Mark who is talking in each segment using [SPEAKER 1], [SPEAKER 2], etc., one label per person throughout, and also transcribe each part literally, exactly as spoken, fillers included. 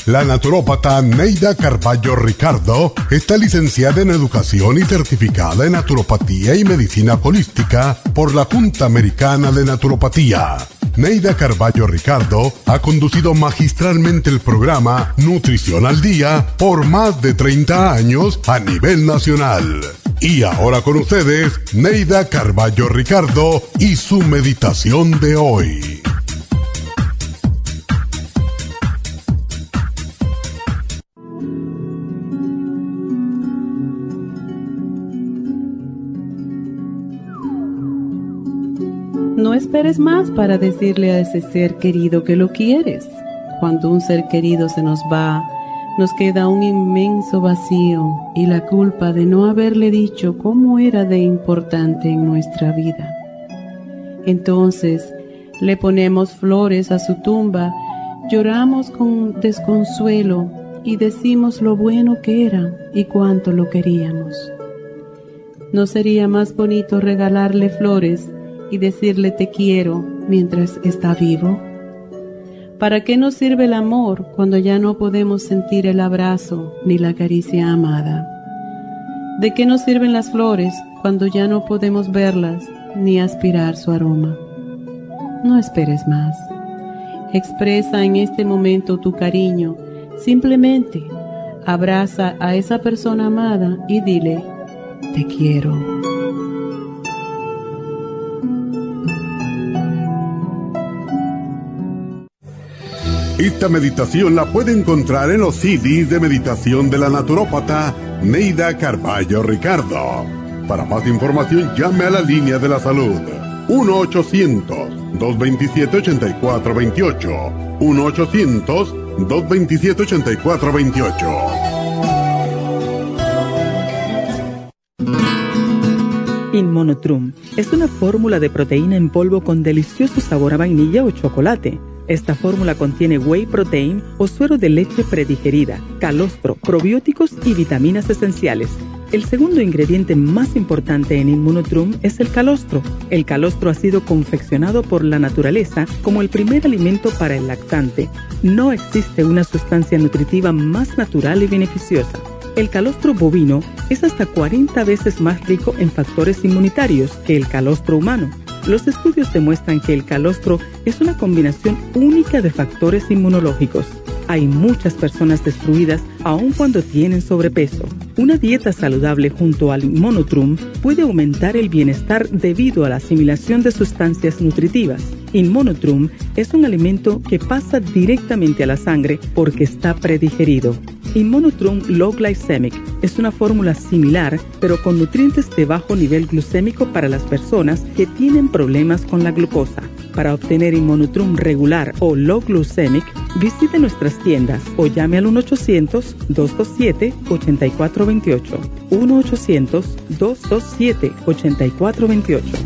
[SPEAKER 1] La naturópata Neida Carballo Ricardo está licenciada en Educación y certificada en Naturopatía y Medicina Holística por la Junta Americana de Naturopatía. Neida Carballo Ricardo ha conducido magistralmente el programa Nutrición al Día por más de treinta años a nivel nacional. Y ahora con ustedes, Neida Carballo Ricardo y su meditación de hoy.
[SPEAKER 2] No esperes más para decirle a ese ser querido que lo quieres. Cuando un ser querido se nos va, nos queda un inmenso vacío y la culpa de no haberle dicho cómo era de importante en nuestra vida. Entonces, le ponemos flores a su tumba, lloramos con desconsuelo y decimos lo bueno que era y cuánto lo queríamos. ¿No sería más bonito regalarle flores y decirle te quiero mientras está vivo? ¿Para qué nos sirve el amor cuando ya no podemos sentir el abrazo ni la caricia amada? ¿De qué nos sirven las flores cuando ya no podemos verlas ni aspirar su aroma? No esperes más. Expresa en este momento tu cariño. Simplemente abraza a esa persona amada y dile te quiero.
[SPEAKER 1] Esta meditación la puede encontrar en los C Ds de meditación de la naturópata Neida Carballo Ricardo. Para más información, llame a la línea de la salud uno ochocientos, dos veintisiete, ochenta y cuatro veintiocho. uno ochocientos, dos veintisiete, ochenta y cuatro veintiocho.
[SPEAKER 3] Inmunotrum es una fórmula de proteína en polvo con delicioso sabor a vainilla o chocolate. Esta fórmula contiene whey protein o suero de leche predigerida, calostro, probióticos y vitaminas esenciales. El segundo ingrediente más importante en Inmunotrum es el calostro. El calostro ha sido confeccionado por la naturaleza como el primer alimento para el lactante. No existe una sustancia nutritiva más natural y beneficiosa. El calostro bovino es hasta cuarenta veces más rico en factores inmunitarios que el calostro humano. Los estudios demuestran que el calostro es una combinación única de factores inmunológicos. Hay muchas personas destruidas aun cuando tienen sobrepeso. Una dieta saludable junto al Inmunotrum puede aumentar el bienestar debido a la asimilación de sustancias nutritivas. Inmunotrum es un alimento que pasa directamente a la sangre porque está predigerido. Inmunotrum Low Glycemic es una fórmula similar, pero con nutrientes de bajo nivel glucémico para las personas que tienen problemas con la glucosa. Para obtener Inmunotrum regular o Low Glycemic, visite nuestras tiendas o llame al uno ochocientos, dos dos siete, ocho cuatro dos ocho. uno ochocientos, dos dos siete, ocho cuatro dos ocho.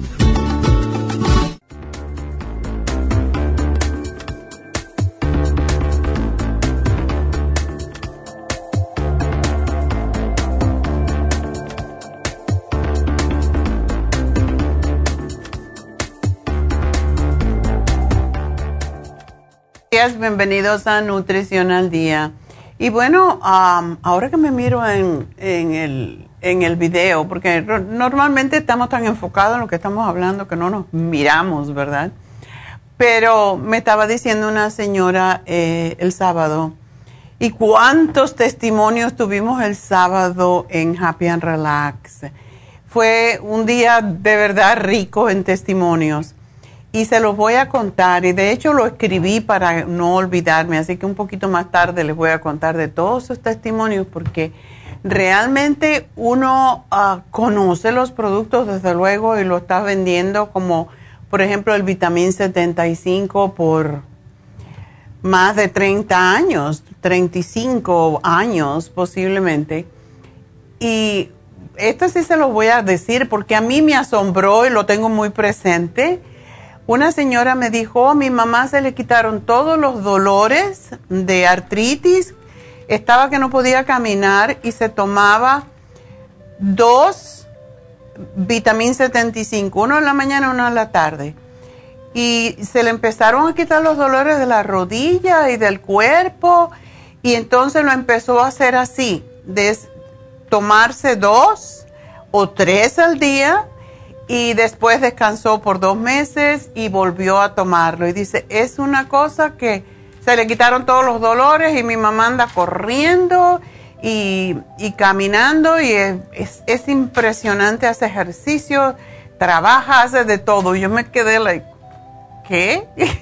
[SPEAKER 4] Bienvenidos a Nutrición al Día. Y bueno, um, ahora que me miro en, en, el, en el video, porque normalmente estamos tan enfocados en lo que estamos hablando que no nos miramos, ¿verdad? Pero me estaba diciendo una señora eh, el sábado, ¿y cuántos testimonios tuvimos el sábado en Happy and Relax? Fue un día de verdad rico en testimonios. Y se los voy a contar, y de hecho lo escribí para no olvidarme, así que un poquito más tarde les voy a contar de todos esos testimonios, porque realmente uno uh, conoce los productos desde luego y lo está vendiendo, como por ejemplo el Vitamin setenta y cinco por más de treinta años, treinta y cinco años posiblemente. Y esto sí se los voy a decir porque a mí me asombró y lo tengo muy presente. Una señora me dijo, a mi mamá se le quitaron todos los dolores de artritis, estaba que no podía caminar y se tomaba dos Vitamin setenta y cinco, uno en la mañana y uno en la tarde. Y se le empezaron a quitar los dolores de la rodilla y del cuerpo Y entonces lo empezó a hacer así, de tomarse dos o tres al día, y después descansó por dos meses y volvió a tomarlo. Y dice, es una cosa que se le quitaron todos los dolores y mi mamá anda corriendo y, y caminando y es, es, es impresionante, hace ejercicio, trabaja, hace de todo. Y yo me quedé like, ¿qué?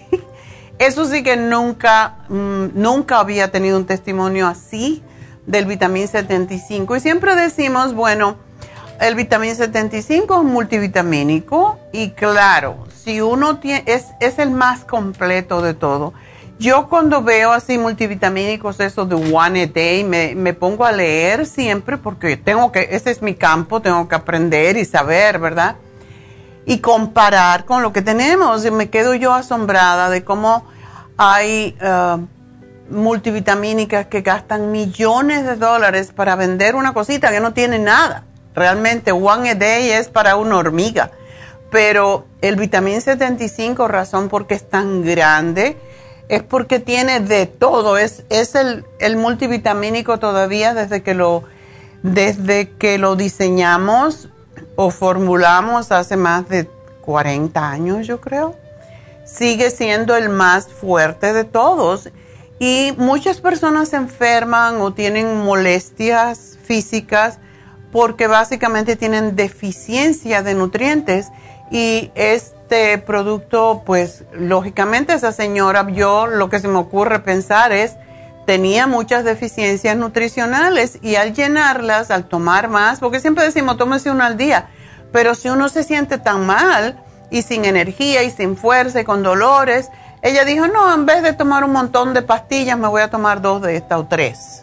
[SPEAKER 4] Eso sí que nunca, mmm, nunca había tenido un testimonio así del vitamín setenta y cinco. Y siempre decimos, bueno, el vitamín setenta y cinco es multivitamínico y claro, si uno tiene, es, es el más completo de todo. Yo cuando veo así multivitamínicos, eso de One a Day, me, me pongo a leer siempre porque tengo que, ese es mi campo, tengo que aprender y saber, ¿verdad? Y comparar con lo que tenemos. Y me quedo yo asombrada de cómo hay uh, multivitamínicas que gastan millones de dólares para vender una cosita que no tiene nada. Realmente One a Day es para una hormiga. Pero el vitamín setenta y cinco, razón porque es tan grande, es porque tiene de todo. Es, es el, el multivitamínico todavía desde que lo, desde que lo diseñamos o formulamos hace más de cuarenta años, yo creo. Sigue siendo el más fuerte de todos. Y muchas personas se enferman o tienen molestias físicas porque básicamente tienen deficiencia de nutrientes. Y este producto, pues, lógicamente esa señora, yo lo que se me ocurre pensar es, tenía muchas deficiencias nutricionales y al llenarlas, al tomar más, porque siempre decimos, tómese uno al día, pero si uno se siente tan mal y sin energía y sin fuerza y con dolores, ella dijo, no, en vez de tomar un montón de pastillas, me voy a tomar dos de esta o tres.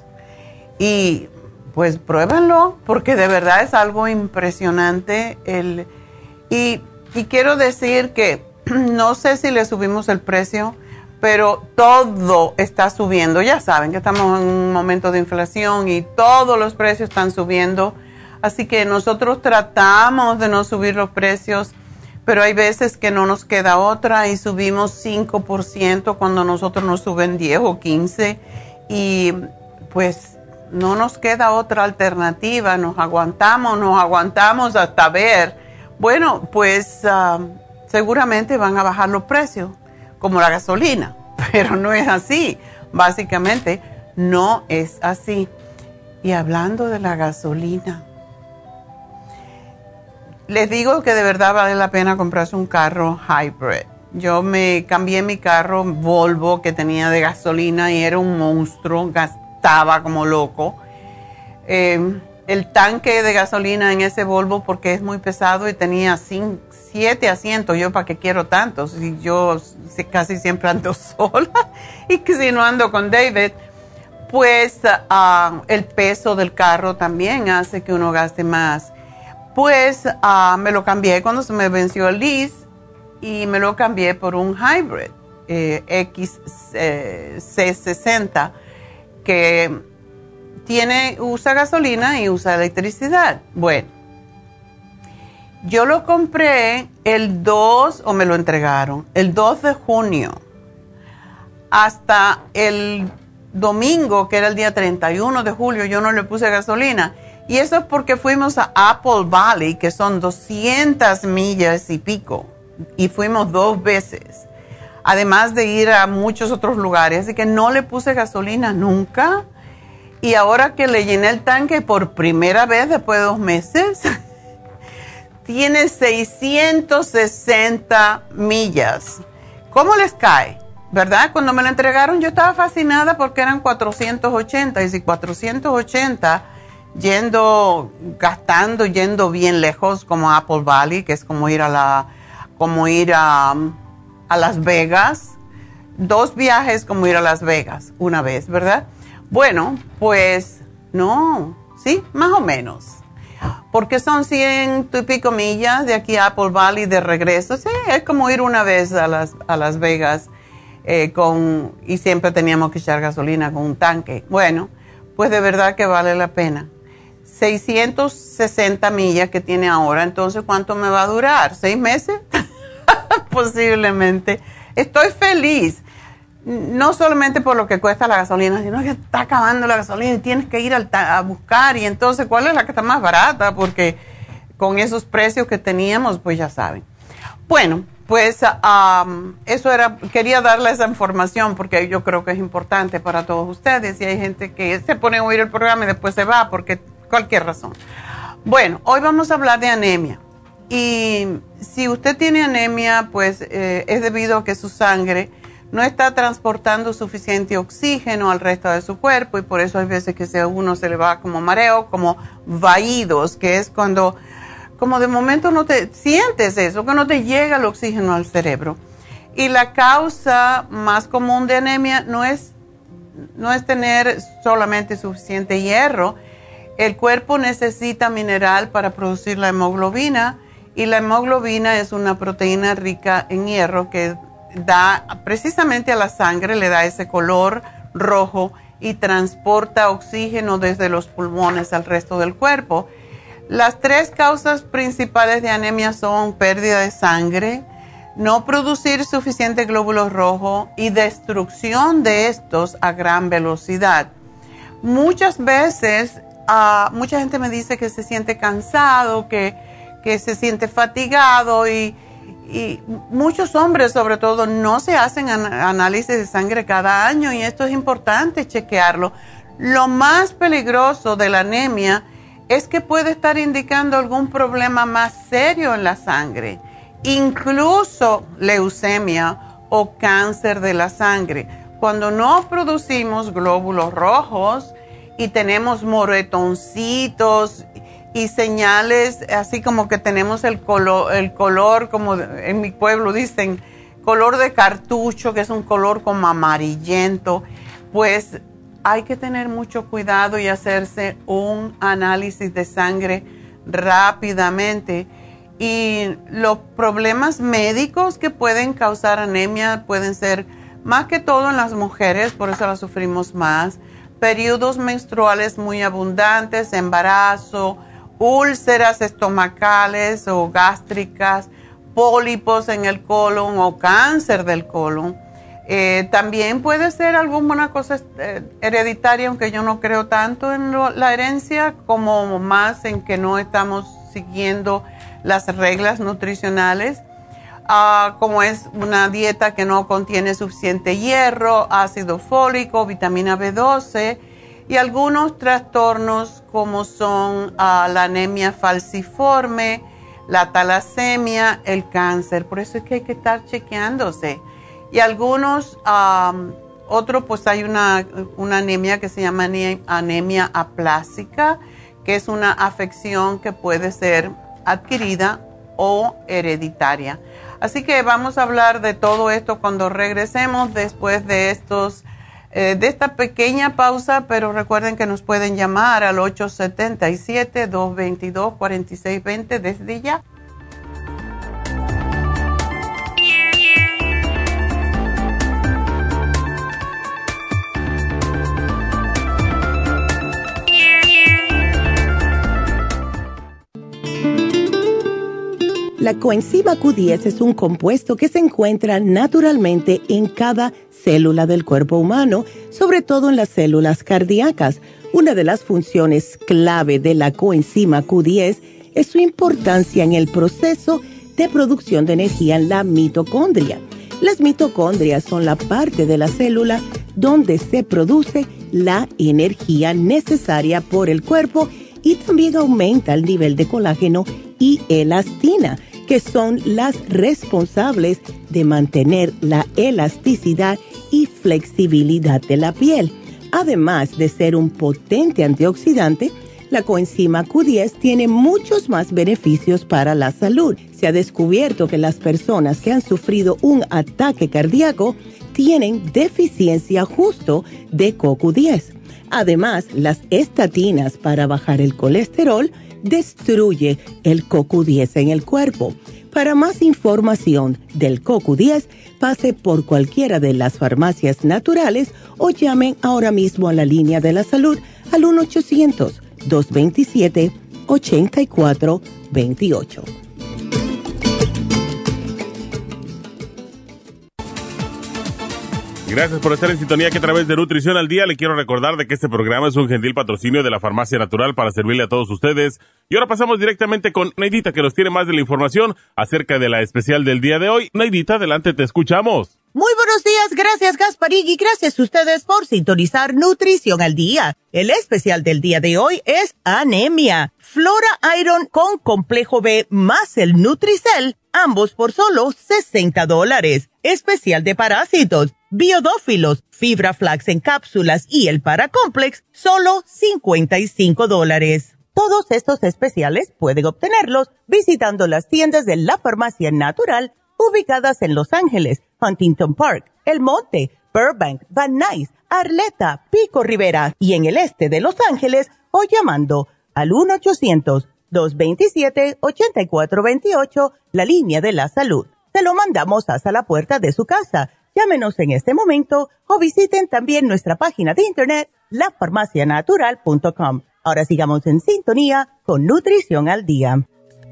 [SPEAKER 4] Y pues pruébenlo, porque de verdad es algo impresionante. El, y, y quiero decir que no sé si le subimos el precio, pero todo está subiendo. Ya saben que estamos en un momento de inflación y todos los precios están subiendo. Así que nosotros tratamos de no subir los precios, pero hay veces que no nos queda otra y subimos cinco por ciento cuando nosotros nos suben diez o quince y pues no nos queda otra alternativa. Nos aguantamos, nos aguantamos hasta ver. Bueno, pues uh, seguramente van a bajar los precios, como la gasolina, pero no es así. Básicamente no es así. Y hablando de la gasolina, les digo que de verdad vale la pena comprarse un carro hybrid. Yo me cambié mi carro Volvo que tenía de gasolina y era un monstruo, gastaba como loco. Eh, el tanque de gasolina en ese Volvo, porque es muy pesado y tenía cinco, siete asientos, yo para qué quiero tantos, si yo casi siempre ando sola y que si no ando con David, pues uh, el peso del carro también hace que uno gaste más. Pues uh, me lo cambié cuando se me venció el lease y me lo cambié por un hybrid eh, X C sesenta que tiene, usa gasolina y usa electricidad. Bueno, yo lo compré el dos, o me lo entregaron, el dos de junio. Hasta el domingo, que era el día treinta y uno de julio, yo no le puse gasolina. Y eso es porque fuimos a Apple Valley, que son doscientas millas y pico. Y fuimos dos veces. Además de ir a muchos otros lugares. Así que no le puse gasolina nunca. Y ahora que le llené el tanque por primera vez después de dos meses, tiene seiscientas sesenta millas. ¿Cómo les cae? ¿Verdad? Cuando me lo entregaron yo estaba fascinada porque eran cuatrocientos ochenta. Y si cuatrocientos ochenta, yendo, gastando, yendo bien lejos como Apple Valley, que es como ir a la, como ir a, a Las Vegas. Dos viajes como ir a Las Vegas una vez, ¿verdad? Bueno, pues no, sí, más o menos. Porque son ciento y pico millas de aquí a Apple Valley de regreso. Sí, es como ir una vez a Las, a Las Vegas eh, con, y siempre teníamos que echar gasolina con un tanque. Bueno, pues de verdad que vale la pena. seiscientas sesenta millas que tiene ahora, entonces ¿cuánto me va a durar? ¿Seis meses? Posiblemente. Estoy feliz. no solamente por lo que cuesta la gasolina, sino que está acabando la gasolina y tienes que ir al a buscar. Y entonces, ¿cuál es la que está más barata? Porque con esos precios que teníamos, pues ya saben. Bueno, pues um, eso era, quería darle esa información porque yo creo que es importante para todos ustedes. Y hay gente que se pone a oír el programa y después se va porque cualquier razón. Bueno, hoy vamos a hablar de anemia. Y si usted tiene anemia, pues eh, es debido a que su sangre no está transportando suficiente oxígeno al resto de su cuerpo y por eso hay veces que a uno se le va como mareo, como vaídos, que es cuando, como de momento no te sientes eso, que no te llega el oxígeno al cerebro. Y la causa más común de anemia no es, no es tener solamente suficiente hierro. El cuerpo necesita mineral para producir la hemoglobina y la hemoglobina es una proteína rica en hierro que da precisamente a la sangre, le da ese color rojo y transporta oxígeno desde los pulmones al resto del cuerpo. Las tres causas principales de anemia son pérdida de sangre, no producir suficiente glóbulos rojos y destrucción de estos a gran velocidad. Muchas veces, uh, mucha gente me dice que se siente cansado, que, que se siente fatigado y Y muchos hombres, sobre todo, no se hacen an- análisis de sangre cada año y esto es importante chequearlo. Lo más peligroso de la anemia es que puede estar indicando algún problema más serio en la sangre, incluso leucemia o cáncer de la sangre. Cuando no producimos glóbulos rojos y tenemos moretoncitos y señales así como que tenemos el color, el color como en mi pueblo dicen, color de cartucho, que es un color como amarillento, pues hay que tener mucho cuidado y hacerse un análisis de sangre rápidamente. Y los problemas médicos que pueden causar anemia pueden ser más que todo en las mujeres, por eso la sufrimos más, periodos menstruales muy abundantes, embarazo, úlceras estomacales o gástricas, pólipos en el colon o cáncer del colon. Eh, también puede ser alguna cosa eh, hereditaria, aunque yo no creo tanto en lo, la herencia, como más en que no estamos siguiendo las reglas nutricionales, uh, como es una dieta que no contiene suficiente hierro, ácido fólico, vitamina B doce, y algunos trastornos como son uh, la anemia falciforme, la talasemia, el cáncer. Por eso es que hay que estar chequeándose. Y algunos, um, otros, pues hay una, una anemia que se llama anemia aplásica, que es una afección que puede ser adquirida o hereditaria. Así que vamos a hablar de todo esto cuando regresemos después de estos Eh, de esta pequeña pausa, pero recuerden que nos pueden llamar al ocho siete siete, dos dos dos, cuatro seis dos cero desde ya.
[SPEAKER 5] La coenzima Q diez es un compuesto que se encuentra naturalmente en cada célula del cuerpo humano, sobre todo en las células cardíacas. Una de las funciones clave de la coenzima Q diez es su importancia en el proceso de producción de energía en la mitocondria. Las mitocondrias son la parte de la célula donde se produce la energía necesaria por el cuerpo y también aumenta el nivel de colágeno y elastina, que son las responsables de mantener la elasticidad y flexibilidad de la piel. Además de ser un potente antioxidante, la coenzima Q diez tiene muchos más beneficios para la salud. Se ha descubierto que las personas que han sufrido un ataque cardíaco tienen deficiencia justo de C O Q diez. Además, las estatinas para bajar el colesterol destruye el C O Q diez en el cuerpo. Para más información del C O Q diez, pase por cualquiera de las farmacias naturales o llamen ahora mismo a la línea de la salud al uno ochocientos, dos veintisiete, ochenta y cuatro veintiocho.
[SPEAKER 6] Gracias por estar en sintonía que a través de Nutrición al Día le quiero recordar de que este programa es un gentil patrocinio de la Farmacia Natural para servirle a todos ustedes. Y ahora pasamos directamente con Neidita, que nos tiene más de la información acerca de la especial del día de hoy. Neidita, adelante, te escuchamos.
[SPEAKER 5] Muy buenos días, gracias Gasparín y gracias a ustedes por sintonizar Nutrición al Día. El especial del día de hoy es anemia, Flora Iron con complejo B más el Nutricel, ambos por solo sesenta dólares. Especial de parásitos, biodófilos, fibra flax en cápsulas y el Paracomplex, solo cincuenta y cinco dólares. Todos estos especiales pueden obtenerlos visitando las tiendas de la Farmacia Natural ubicadas en Los Ángeles, Huntington Park, El Monte, Burbank, Van Nuys, Arleta, Pico Rivera y en el este de Los Ángeles o llamando al uno ochocientos, dos veintisiete, ochenta y cuatro veintiocho, la línea de la salud. Se lo mandamos hasta la puerta de su casa. Llámenos en este momento o visiten también nuestra página de internet, la farmacia natural punto com. Ahora sigamos en sintonía con Nutrición al Día.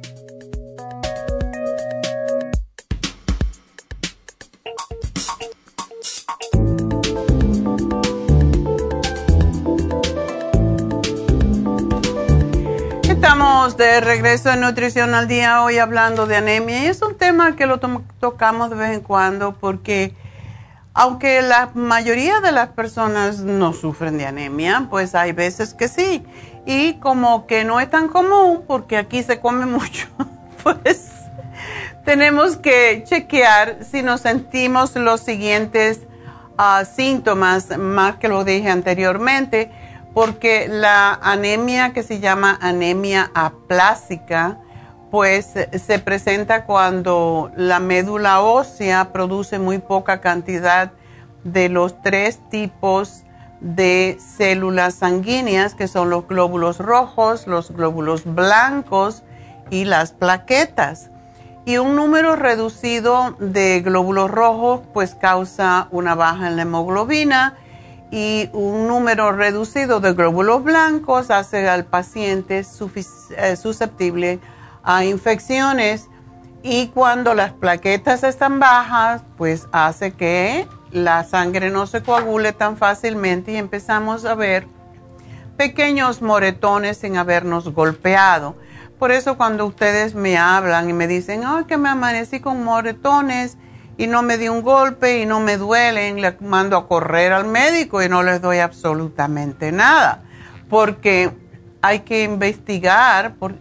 [SPEAKER 4] Estamos de regreso en Nutrición al Día hoy hablando de anemia y es un tema que lo to- tocamos de vez en cuando porque aunque la mayoría de las personas no sufren de anemia, pues hay veces que sí. Y como que no es tan común porque aquí se come mucho, pues tenemos que chequear si nos sentimos los siguientes uh, síntomas, más que lo dije anteriormente, porque la anemia que se llama anemia aplásica, pues se presenta cuando la médula ósea produce muy poca cantidad de los tres tipos de células sanguíneas, que son los glóbulos rojos, los glóbulos blancos y las plaquetas. Y un número reducido de glóbulos rojos, pues causa una baja en la hemoglobina, y un número reducido de glóbulos blancos hace al paciente susceptible a infecciones, y cuando las plaquetas están bajas, pues hace que la sangre no se coagule tan fácilmente y empezamos a ver pequeños moretones sin habernos golpeado. Por eso cuando ustedes me hablan y me dicen, ay, que me amanecí con moretones y no me di un golpe y no me duelen, le mando a correr al médico y no les doy absolutamente nada, porque hay que investigar. Por...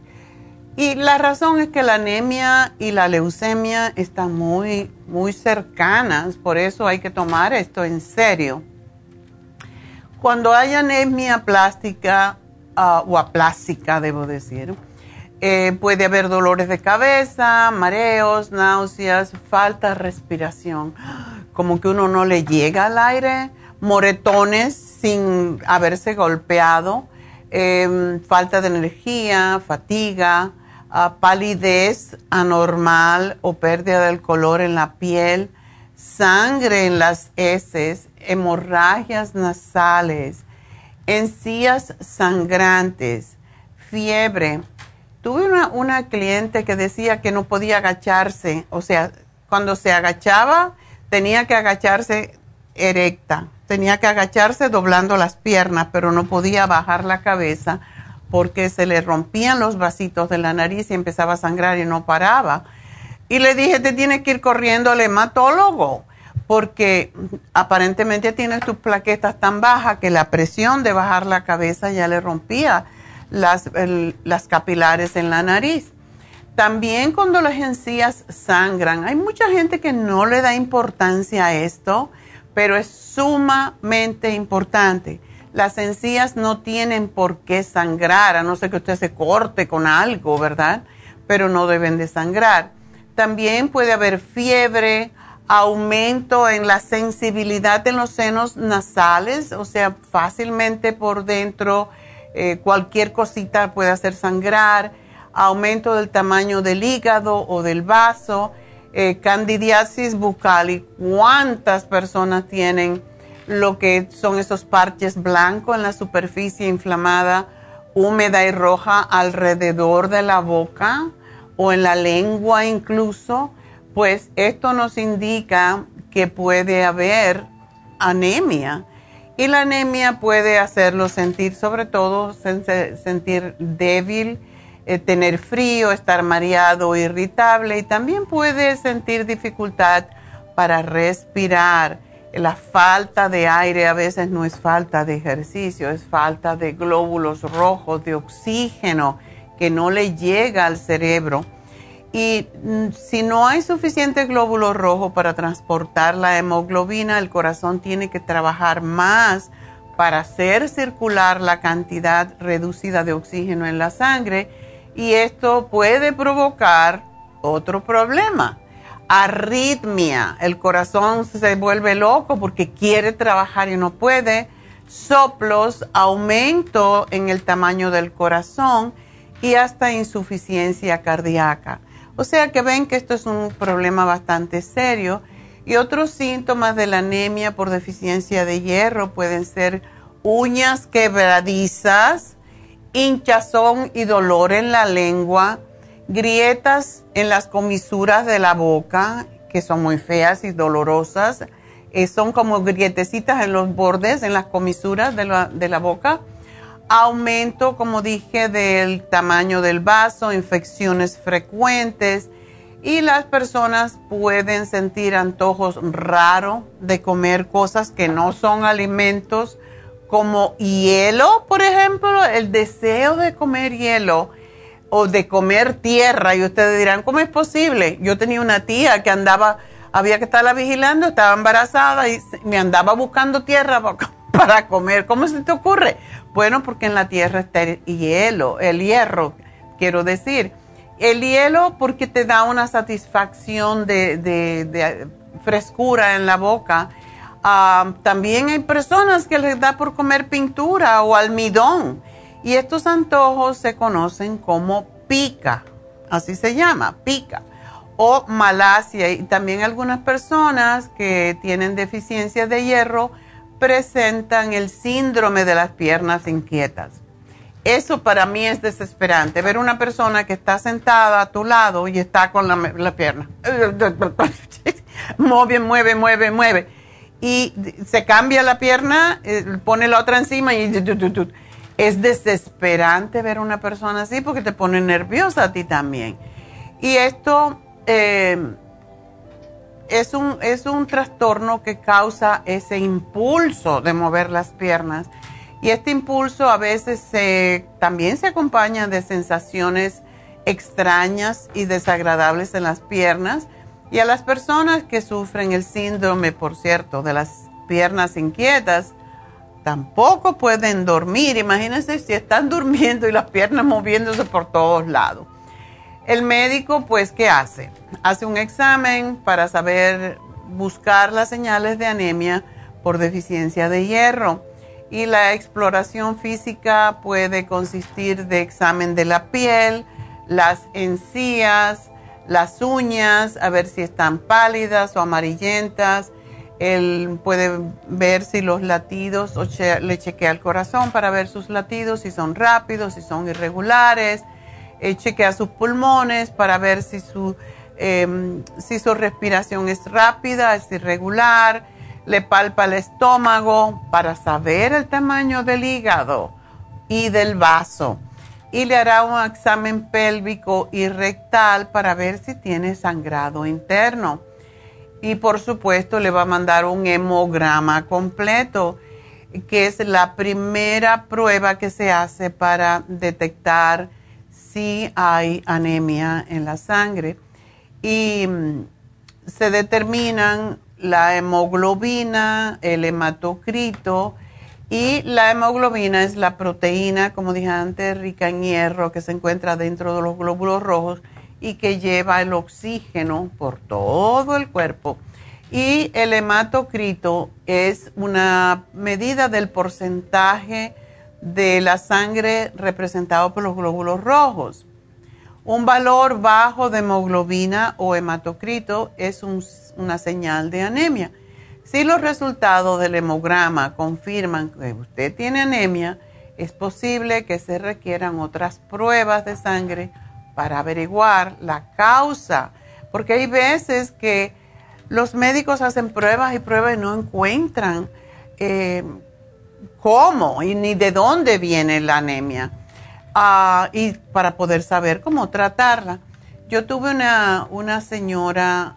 [SPEAKER 4] Y la razón es que la anemia y la leucemia están muy, muy cercanas, por eso hay que tomar esto en serio. Cuando hay anemia plástica, uh, o aplásica, debo decir, Eh, puede haber dolores de cabeza, mareos, náuseas, falta de respiración, como que uno no le llega al aire, moretones sin haberse golpeado, eh, falta de energía, fatiga, uh, palidez anormal o pérdida del color en la piel, sangre en las heces, hemorragias nasales, encías sangrantes, fiebre. Tuve una, una cliente que decía que no podía agacharse, o sea, cuando se agachaba tenía que agacharse erecta, tenía que agacharse doblando las piernas, pero no podía bajar la cabeza porque se le rompían los vasitos de la nariz y empezaba a sangrar y no paraba. Y le dije, te tienes que ir corriendo al hematólogo, porque aparentemente tienes tus plaquetas tan bajas que la presión de bajar la cabeza ya le rompía Las, el, las capilares en la nariz. También cuando las encías sangran, hay mucha gente que no le da importancia a esto, pero es sumamente importante. Las encías no tienen por qué sangrar, a no ser que usted se corte con algo, ¿verdad? Pero no deben de sangrar. También puede haber fiebre, aumento en la sensibilidad en los senos nasales, o sea, fácilmente por dentro. Eh, cualquier cosita puede hacer sangrar, aumento del tamaño del hígado o del vaso, eh, candidiasis bucal. ¿Y cuántas personas tienen lo que son esos parches blancos en la superficie inflamada, húmeda y roja alrededor de la boca o en la lengua incluso? Pues esto nos indica que que puede haber anemia. Y la anemia puede hacerlo sentir, sobre todo, sentir débil, eh, tener frío, estar mareado, irritable, y también puede sentir dificultad para respirar. La falta de aire a veces no es falta de ejercicio, es falta de glóbulos rojos, de oxígeno que no le llega al cerebro. Y mm, si no hay suficiente glóbulos rojos para transportar la hemoglobina, el corazón tiene que trabajar más para hacer circular la cantidad reducida de oxígeno en la sangre, y esto puede provocar otro problema, arritmia. El corazón se vuelve loco porque quiere trabajar y no puede, soplos, aumento en el tamaño del corazón y hasta insuficiencia cardíaca. O sea que ven que esto es un problema bastante serio. Y otros síntomas de la anemia por deficiencia de hierro pueden ser uñas quebradizas, hinchazón y dolor en la lengua, grietas en las comisuras de la boca, que son muy feas y dolorosas. Eh, son como grietecitas en los bordes, en las comisuras de la, de la boca. Aumento, como dije, del tamaño del vaso, infecciones frecuentes, y las personas pueden sentir antojos raros de comer cosas que no son alimentos, como hielo, por ejemplo, el deseo de comer hielo o de comer tierra. Y ustedes dirán, ¿cómo es posible? Yo tenía una tía que andaba, había que estarla vigilando, estaba embarazada y me andaba buscando tierra para, para comer. ¿Cómo se te ocurre? Bueno, porque en la tierra está el hielo, el hierro, quiero decir. El hielo porque te da una satisfacción de, de, de frescura en la boca. Uh, también hay personas que les da por comer pintura o almidón. Y estos antojos se conocen como pica, así se llama, pica, o malasia. Y también algunas personas que tienen deficiencia de hierro presentan el síndrome de las piernas inquietas. Eso para mí es desesperante, ver una persona que está sentada a tu lado y está con la, la pierna. mueve, mueve, mueve, mueve. Y se cambia la pierna, pone la otra encima y es desesperante ver una persona así porque te pone nerviosa a ti también. Y esto eh, es un, es un trastorno que causa ese impulso de mover las piernas. Y este impulso a veces se, también se acompaña de sensaciones extrañas y desagradables en las piernas. Y a las personas que sufren el síndrome, por cierto, de las piernas inquietas, tampoco pueden dormir. Imagínense si están durmiendo y las piernas moviéndose por todos lados. El médico, pues, ¿qué hace? Hace un examen para saber buscar las señales de anemia por deficiencia de hierro. Y la exploración física puede consistir de examen de la piel, las encías, las uñas, a ver si están pálidas o amarillentas. Él puede ver si los latidos, o che, le chequea el corazón para ver sus latidos, si son rápidos, si son irregulares. Eh, chequea sus pulmones para ver si su, eh, si su respiración es rápida, es irregular. Le palpa el estómago para saber el tamaño del hígado y del vaso. Y le hará un examen pélvico y rectal para ver si tiene sangrado interno. Y por supuesto le va a mandar un hemograma completo, que es la primera prueba que se hace para detectar si hay anemia en la sangre. Y mm, se determinan la hemoglobina, el hematocrito, y la hemoglobina es la proteína, como dije antes, rica en hierro, que se encuentra dentro de los glóbulos rojos y que lleva el oxígeno por todo el cuerpo. Y el hematocrito es una medida del porcentaje de la sangre representado por los glóbulos rojos. Un valor bajo de hemoglobina o hematocrito es un, una señal de anemia. Si los resultados del hemograma confirman que usted tiene anemia, es posible que se requieran otras pruebas de sangre para averiguar la causa, porque hay veces que los médicos hacen pruebas y pruebas y no encuentran eh, cómo y ni de dónde viene la anemia. Uh, y para poder saber cómo tratarla. Yo tuve una, una señora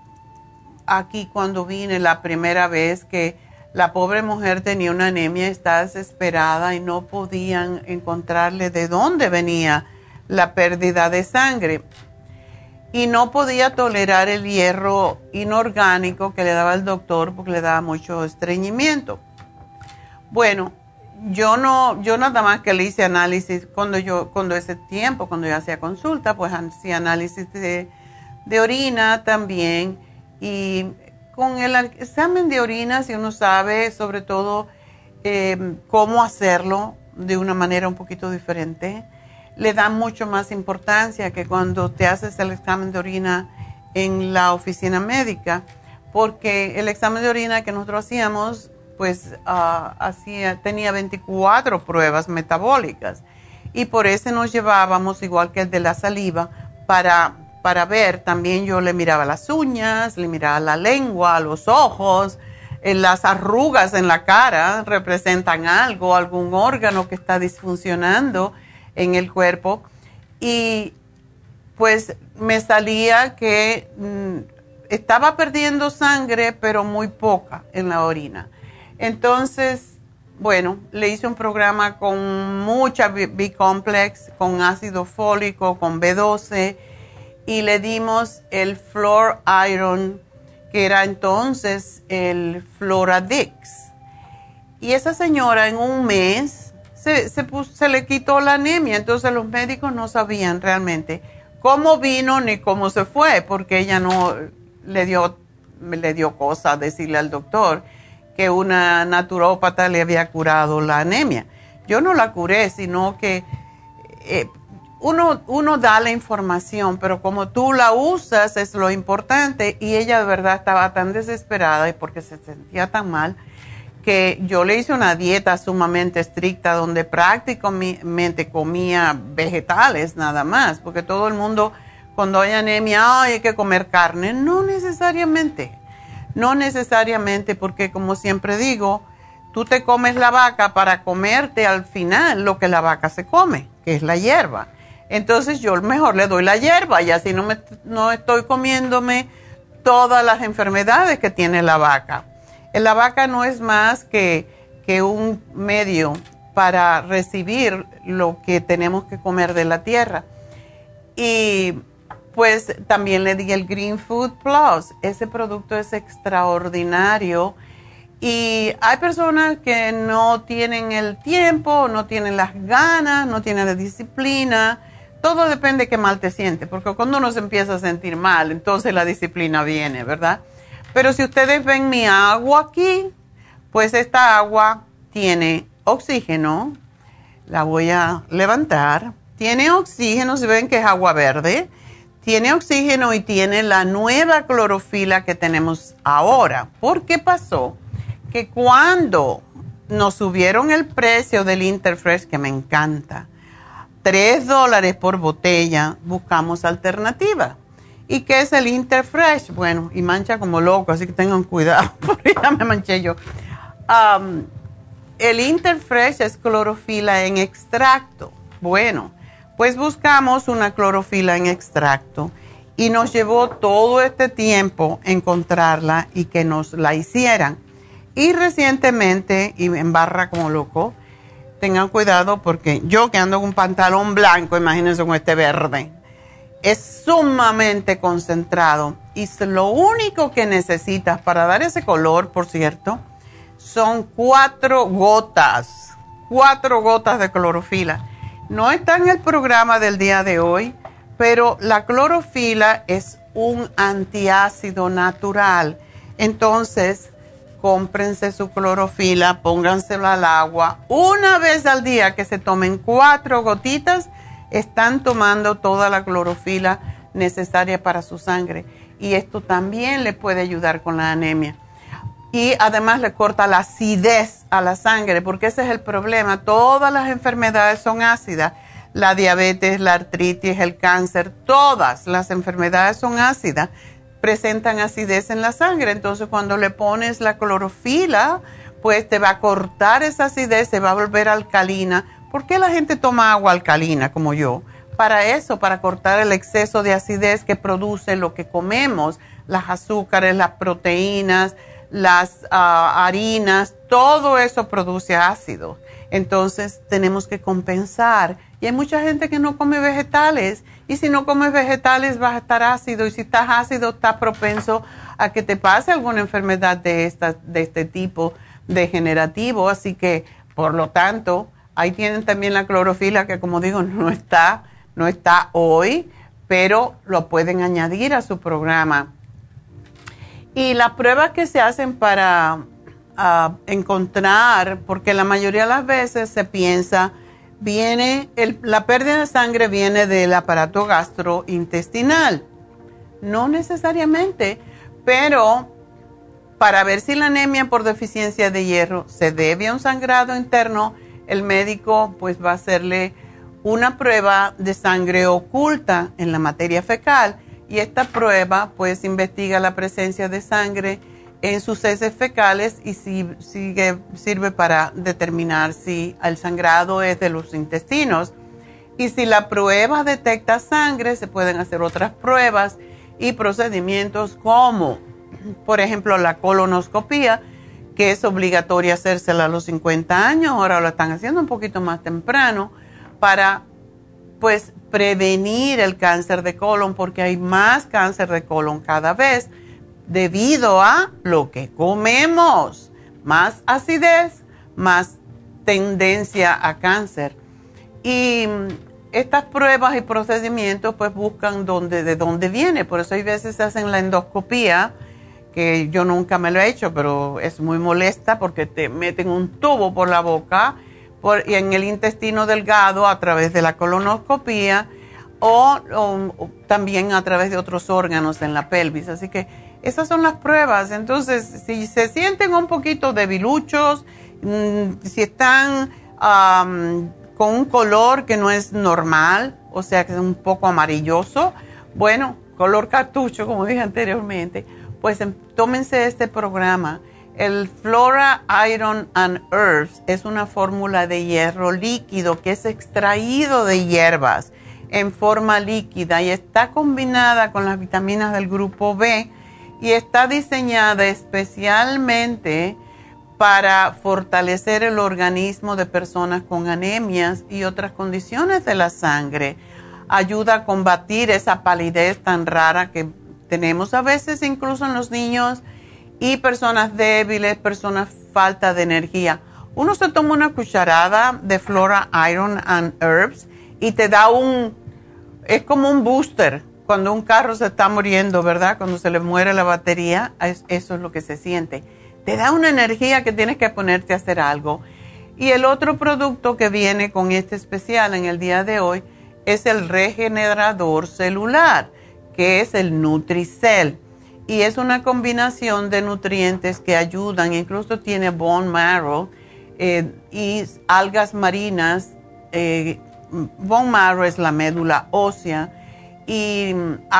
[SPEAKER 4] aquí cuando vine la primera vez que la pobre mujer tenía una anemia, estaba desesperada y no podían encontrarle de dónde venía la pérdida de sangre. Y no podía tolerar el hierro inorgánico que le daba el doctor porque le daba mucho estreñimiento. Bueno, Yo no, yo nada más que le hice análisis cuando yo, cuando ese tiempo, cuando yo hacía consulta, pues hacía análisis de, de orina también. Y con el examen de orina, si uno sabe sobre todo eh, cómo hacerlo de una manera un poquito diferente, le da mucho más importancia que cuando te haces el examen de orina en la oficina médica, porque el examen de orina que nosotros hacíamos, pues uh, hacía, tenía veinticuatro pruebas metabólicas y por eso nos llevábamos, igual que el de la saliva, para, para ver. También yo le miraba las uñas, le miraba la lengua, los ojos, eh, las arrugas en la cara representan algo, algún órgano que está disfuncionando en el cuerpo. Y pues me salía que mm, estaba perdiendo sangre, pero muy poca en la orina. Entonces, bueno, le hice un programa con mucha B-complex, con ácido fólico, con B doce, y le dimos el Flor Iron, que era entonces el Floradix. Y esa señora en un mes se, se, puso, se le quitó la anemia, entonces los médicos no sabían realmente cómo vino ni cómo se fue, porque ella no le dio, le dio cosa decirle al doctor que una naturópata le había curado la anemia. Yo no la curé, sino que eh, uno, uno da la información, pero como tú la usas es lo importante, y ella de verdad estaba tan desesperada y porque se sentía tan mal que yo le hice una dieta sumamente estricta donde prácticamente comía vegetales nada más, porque todo el mundo cuando hay anemia, ay, hay que comer carne. No necesariamente. No necesariamente, porque como siempre digo, tú te comes la vaca para comerte al final lo que la vaca se come, que es la hierba. Entonces yo mejor le doy la hierba y así no, me, no estoy comiéndome todas las enfermedades que tiene la vaca. La vaca no es más que, que un medio para recibir lo que tenemos que comer de la tierra. Y pues también le di el Green Food Plus. Ese producto es extraordinario y hay personas que no tienen el tiempo, no tienen las ganas, no tienen la disciplina. Todo depende de qué mal te sientes, porque cuando uno se empieza a sentir mal, entonces la disciplina viene, ¿verdad? Pero si ustedes ven mi agua aquí, pues esta agua tiene oxígeno. La voy a levantar. Tiene oxígeno, si ven que es agua verde. Tiene oxígeno y tiene la nueva clorofila que tenemos ahora. ¿Por qué pasó? Que cuando nos subieron el precio del Interfresh, que me encanta, tres dólares por botella, buscamos alternativa. ¿Y qué es el Interfresh? Bueno, y mancha como loco, así que tengan cuidado, porque ya me manché yo. Um, el Interfresh es clorofila en extracto. Bueno, pues buscamos una clorofila en extracto y nos llevó todo este tiempo encontrarla y que nos la hicieran. Y recientemente, y en barra como loco, tengan cuidado porque yo que ando con un pantalón blanco, imagínense con este verde, es sumamente concentrado. Y lo único que necesitas para dar ese color, por cierto, son cuatro gotas, cuatro gotas de clorofila. No está en el programa del día de hoy, pero la clorofila es un antiácido natural. Entonces, cómprense su clorofila, póngansela al agua. Una vez al día que se tomen cuatro gotitas, están tomando toda la clorofila necesaria para su sangre. Y esto también le puede ayudar con la anemia. Y además le corta la acidez a la sangre, porque ese es el problema. Todas las enfermedades son ácidas. La diabetes, la artritis, el cáncer, todas las enfermedades son ácidas. presentan acidez en la sangre. Entonces, cuando le pones la clorofila, pues te va a cortar esa acidez, se va a volver alcalina. ¿Por qué la gente toma agua alcalina como yo? Para eso, para cortar el exceso de acidez que produce lo que comemos, las azúcares, las proteínas, las uh, harinas, todo eso produce ácido. Entonces tenemos que compensar. Y hay mucha gente que no come vegetales. Y si no comes vegetales vas a estar ácido. Y si estás ácido estás propenso a que te pase alguna enfermedad de, esta, de este tipo degenerativo. Así que, por lo tanto, ahí tienen también la clorofila que, como digo, no está, no está hoy, pero lo pueden añadir a su programa. Y las pruebas que se hacen para uh, encontrar, porque la mayoría de las veces se piensa, viene, el, la pérdida de sangre viene del aparato gastrointestinal. No necesariamente, pero para ver si la anemia por deficiencia de hierro se debe a un sangrado interno, el médico pues va a hacerle una prueba de sangre oculta en la materia fecal. Y esta prueba pues investiga la presencia de sangre en sus heces fecales y si, sigue, sirve para determinar si el sangrado es de los intestinos. Y si la prueba detecta sangre, se pueden hacer otras pruebas y procedimientos como, por ejemplo, la colonoscopía, que es obligatoria hacérsela a los cincuenta años, ahora lo están haciendo un poquito más temprano, para pues prevenir el cáncer de colon, porque hay más cáncer de colon cada vez debido a lo que comemos. Más acidez, más tendencia a cáncer. Y estas pruebas y procedimientos pues buscan dónde, de dónde viene. Por eso hay veces se hacen la endoscopía, que yo nunca me lo he hecho, pero es muy molesta porque te meten un tubo por la boca por, y en el intestino delgado a través de la colonoscopía o, o, o también a través de otros órganos en la pelvis. Así que esas son las pruebas. Entonces, si se sienten un poquito debiluchos, mmm, si están um, con un color que no es normal, o sea, que es un poco amarilloso, bueno, color cartucho, como dije anteriormente, pues tómense este programa. El Flora Iron and Herbs es una fórmula de hierro líquido que es extraído de hierbas en forma líquida y está combinada con las vitaminas del grupo B y está diseñada especialmente para fortalecer el organismo de personas con anemias y otras condiciones de la sangre. Ayuda a combatir esa palidez tan rara que tenemos a veces incluso en los niños y personas débiles, personas falta de energía. Uno se toma una cucharada de Flora Iron and Herbs y te da un, es como un booster cuando un carro se está muriendo, ¿verdad? Cuando se le muere la batería, eso es lo que se siente. Te da una energía que tienes que ponerte a hacer algo. Y el otro producto que viene con este especial en el día de hoy es el regenerador celular, que es el Nutricel. Y es una combinación de nutrientes que ayudan, incluso tiene bone marrow eh, y algas marinas. Eh, bone marrow es la médula ósea y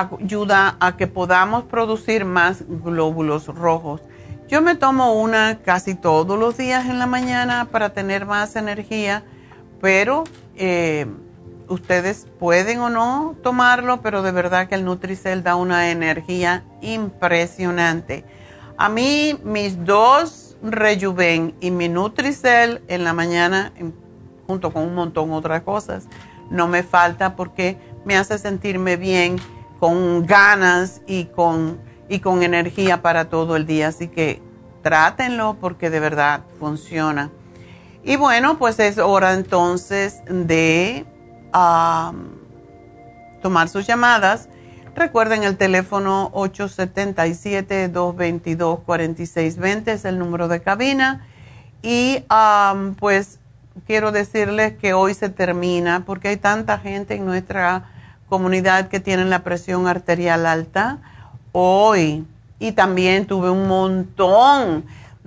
[SPEAKER 4] ayuda a que podamos producir más glóbulos rojos. Yo me tomo una casi todos los días en la mañana para tener más energía, pero eh, ustedes pueden o no tomarlo, pero de verdad que el Nutricel da una energía impresionante. A mí, mis dos Rejuven y mi Nutricel en la mañana, junto con un montón de otras cosas, no me falta porque me hace sentirme bien, con ganas y con, y con energía para todo el día. Así que trátenlo porque de verdad funciona. Y bueno, pues es hora entonces de Um, tomar sus llamadas. Recuerden el teléfono ocho siete siete, dos dos dos, cuatro seis dos cero es el número de cabina y um, pues quiero decirles que hoy se termina porque hay tanta gente en nuestra comunidad que tienen la presión arterial alta hoy y también tuve un montón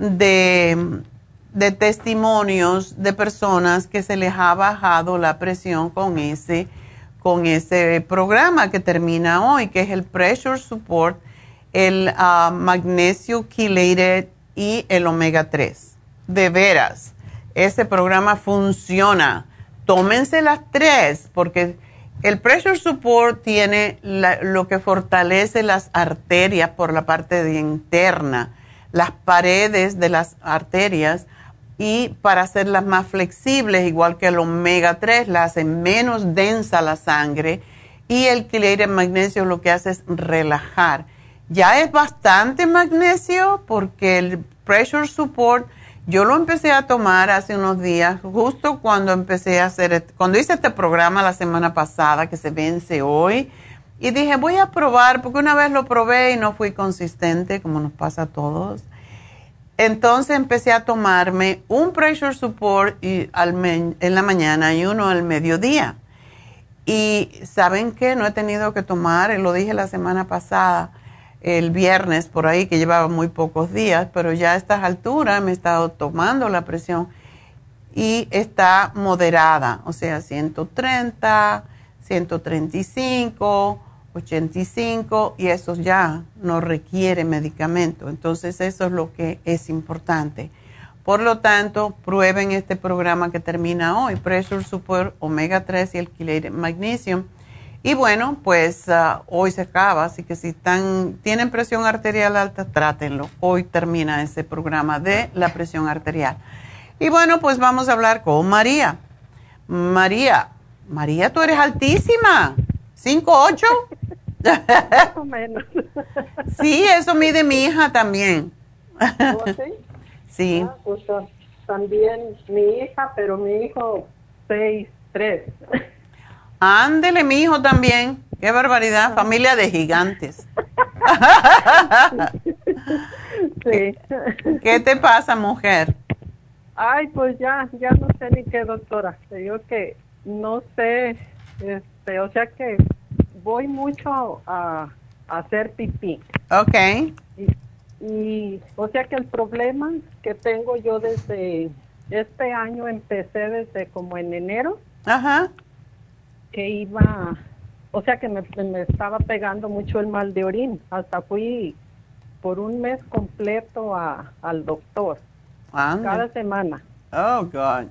[SPEAKER 4] de de testimonios de personas que se les ha bajado la presión con ese, con ese programa que termina hoy, que es el Pressure Support. el uh, magnesio quelated y el omega tres. De veras, ese programa funciona. Tómense las tres porque el Pressure Support tiene la, lo que fortalece las arterias por la parte de interna, las paredes de las arterias, y para hacerlas más flexibles, igual que el omega tres, la hace menos densa la sangre, y el quelated magnesio lo que hace es relajar. Ya es bastante magnesio porque el Pressure Support yo lo empecé a tomar hace unos días, justo cuando empecé a hacer, cuando hice este programa la semana pasada, que se vence hoy, y dije, voy a probar, porque una vez lo probé y no fui consistente, como nos pasa a todos. Entonces empecé a tomarme un Pressure Support y al me- en la mañana y uno al mediodía. Y ¿saben qué? No he tenido que tomar, lo dije la semana pasada, el viernes por ahí, que llevaba muy pocos días, pero ya a estas alturas me he estado tomando la presión y está moderada, o sea, ciento treinta, ciento treinta y cinco, ochenta y cinco, y eso ya no requiere medicamento. Entonces eso es lo que es importante. Por lo tanto, prueben este programa que termina hoy, Pressure Support, omega tres y el quelated magnesium. Y bueno, pues uh, hoy se acaba, así que si están, tienen presión arterial alta, trátenlo. Hoy termina ese programa de la presión arterial. Y bueno, pues vamos a hablar con María. María, María, tú eres altísima. ¿cinco ocho?
[SPEAKER 7] Más o menos.
[SPEAKER 4] Sí, eso mide mi hija también.
[SPEAKER 7] ¿Oh, sí?
[SPEAKER 4] Sí.
[SPEAKER 7] Ah, pues, uh, también mi hija, pero mi hijo seis tres.
[SPEAKER 4] Ándele, mi hijo también. Qué barbaridad, familia de gigantes.
[SPEAKER 7] Sí.
[SPEAKER 4] ¿Qué te pasa, mujer?
[SPEAKER 7] Ay, pues ya, ya no sé ni qué, doctora. Te digo que no sé, este, o sea que voy mucho a, a hacer pipí.
[SPEAKER 4] Ok.
[SPEAKER 7] Y, y, o sea que el problema que tengo yo desde este año, empecé desde como en enero.
[SPEAKER 4] Ajá.
[SPEAKER 7] Que iba, o sea que me, me estaba pegando mucho el mal de orín. Hasta fui por un mes completo a, al doctor.
[SPEAKER 4] Ande.
[SPEAKER 7] Cada semana.
[SPEAKER 4] Oh, God.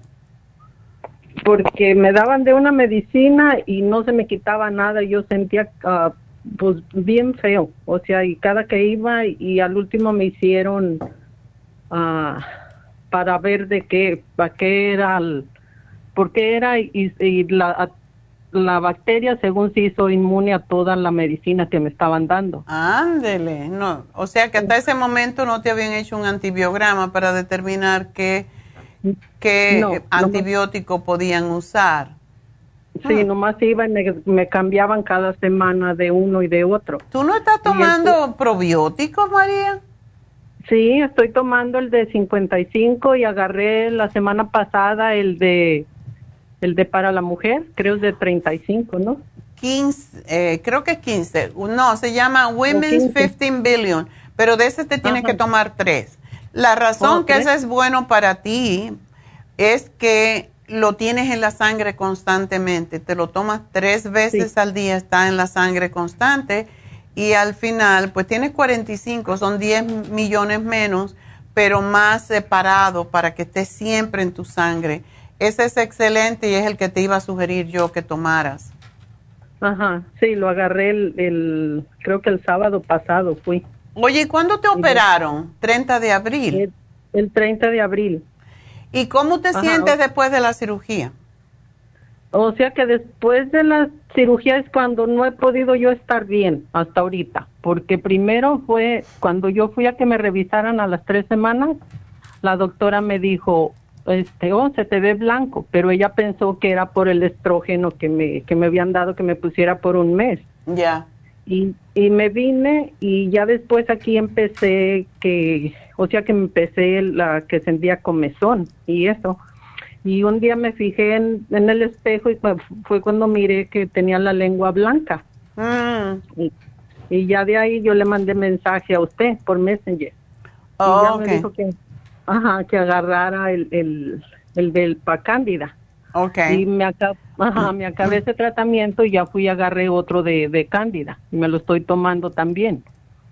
[SPEAKER 7] Porque me daban de una medicina y no se me quitaba nada. Yo sentía uh, pues bien feo. O sea, y cada que iba y, y al último me hicieron uh, para ver de qué, para qué era, el, por qué era y, y la... la bacteria según se hizo inmune a toda la medicina que me estaban dando.
[SPEAKER 4] Ándele, no, o sea que hasta ese momento no te habían hecho un antibiograma para determinar qué, qué
[SPEAKER 7] no,
[SPEAKER 4] antibiótico nomás, podían usar.
[SPEAKER 7] Sí,
[SPEAKER 4] ah.
[SPEAKER 7] nomás iban y me, me cambiaban cada semana de uno y de otro.
[SPEAKER 4] ¿Tú no estás tomando el, probióticos, María?
[SPEAKER 7] Sí, estoy tomando el de cincuenta y cinco y agarré la semana pasada el de el de para la mujer, creo es de treinta y cinco, ¿no?
[SPEAKER 4] quince, eh, creo que es quince. No, se llama Women's quince billion, pero de ese te tienes Ajá. que tomar tres. La razón oh, que ¿tres? Ese es bueno para ti es que lo tienes en la sangre constantemente. Te lo tomas tres veces sí. al día, está en la sangre constante y al final, pues tienes cuarenta y cinco, son diez millones menos, pero más separado para que esté siempre en tu sangre. Ese es excelente y es el que te iba a sugerir yo que tomaras.
[SPEAKER 7] Ajá, sí, lo agarré el, el creo que el sábado pasado fui.
[SPEAKER 4] Oye, ¿y cuándo te operaron? treinta de abril.
[SPEAKER 7] El, el treinta de abril.
[SPEAKER 4] ¿Y cómo te Ajá, sientes o... después de la cirugía?
[SPEAKER 7] O sea que después de la cirugía es cuando no he podido yo estar bien hasta ahorita. Porque primero fue cuando yo fui a que me revisaran a las tres semanas, la doctora me dijo... este, oh, se te ve blanco, pero ella pensó que era por el estrógeno que me, que me habían dado que me pusiera por un mes.
[SPEAKER 4] Ya. Yeah.
[SPEAKER 7] Y, y me vine y ya después aquí empecé que, o sea que me empecé la que sentía comezón y eso. Y un día me fijé en, en el espejo y fue cuando miré que tenía la lengua blanca.
[SPEAKER 4] Mm.
[SPEAKER 7] Y, y ya de ahí yo le mandé mensaje a usted por Messenger.
[SPEAKER 4] Oh,
[SPEAKER 7] y ya
[SPEAKER 4] okay.
[SPEAKER 7] me dijo que Ajá, que agarrara el, el, el del pa Cándida.
[SPEAKER 4] Okay.
[SPEAKER 7] Y me, acab ajá, me acabé ese tratamiento y ya fui y agarré otro de, de Cándida. Y me lo estoy tomando también.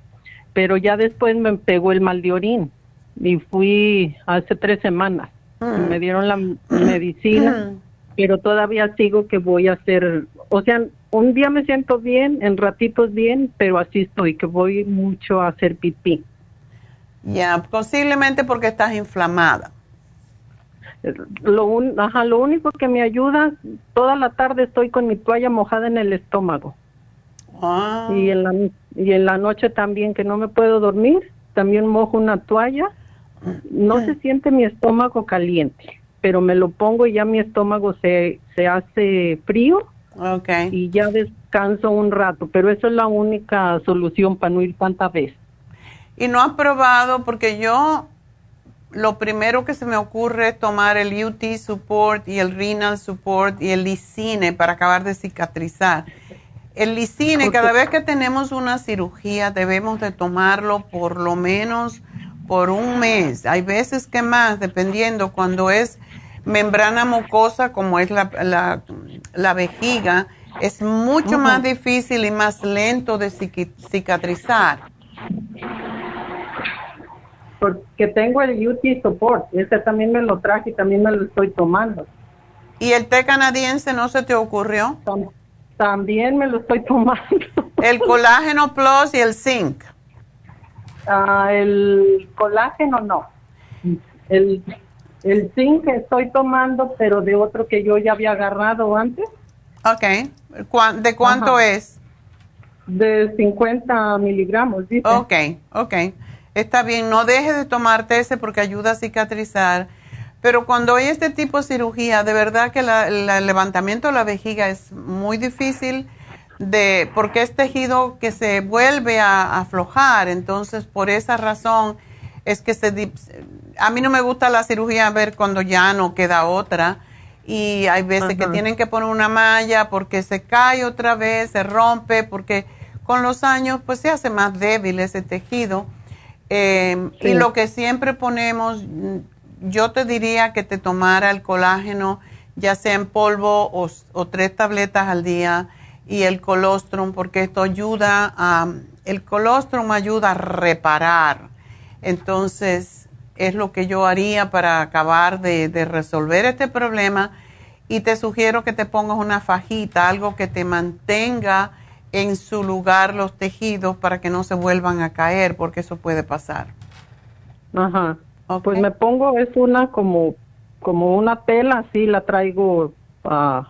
[SPEAKER 7] pero ya después me pegó el mal de orín y fui hace tres semanas. Mm. Me dieron la medicina, mm. pero todavía sigo que voy a hacer, o sea, un día me siento bien, en ratitos bien, pero así estoy, que voy mucho a hacer pipí.
[SPEAKER 4] Ya, posiblemente porque estás inflamada.
[SPEAKER 7] Lo, un, ajá, lo único que me ayuda, toda la tarde estoy con mi toalla mojada en el estómago. Ah. Y, en la, y en la noche también, que no me puedo dormir, también mojo una toalla. No se siente mi estómago caliente, pero me lo pongo y ya mi estómago se, se hace frío.
[SPEAKER 4] Okay.
[SPEAKER 7] Y ya descanso un rato, pero eso es la única solución para no ir tanta vez.
[SPEAKER 4] ¿Y no has probado? Porque yo, lo primero que se me ocurre es tomar el U T Support y el Renal Support y el Lisine para acabar de cicatrizar. El Lisine, okay, cada vez que tenemos una cirugía debemos de tomarlo por lo menos por un mes. Hay veces que más, dependiendo cuando es membrana mucosa como es la, la, la vejiga, es mucho uh-huh. más difícil y más lento de cicatrizar.
[SPEAKER 7] Porque tengo el U T Support, este también me lo traje y también me lo estoy tomando.
[SPEAKER 4] ¿Y el té canadiense no se te ocurrió?
[SPEAKER 7] Tam- también me lo estoy tomando.
[SPEAKER 4] El colágeno plus y el zinc.
[SPEAKER 7] Uh, el colágeno no. El... El zinc que estoy tomando, pero de otro que yo ya había agarrado antes.
[SPEAKER 4] Ok. ¿De cuánto Ajá. es?
[SPEAKER 7] De cincuenta miligramos, dice.
[SPEAKER 4] Ok, ok. Está bien, no dejes de tomarte ese porque ayuda a cicatrizar. Pero cuando hay este tipo de cirugía, de verdad que la, la, el levantamiento de la vejiga es muy difícil de porque es tejido que se vuelve a, a aflojar. Entonces, por esa razón es que se... A mí no me gusta la cirugía ver cuando ya no queda otra y hay veces Ajá. que tienen que poner una malla porque se cae otra vez, se rompe, porque con los años pues se hace más débil ese tejido. Eh, sí. Y lo que siempre ponemos, yo te diría que te tomara el colágeno, ya sea en polvo o, o tres tabletas al día, y el colostrum, porque esto ayuda a, el colostrum ayuda a reparar. Entonces, es lo que yo haría para acabar de, de resolver este problema y te sugiero que te pongas una fajita, algo que te mantenga en su lugar los tejidos para que no se vuelvan a caer, porque eso puede pasar.
[SPEAKER 7] Ajá. Okay. Pues me pongo, es una como, como una tela, así la traigo, uh,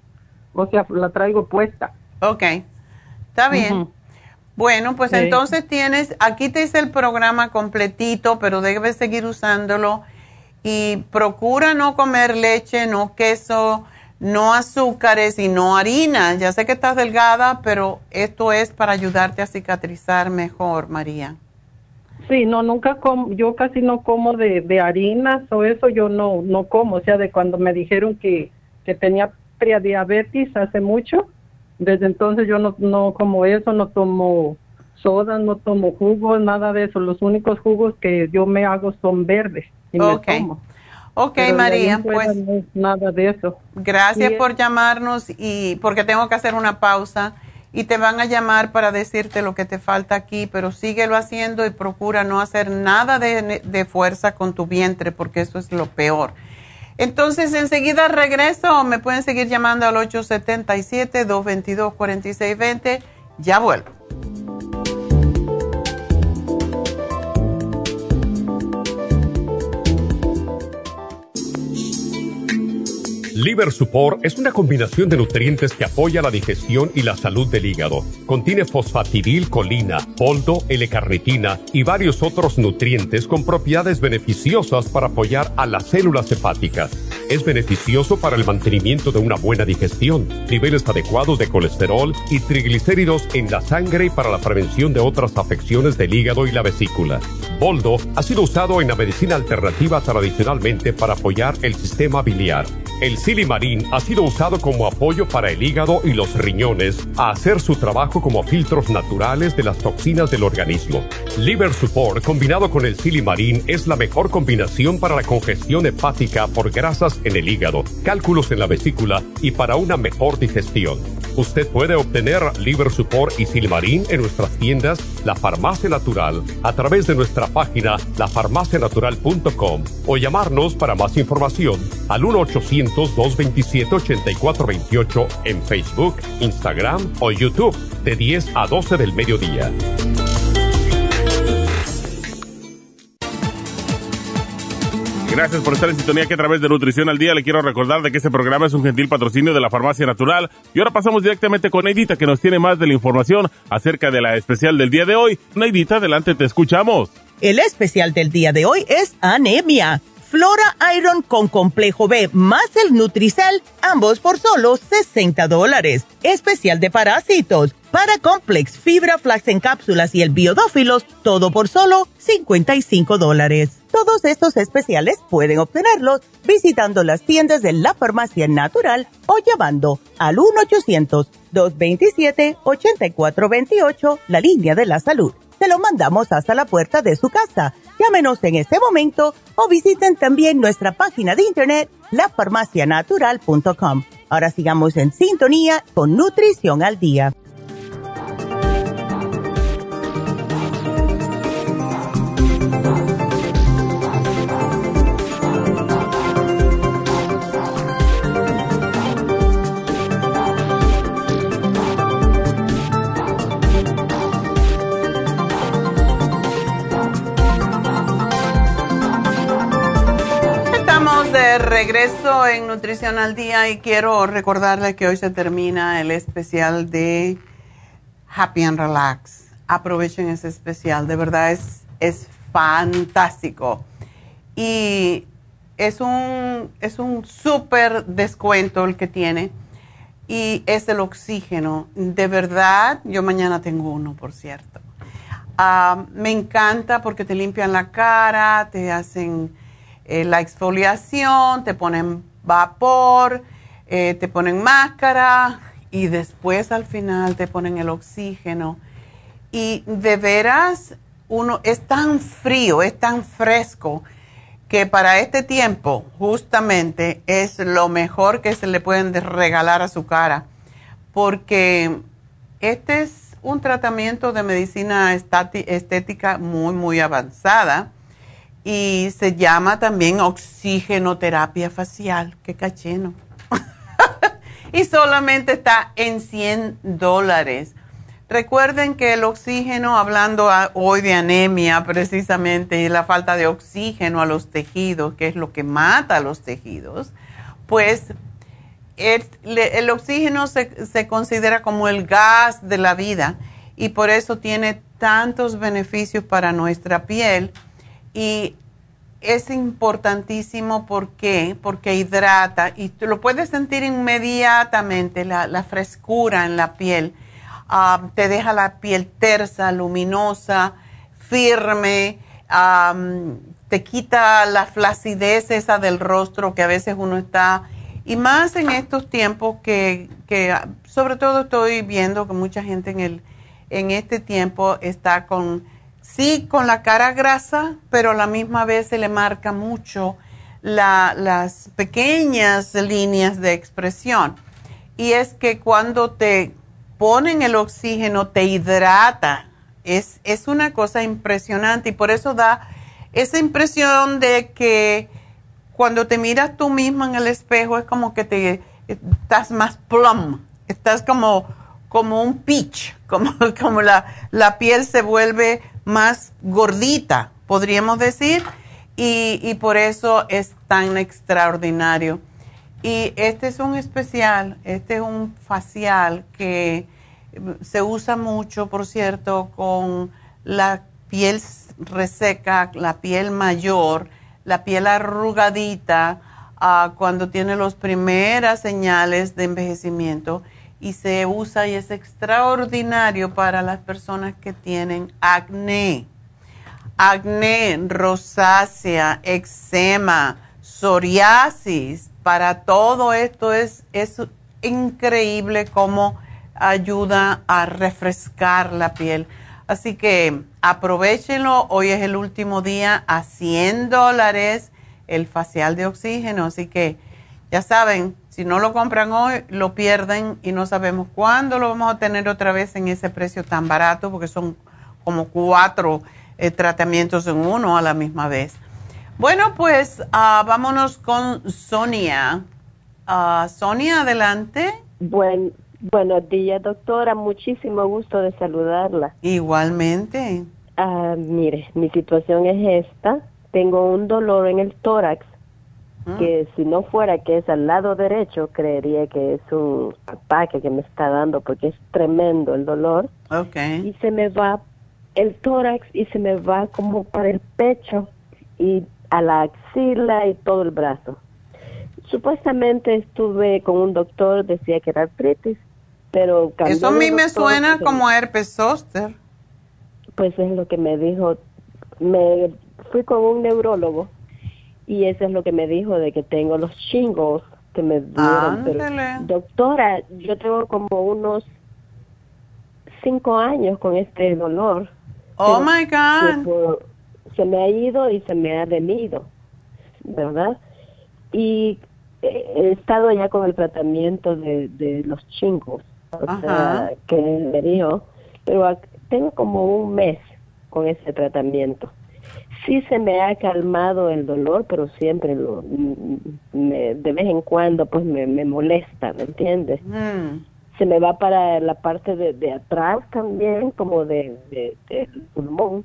[SPEAKER 7] o sea, la traigo puesta.
[SPEAKER 4] Ok, está bien. Uh-huh. Bueno, pues sí. Entonces tienes, aquí te hice el programa completito, pero debes seguir usándolo y procura no comer leche, no queso, no azúcares y no harina. Ya sé que estás delgada, pero esto es para ayudarte a cicatrizar mejor, María.
[SPEAKER 7] Sí, no, nunca como, yo casi no como de, de harinas o eso, yo no, no como, o sea, de cuando me dijeron que, que tenía prediabetes hace mucho. Desde entonces yo no, no como eso, no tomo soda, no tomo jugos, nada de eso. Los únicos jugos que yo me hago son verdes y
[SPEAKER 4] okay.
[SPEAKER 7] me tomo.
[SPEAKER 4] Ok, Pero María, pues
[SPEAKER 7] no nada de eso.
[SPEAKER 4] Gracias
[SPEAKER 7] y
[SPEAKER 4] por llamarnos y porque tengo que hacer una pausa y te van a llamar para decirte lo que te falta aquí, pero síguelo haciendo y procura no hacer nada de, de fuerza con tu vientre porque eso es lo peor. Entonces, enseguida regreso. Me pueden seguir llamando al ocho siete siete, dos dos dos, cuatro seis dos cero. Ya vuelvo.
[SPEAKER 8] Liver Support es una combinación de nutrientes que apoya la digestión y la salud del hígado. Contiene fosfatidilcolina, boldo, L-carnitina y varios otros nutrientes con propiedades beneficiosas para apoyar a las células hepáticas. Es beneficioso para el mantenimiento de una buena digestión, niveles adecuados de colesterol y triglicéridos en la sangre y para la prevención de otras afecciones del hígado y la vesícula. Boldo ha sido usado en la medicina alternativa tradicionalmente para apoyar el sistema biliar. El Silimarín ha sido usado como apoyo para el hígado y los riñones a hacer su trabajo como filtros naturales de las toxinas del organismo. Liver Support combinado con el Silimarín es la mejor combinación para la congestión hepática por grasas en el hígado, cálculos en la vesícula y para una mejor digestión. Usted puede obtener Liver Support y Silmarín en nuestras tiendas La Farmacia Natural a través de nuestra página la farmacia natural punto com o llamarnos para más información al uno ochocientos, dos veintisiete, ochenta y cuatro veintiocho en Facebook, Instagram o YouTube de diez a doce del mediodía.
[SPEAKER 6] Gracias por estar en sintonía que a través de Nutrición al Día le quiero recordar de que este programa es un gentil patrocinio de la Farmacia Natural. Y ahora pasamos directamente con Neidita, que nos tiene más de la información acerca de la especial del día de hoy. Neidita, adelante, te escuchamos.
[SPEAKER 5] El especial del día de hoy es anemia. Flora Iron con complejo B más el Nutricel, ambos por solo sesenta dólares. Especial de parásitos, Paracomplex, Fibra Flax en cápsulas y el Biodófilos, todo por solo cincuenta y cinco dólares. Todos estos especiales pueden obtenerlos visitando las tiendas de la Farmacia Natural o llamando al uno ochocientos, dos veintisiete, ochenta y cuatro veintiocho, la línea de la salud. Se lo mandamos hasta la puerta de su casa. Llámenos en este momento o visiten también nuestra página de internet, la farmacia natural punto com. Ahora sigamos en sintonía con Nutrición al Día.
[SPEAKER 4] De regreso en Nutrición al Día y quiero recordarles que hoy se termina el especial de Happy and Relax. Aprovechen ese especial, de verdad es, es fantástico. Y es un, es un súper descuento el que tiene y es el oxígeno. De verdad, yo mañana tengo uno, por cierto. Uh, me encanta porque te limpian la cara, te hacen... Eh, la exfoliación, te ponen vapor, eh, te ponen máscara y después al final te ponen el oxígeno. Y de veras, uno es tan frío, es tan fresco, que para este tiempo justamente es lo mejor que se le pueden regalar a su cara. Porque este es un tratamiento de medicina estética muy, muy avanzada. Y se llama también oxigenoterapia facial. ¡Qué cacheno! Y solamente está en cien dólares. Recuerden que el oxígeno, hablando a, hoy de anemia precisamente, y la falta de oxígeno a los tejidos, que es lo que mata a los tejidos, pues el, el oxígeno se, se considera como el gas de la vida y por eso tiene tantos beneficios para nuestra piel. Y es importantísimo, ¿por qué? Porque hidrata y tú lo puedes sentir inmediatamente, la, la frescura en la piel. Uh, te deja la piel tersa, luminosa, firme, um, te quita la flacidez esa del rostro que a veces uno está... Y más en estos tiempos que, que sobre todo estoy viendo que mucha gente en, el, en este tiempo está con... Sí, con la cara grasa, pero a la misma vez se le marca mucho la, las pequeñas líneas de expresión. Y es que cuando te ponen el oxígeno, te hidrata. Es, es una cosa impresionante y por eso da esa impresión de que cuando te miras tú mismo en el espejo es como que te estás más plum, estás como, como un peach, como, como la, la piel se vuelve más gordita, podríamos decir, y, y por eso es tan extraordinario. Y este es un especial, este es un facial que se usa mucho, por cierto, con la piel reseca, la piel mayor, la piel arrugadita, uh, cuando tiene las primeras señales de envejecimiento. Y se usa y es extraordinario para las personas que tienen acné, acné, rosácea, eczema, psoriasis. Para todo esto es, es increíble cómo ayuda a refrescar la piel. Así que aprovechenlo, hoy es el último día a cien dólares el facial de oxígeno, así que ya saben, si no lo compran hoy, lo pierden y no sabemos cuándo lo vamos a tener otra vez en ese precio tan barato, porque son como cuatro eh, tratamientos en uno a la misma vez. Bueno, pues uh, vámonos con Sonia. Uh, Sonia, adelante.
[SPEAKER 9] Buen, buenos días, doctora. Muchísimo gusto de saludarla.
[SPEAKER 4] Igualmente.
[SPEAKER 9] Uh, mire, mi situación es esta. Tengo un dolor en el tórax mm. que si no fuera que es al lado derecho, creería que es un ataque que me está dando porque es tremendo el dolor.
[SPEAKER 4] Okay.
[SPEAKER 9] Y se me va el tórax y se me va como para el pecho y a la axila y todo el brazo. Supuestamente estuve con un doctor, decía que era artritis, pero...
[SPEAKER 4] Eso a mí me suena como herpes zóster.
[SPEAKER 9] Pues es lo que me dijo. Me fui con un neurólogo y eso es lo que me dijo, de que tengo los shingles que me duelen. Pero, doctora, yo tengo como unos cinco años con este dolor.
[SPEAKER 4] Oh, my God.
[SPEAKER 9] Por, se me ha ido y se me ha venido, ¿verdad? Y he estado ya con el tratamiento de, de los shingles, o Ajá. sea, que me dijo, pero tengo como un mes con ese tratamiento. Sí se me ha calmado el dolor, pero siempre lo, me, de vez en cuando pues me, me molesta, ¿me entiendes? Mm. Se me va para la parte de, de atrás también, como de, de, de pulmón.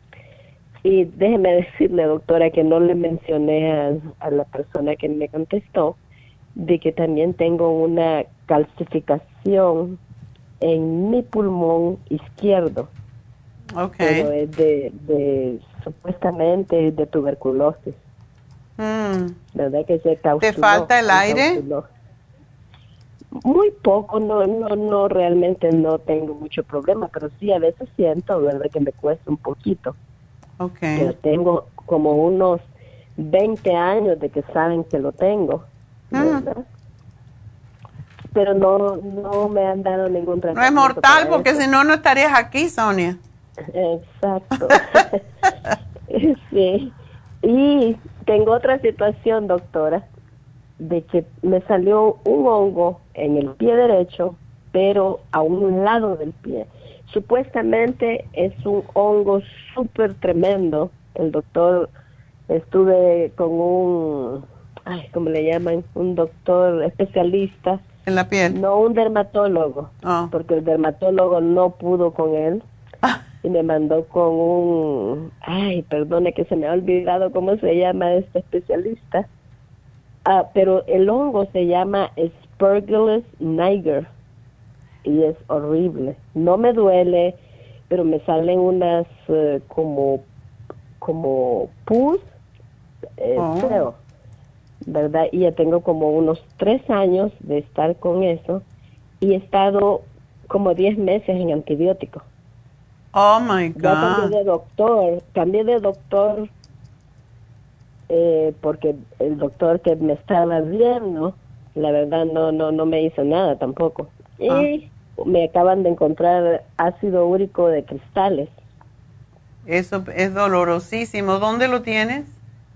[SPEAKER 9] Y déjeme decirle, doctora, que no le mencioné a, a la persona que me contestó de que también tengo una calcificación en mi pulmón izquierdo.
[SPEAKER 4] Okay.
[SPEAKER 9] Pero es de, de supuestamente de tuberculosis.
[SPEAKER 4] Mm.
[SPEAKER 9] ¿Verdad que se causó?
[SPEAKER 4] ¿Te falta el aire?
[SPEAKER 9] Muy poco, no, no, no, realmente no tengo mucho problema, pero sí a veces siento, ¿verdad?, que me cuesta un poquito.
[SPEAKER 4] Okay.
[SPEAKER 9] Pero tengo como unos veinte años de que saben que lo tengo, ¿verdad? Mm. Pero no, no me han dado ningún tratamiento.
[SPEAKER 4] No es mortal, porque si no, no estarías aquí, Sonia.
[SPEAKER 9] Exacto. Sí. Y tengo otra situación, doctora, de que me salió un hongo en el pie derecho, pero a un lado del pie. Supuestamente es un hongo súper tremendo. El doctor, estuve con un, ay, ¿cómo le llaman? Un doctor especialista.
[SPEAKER 4] ¿En la piel?
[SPEAKER 9] No un dermatólogo, oh. porque el dermatólogo no pudo con él. Ah. Y me mandó con un, ay, perdone que se me ha olvidado cómo se llama este especialista. Ah, pero el hongo se llama Aspergillus niger. Y es horrible. No me duele, pero me salen unas uh, como como pus eh, oh. feo, ¿verdad? Y ya tengo como unos tres años de estar con eso y he estado como diez meses en antibiótico.
[SPEAKER 4] Oh my God.
[SPEAKER 9] Ya cambié de doctor, cambié de doctor eh, porque el doctor que me estaba viendo, la verdad no no no me hizo nada tampoco. Y ah. me acaban de encontrar ácido úrico de cristales.
[SPEAKER 4] Eso es dolorosísimo. ¿Dónde lo tienes?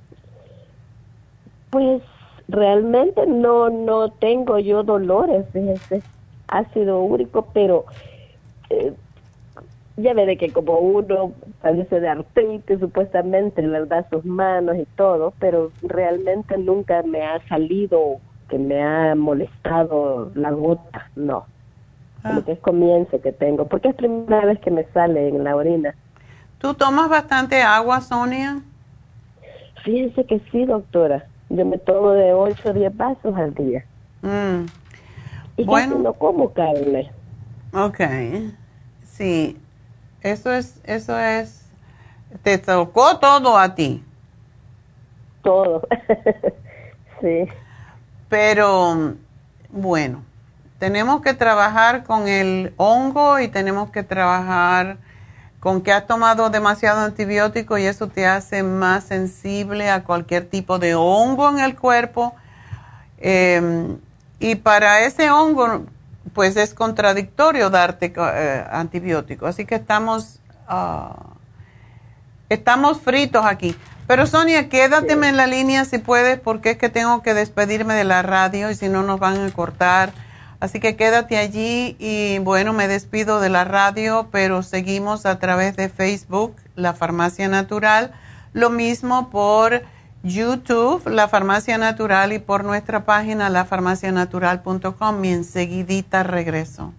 [SPEAKER 9] Pues realmente no no tengo yo dolores, fíjese, ácido úrico, pero eh, ya ve de que como uno padece de artritis supuestamente, ¿verdad?, sus manos y todo, pero realmente nunca me ha salido que me ha molestado la gota, no. Como ah. que es comienzo que tengo, porque es la primera vez que me sale en la orina.
[SPEAKER 4] ¿Tú tomas bastante agua, Sonia?
[SPEAKER 9] Fíjense que sí, doctora. Yo me tomo de ocho a diez vasos al día.
[SPEAKER 4] Mm.
[SPEAKER 9] Y
[SPEAKER 4] bueno,
[SPEAKER 9] casi no como carne.
[SPEAKER 4] Ok. Sí. Eso es, eso es, te tocó todo a ti.
[SPEAKER 9] Todo. Sí.
[SPEAKER 4] Pero, bueno, tenemos que trabajar con el hongo y tenemos que trabajar con que has tomado demasiado antibiótico y eso te hace más sensible a cualquier tipo de hongo en el cuerpo. Eh, y para ese hongo, pues es contradictorio darte eh, antibiótico. Así que estamos, uh, estamos fritos aquí. Pero Sonia, quédateme sí. en la línea si puedes, porque es que tengo que despedirme de la radio y si no nos van a cortar. Así que quédate allí y bueno, me despido de la radio, pero seguimos a través de Facebook, La Farmacia Natural. Lo mismo por YouTube, La Farmacia Natural, y por nuestra página la farmacia natural punto com, y enseguidita regreso.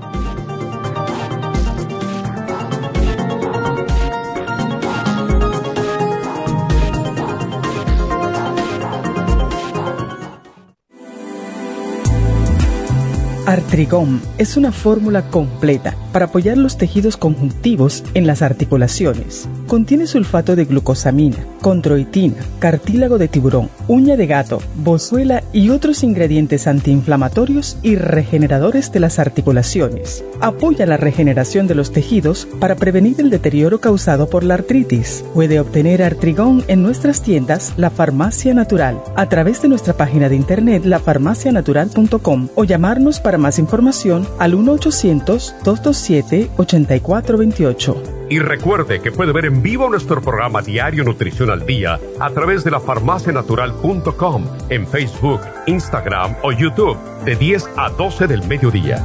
[SPEAKER 3] Artrigón es una fórmula completa para apoyar los tejidos conjuntivos en las articulaciones. Contiene sulfato de glucosamina, condroitina, cartílago de tiburón, uña de gato, boswellia y otros ingredientes antiinflamatorios y regeneradores de las articulaciones. Apoya la regeneración de los tejidos para prevenir el deterioro causado por la artritis. Puede obtener Artrigón en nuestras tiendas La Farmacia Natural, a través de nuestra página de internet la farmacia natural punto com, o llamarnos para más información al uno ochocientos, dos dos siete, ocho cuatro dos ocho.
[SPEAKER 8] Y recuerde que puede ver en vivo nuestro programa Diario Nutrición al Día a través de la farmacia natural punto com, en Facebook, Instagram o YouTube, de diez a doce del mediodía.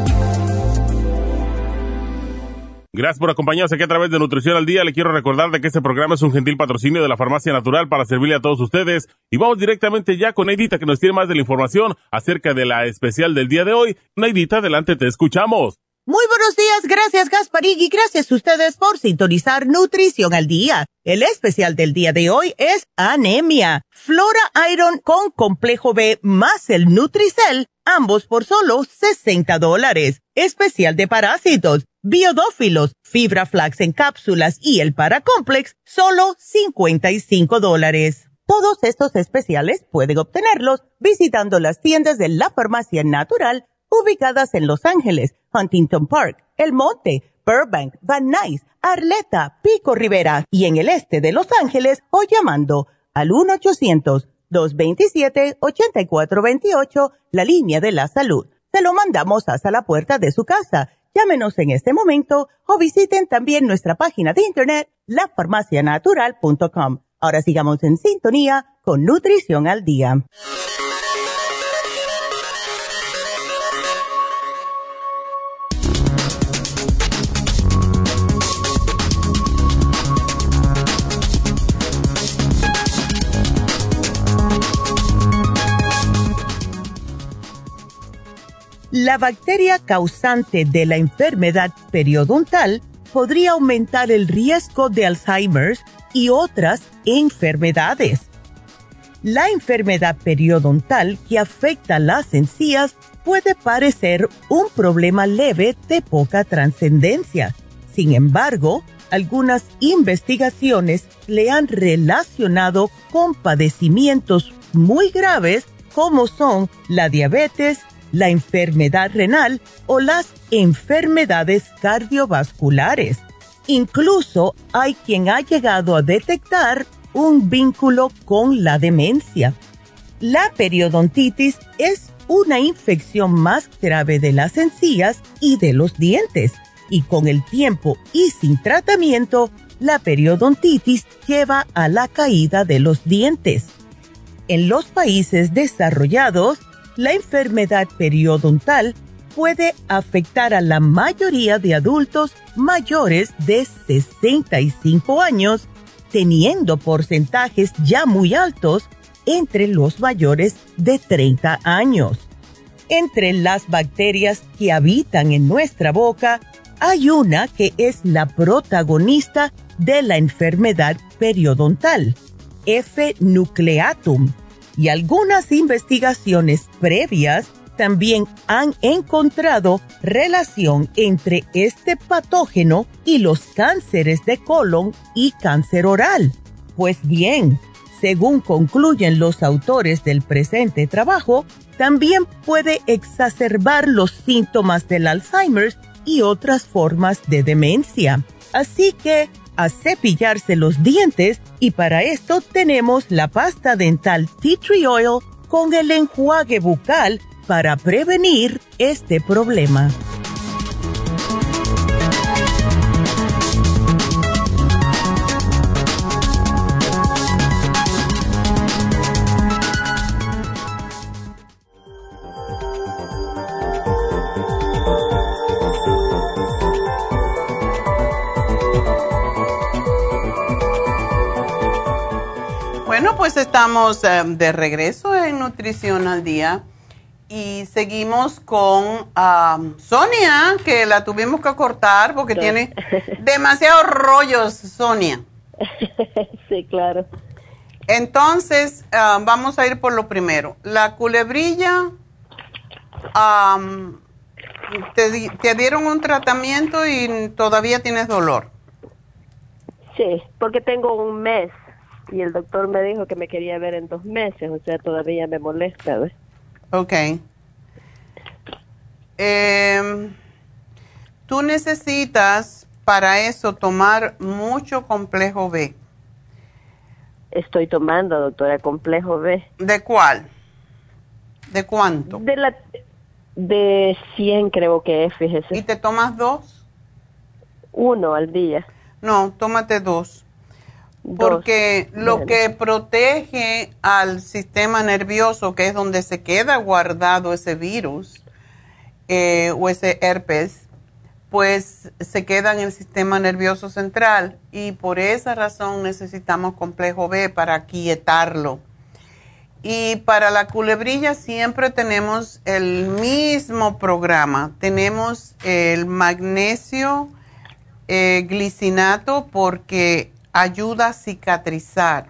[SPEAKER 6] Gracias por acompañarnos aquí a través de Nutrición al Día. Le quiero recordar de que este programa es un gentil patrocinio de la Farmacia Natural para servirle a todos ustedes. Y vamos directamente ya con Neidita, que nos tiene más de la información acerca de la especial del día de hoy. Neidita, adelante, te escuchamos.
[SPEAKER 5] Muy buenos días, gracias Gasparín, y gracias a ustedes por sintonizar Nutrición al Día. El especial del día de hoy es anemia, Flora Iron con complejo B más el Nutricel, ambos por solo sesenta dólares. Especial de parásitos, biodófilos, fibra flax en cápsulas y el Paracomplex, solo cincuenta y cinco dólares. Todos estos especiales pueden obtenerlos visitando las tiendas de la Farmacia Natural ubicadas en Los Ángeles, Huntington Park, El Monte, Burbank, Van Nuys, Arleta, Pico Rivera y en el este de Los Ángeles, o llamando al uno ochocientos, dos veintisiete, ochenta y cuatro veintiocho, la línea de la salud. Se lo mandamos hasta la puerta de su casa. Llámenos en este momento o visiten también nuestra página de internet, la farmacia natural punto com. Ahora sigamos en sintonía con Nutrición al Día. La bacteria causante de la enfermedad periodontal podría aumentar el riesgo de Alzheimer y otras enfermedades. La enfermedad periodontal que afecta las encías puede parecer un problema leve de poca trascendencia. Sin embargo, algunas investigaciones le han relacionado con padecimientos muy graves como son la diabetes, la enfermedad renal o las enfermedades cardiovasculares. Incluso hay quien ha llegado a detectar un vínculo con la demencia. La periodontitis es una infección más grave de las encías y de los dientes, y con el tiempo y sin tratamiento, la periodontitis lleva a la caída de los dientes. En los países desarrollados, la enfermedad periodontal puede afectar a la mayoría de adultos mayores de sesenta y cinco años, teniendo porcentajes ya muy altos entre los mayores de treinta años. Entre las bacterias que habitan en nuestra boca, hay una que es la protagonista de la enfermedad periodontal, F. nucleatum. Y algunas investigaciones previas también han encontrado relación entre este patógeno y los cánceres de colon y cáncer oral. Pues bien, según concluyen los autores del presente trabajo, también puede exacerbar los síntomas del Alzheimer y otras formas de demencia. Así que a cepillarse los dientes, y para esto tenemos la pasta dental Tea Tree Oil con el enjuague bucal para prevenir este problema.
[SPEAKER 4] Bueno, pues estamos eh, de regreso en Nutrición al Día y seguimos con um, Sonia, que la tuvimos que cortar porque sí. Tiene demasiados rollos, Sonia.
[SPEAKER 9] Sí, claro.
[SPEAKER 4] Entonces, uh, vamos a ir por lo primero. La culebrilla, um, te, di te dieron un tratamiento y todavía tienes dolor.
[SPEAKER 9] Sí, porque tengo un mes y el doctor me dijo que me quería ver en dos meses, o sea, todavía me molesta, ¿ves?
[SPEAKER 4] Ok. Eh, tú necesitas para eso tomar mucho complejo B.
[SPEAKER 9] Estoy tomando, doctora, complejo B.
[SPEAKER 4] ¿De cuál? ¿De cuánto?
[SPEAKER 9] De la de cien creo que es, fíjese.
[SPEAKER 4] ¿Y te tomas dos?
[SPEAKER 9] Uno al día.
[SPEAKER 4] No, tómate dos. dos. Porque lo bueno. que protege al sistema nervioso, que es donde se queda guardado ese virus eh, o ese herpes, pues se queda en el sistema nervioso central y por esa razón necesitamos complejo B para quietarlo. Y para la culebrilla siempre tenemos el mismo programa. Tenemos el magnesio eh, glicinato porque ayuda a cicatrizar.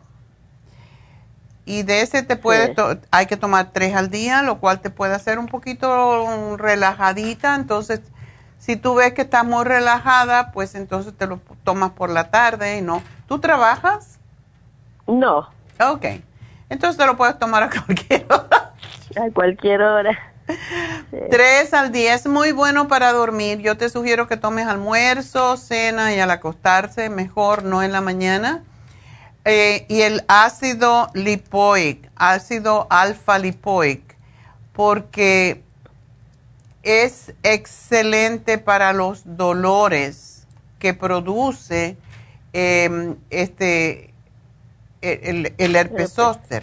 [SPEAKER 4] Y de ese te puede sí. hay que tomar tres al día, lo cual te puede hacer un poquito relajadita. Entonces, si tú ves que estás muy relajada, pues entonces te lo tomas por la tarde, ¿no? ¿Tú trabajas?
[SPEAKER 9] No.
[SPEAKER 4] Ok. Entonces te lo puedes tomar a cualquier hora.
[SPEAKER 9] A cualquier hora. Sí.
[SPEAKER 4] Tres al día es muy bueno para dormir. Yo te sugiero que tomes almuerzo, cena y al acostarse, mejor no en la mañana. Eh, y el ácido lipoic, ácido alfa lipoic, porque es excelente para los dolores que produce eh, este el, el herpes zóster.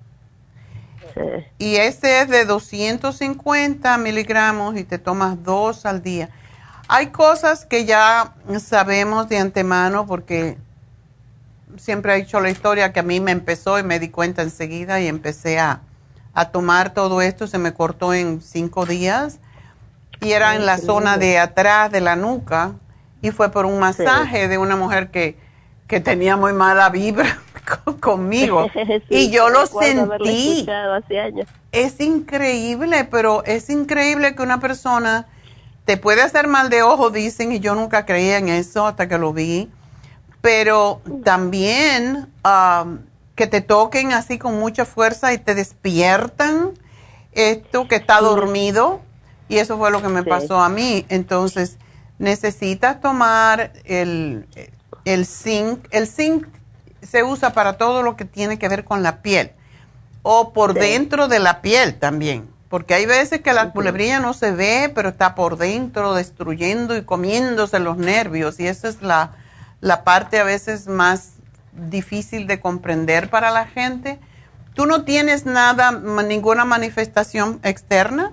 [SPEAKER 4] Sí. Y ese es de doscientos cincuenta miligramos y te tomas dos al día. Hay cosas que ya sabemos de antemano porque siempre he dicho la historia que a mí me empezó y me di cuenta enseguida y empecé a, a tomar todo esto. Se me cortó en cinco días y era en la zona de atrás de la nuca y fue por un masaje sí. de una mujer que, que tenía muy mala vibra conmigo. Sí, y yo lo sentí.
[SPEAKER 9] Hace años.
[SPEAKER 4] Es increíble, pero es increíble que una persona te puede hacer mal de ojo, dicen, y yo nunca creía en eso hasta que lo vi. Pero también um, que te toquen así con mucha fuerza y te despiertan esto que está dormido. Y eso fue lo que me sí. pasó a mí. Entonces, necesitas tomar el, el zinc. El zinc se usa para todo lo que tiene que ver con la piel. O por sí. dentro de la piel también. Porque hay veces que la uh-huh. culebrilla no se ve, pero está por dentro destruyendo y comiéndose los nervios. Y esa es la... la parte a veces más difícil de comprender para la gente. ¿Tú no tienes nada, ninguna manifestación externa?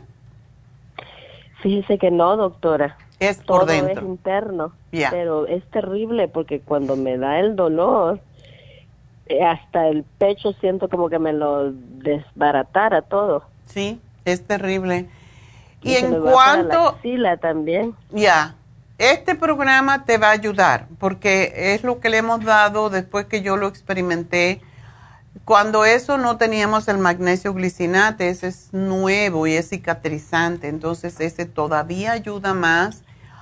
[SPEAKER 9] Fíjese que no, doctora.
[SPEAKER 4] Es por
[SPEAKER 9] Todo
[SPEAKER 4] dentro.
[SPEAKER 9] Es interno,
[SPEAKER 4] yeah.
[SPEAKER 9] pero es terrible porque cuando me da el dolor, hasta el pecho siento como que me lo desbaratara todo.
[SPEAKER 4] Sí, es terrible. Y,
[SPEAKER 9] y
[SPEAKER 4] en
[SPEAKER 9] se me
[SPEAKER 4] cuanto...
[SPEAKER 9] va para la axila también.
[SPEAKER 4] Ya. Yeah. Este programa te va a ayudar porque es lo que le hemos dado después que yo lo experimenté. Cuando eso no teníamos el magnesio glicinate, ese es nuevo y es cicatrizante, entonces ese todavía ayuda más.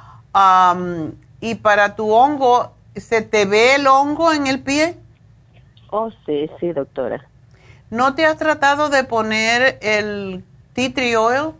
[SPEAKER 4] Um, y para tu hongo, ¿se te ve el hongo en el pie?
[SPEAKER 9] Oh, sí, sí, doctora.
[SPEAKER 4] ¿No te has tratado de poner el tea tree oil?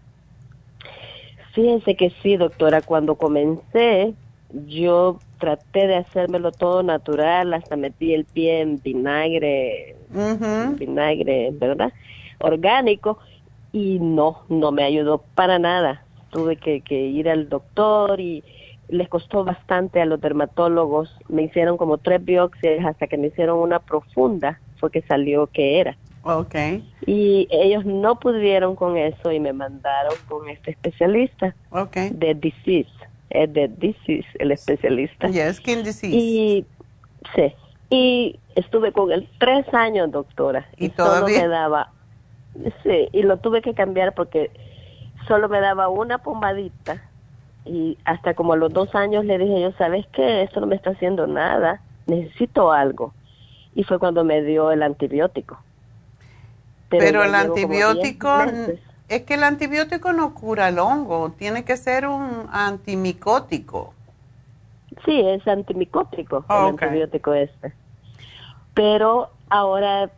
[SPEAKER 9] Fíjense que sí, doctora, cuando comencé, yo traté de hacérmelo todo natural, hasta metí el pie en vinagre, uh-huh. vinagre, ¿verdad? Orgánico, y no, no me ayudó para nada. Tuve que, que ir al doctor y les costó bastante a los dermatólogos. Me hicieron como tres biopsias hasta que me hicieron una profunda, fue que salió que era.
[SPEAKER 4] Okay.
[SPEAKER 9] Y ellos no pudieron con eso y me mandaron con este especialista
[SPEAKER 4] okay.
[SPEAKER 9] de disease, es de disease el especialista.
[SPEAKER 4] Yes, skin disease.
[SPEAKER 9] Y sí, Y estuve con él tres años, doctora.
[SPEAKER 4] ¿Y,
[SPEAKER 9] y
[SPEAKER 4] todavía?
[SPEAKER 9] Solo me daba, sí, y lo tuve que cambiar porque solo me daba una pomadita. Y hasta como a los dos años le dije yo, ¿sabes qué? Esto no me está haciendo nada. Necesito algo. Y fue cuando me dio el antibiótico.
[SPEAKER 4] Pero, Pero el antibiótico, es que el antibiótico no cura el hongo. Tiene que ser un antimicótico.
[SPEAKER 9] Sí, es antimicótico,
[SPEAKER 4] oh,
[SPEAKER 9] el
[SPEAKER 4] okay.
[SPEAKER 9] antibiótico este. Pero ahora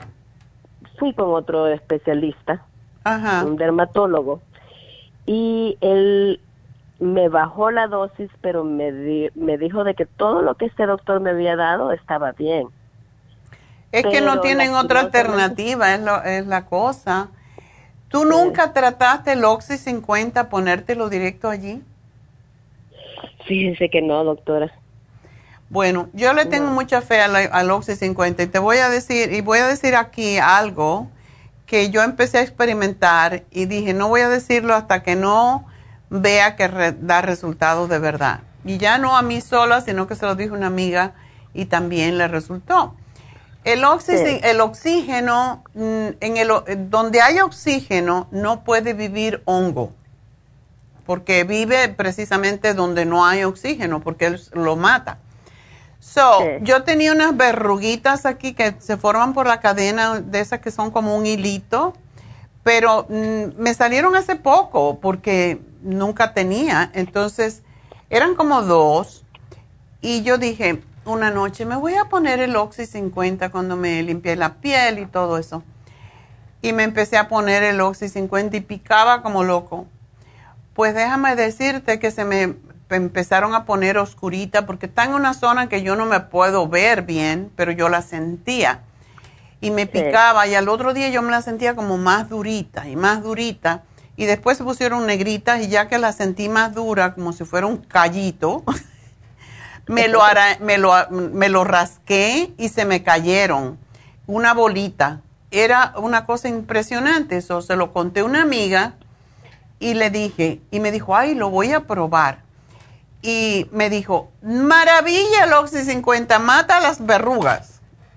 [SPEAKER 9] fui con otro especialista,
[SPEAKER 4] Ajá.
[SPEAKER 9] un dermatólogo, y él me bajó la dosis, pero me, di, me dijo de que todo lo que este doctor me había dado estaba bien.
[SPEAKER 4] Es pero que no tienen otra alternativa, es, lo, es la cosa. ¿Tú sí. nunca trataste el Oxy cincuenta, ponértelo directo allí?
[SPEAKER 9] Fíjense que no, doctora.
[SPEAKER 4] Bueno, yo le tengo no. mucha fe al, al Oxy cincuenta y te voy a decir, y voy a decir aquí algo que yo empecé a experimentar y dije, no voy a decirlo hasta que no vea que re, da resultados de verdad. Y ya no a mí sola, sino que se lo dijo una amiga y también le resultó. El, oxi, sí. el oxígeno, en el, donde hay oxígeno no puede vivir hongo. Porque vive precisamente donde no hay oxígeno, porque él lo mata. So, sí. yo tenía unas verruguitas aquí que se forman por la cadena de esas que son como un hilito, pero mm, me salieron hace poco porque nunca tenía. Entonces, eran como dos. Y yo dije, una noche me voy a poner el Oxy cincuenta cuando me limpié la piel y todo eso. Y me empecé a poner el Oxy cincuenta y picaba como loco. Pues déjame decirte que se me empezaron a poner oscurita porque está en una zona que yo no me puedo ver bien, pero yo la sentía. Y me picaba sí. y al otro día yo me la sentía como más durita y más durita. Y después se pusieron negritas y ya que la sentí más dura, como si fuera un callito, me, lo ara, me, lo, me lo rasqué y se me cayeron. Una bolita. Era una cosa impresionante. Eso se lo conté a una amiga. Y le dije, y me dijo, ay, lo voy a probar. Y me dijo, maravilla el Oxy cincuenta, mata las verrugas.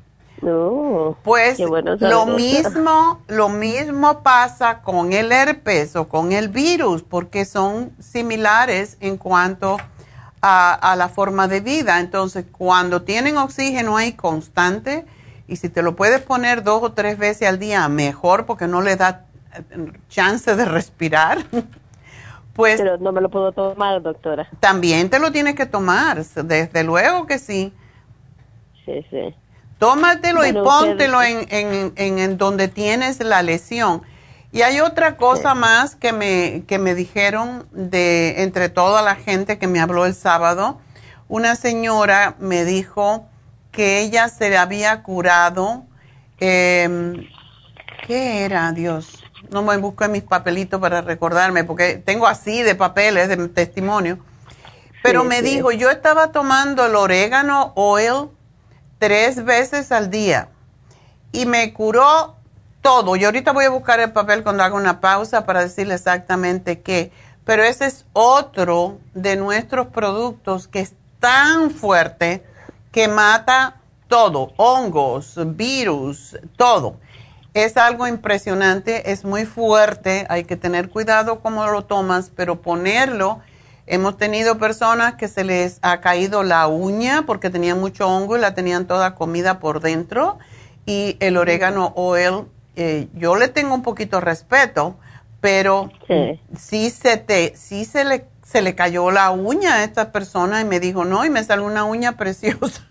[SPEAKER 9] No,
[SPEAKER 4] pues bueno lo mismo, lo mismo pasa con el herpes o con el virus, porque son similares en cuanto a, a la forma de vida. Entonces, cuando tienen oxígeno ahí constante, y si te lo puedes poner dos o tres veces al día, mejor, porque no le da chance de respirar, pues...
[SPEAKER 9] Pero no me lo puedo tomar, doctora.
[SPEAKER 4] También te lo tienes que tomar, desde luego que sí.
[SPEAKER 9] Sí, sí.
[SPEAKER 4] Tómatelo bueno, y póntelo
[SPEAKER 9] usted...
[SPEAKER 4] en, en, en, en donde tienes la lesión. Y hay otra cosa sí. más que me, que me dijeron de entre toda la gente que me habló el sábado. Una señora me dijo que ella se le había curado, eh, ¿qué era, Dios? No me busco en mis papelitos para recordarme, porque tengo así de papeles de testimonio. Pero sí, me sí. dijo, yo estaba tomando el orégano oil tres veces al día y me curó todo. Yo ahorita voy a buscar el papel cuando haga una pausa para decirle exactamente qué. Pero ese es otro de nuestros productos que es tan fuerte que mata todo, hongos, virus, todo. Es algo impresionante, es muy fuerte, hay que tener cuidado cómo lo tomas, pero ponerlo, hemos tenido personas que se les ha caído la uña porque tenían mucho hongo y la tenían toda comida por dentro, y el orégano oil, eh, yo le tengo un poquito de respeto, pero sí, sí, se, te, sí se, le, se le cayó la uña a esta persona y me dijo, no, y me salió una uña preciosa.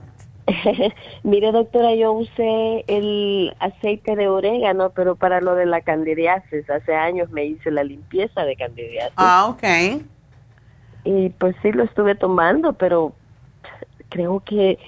[SPEAKER 9] Mire, doctora, yo usé el aceite de orégano, pero para lo de la candidiasis. Hace años me hice la limpieza de candidiasis.
[SPEAKER 4] Ah, ok.
[SPEAKER 9] Y pues sí lo estuve tomando, pero creo que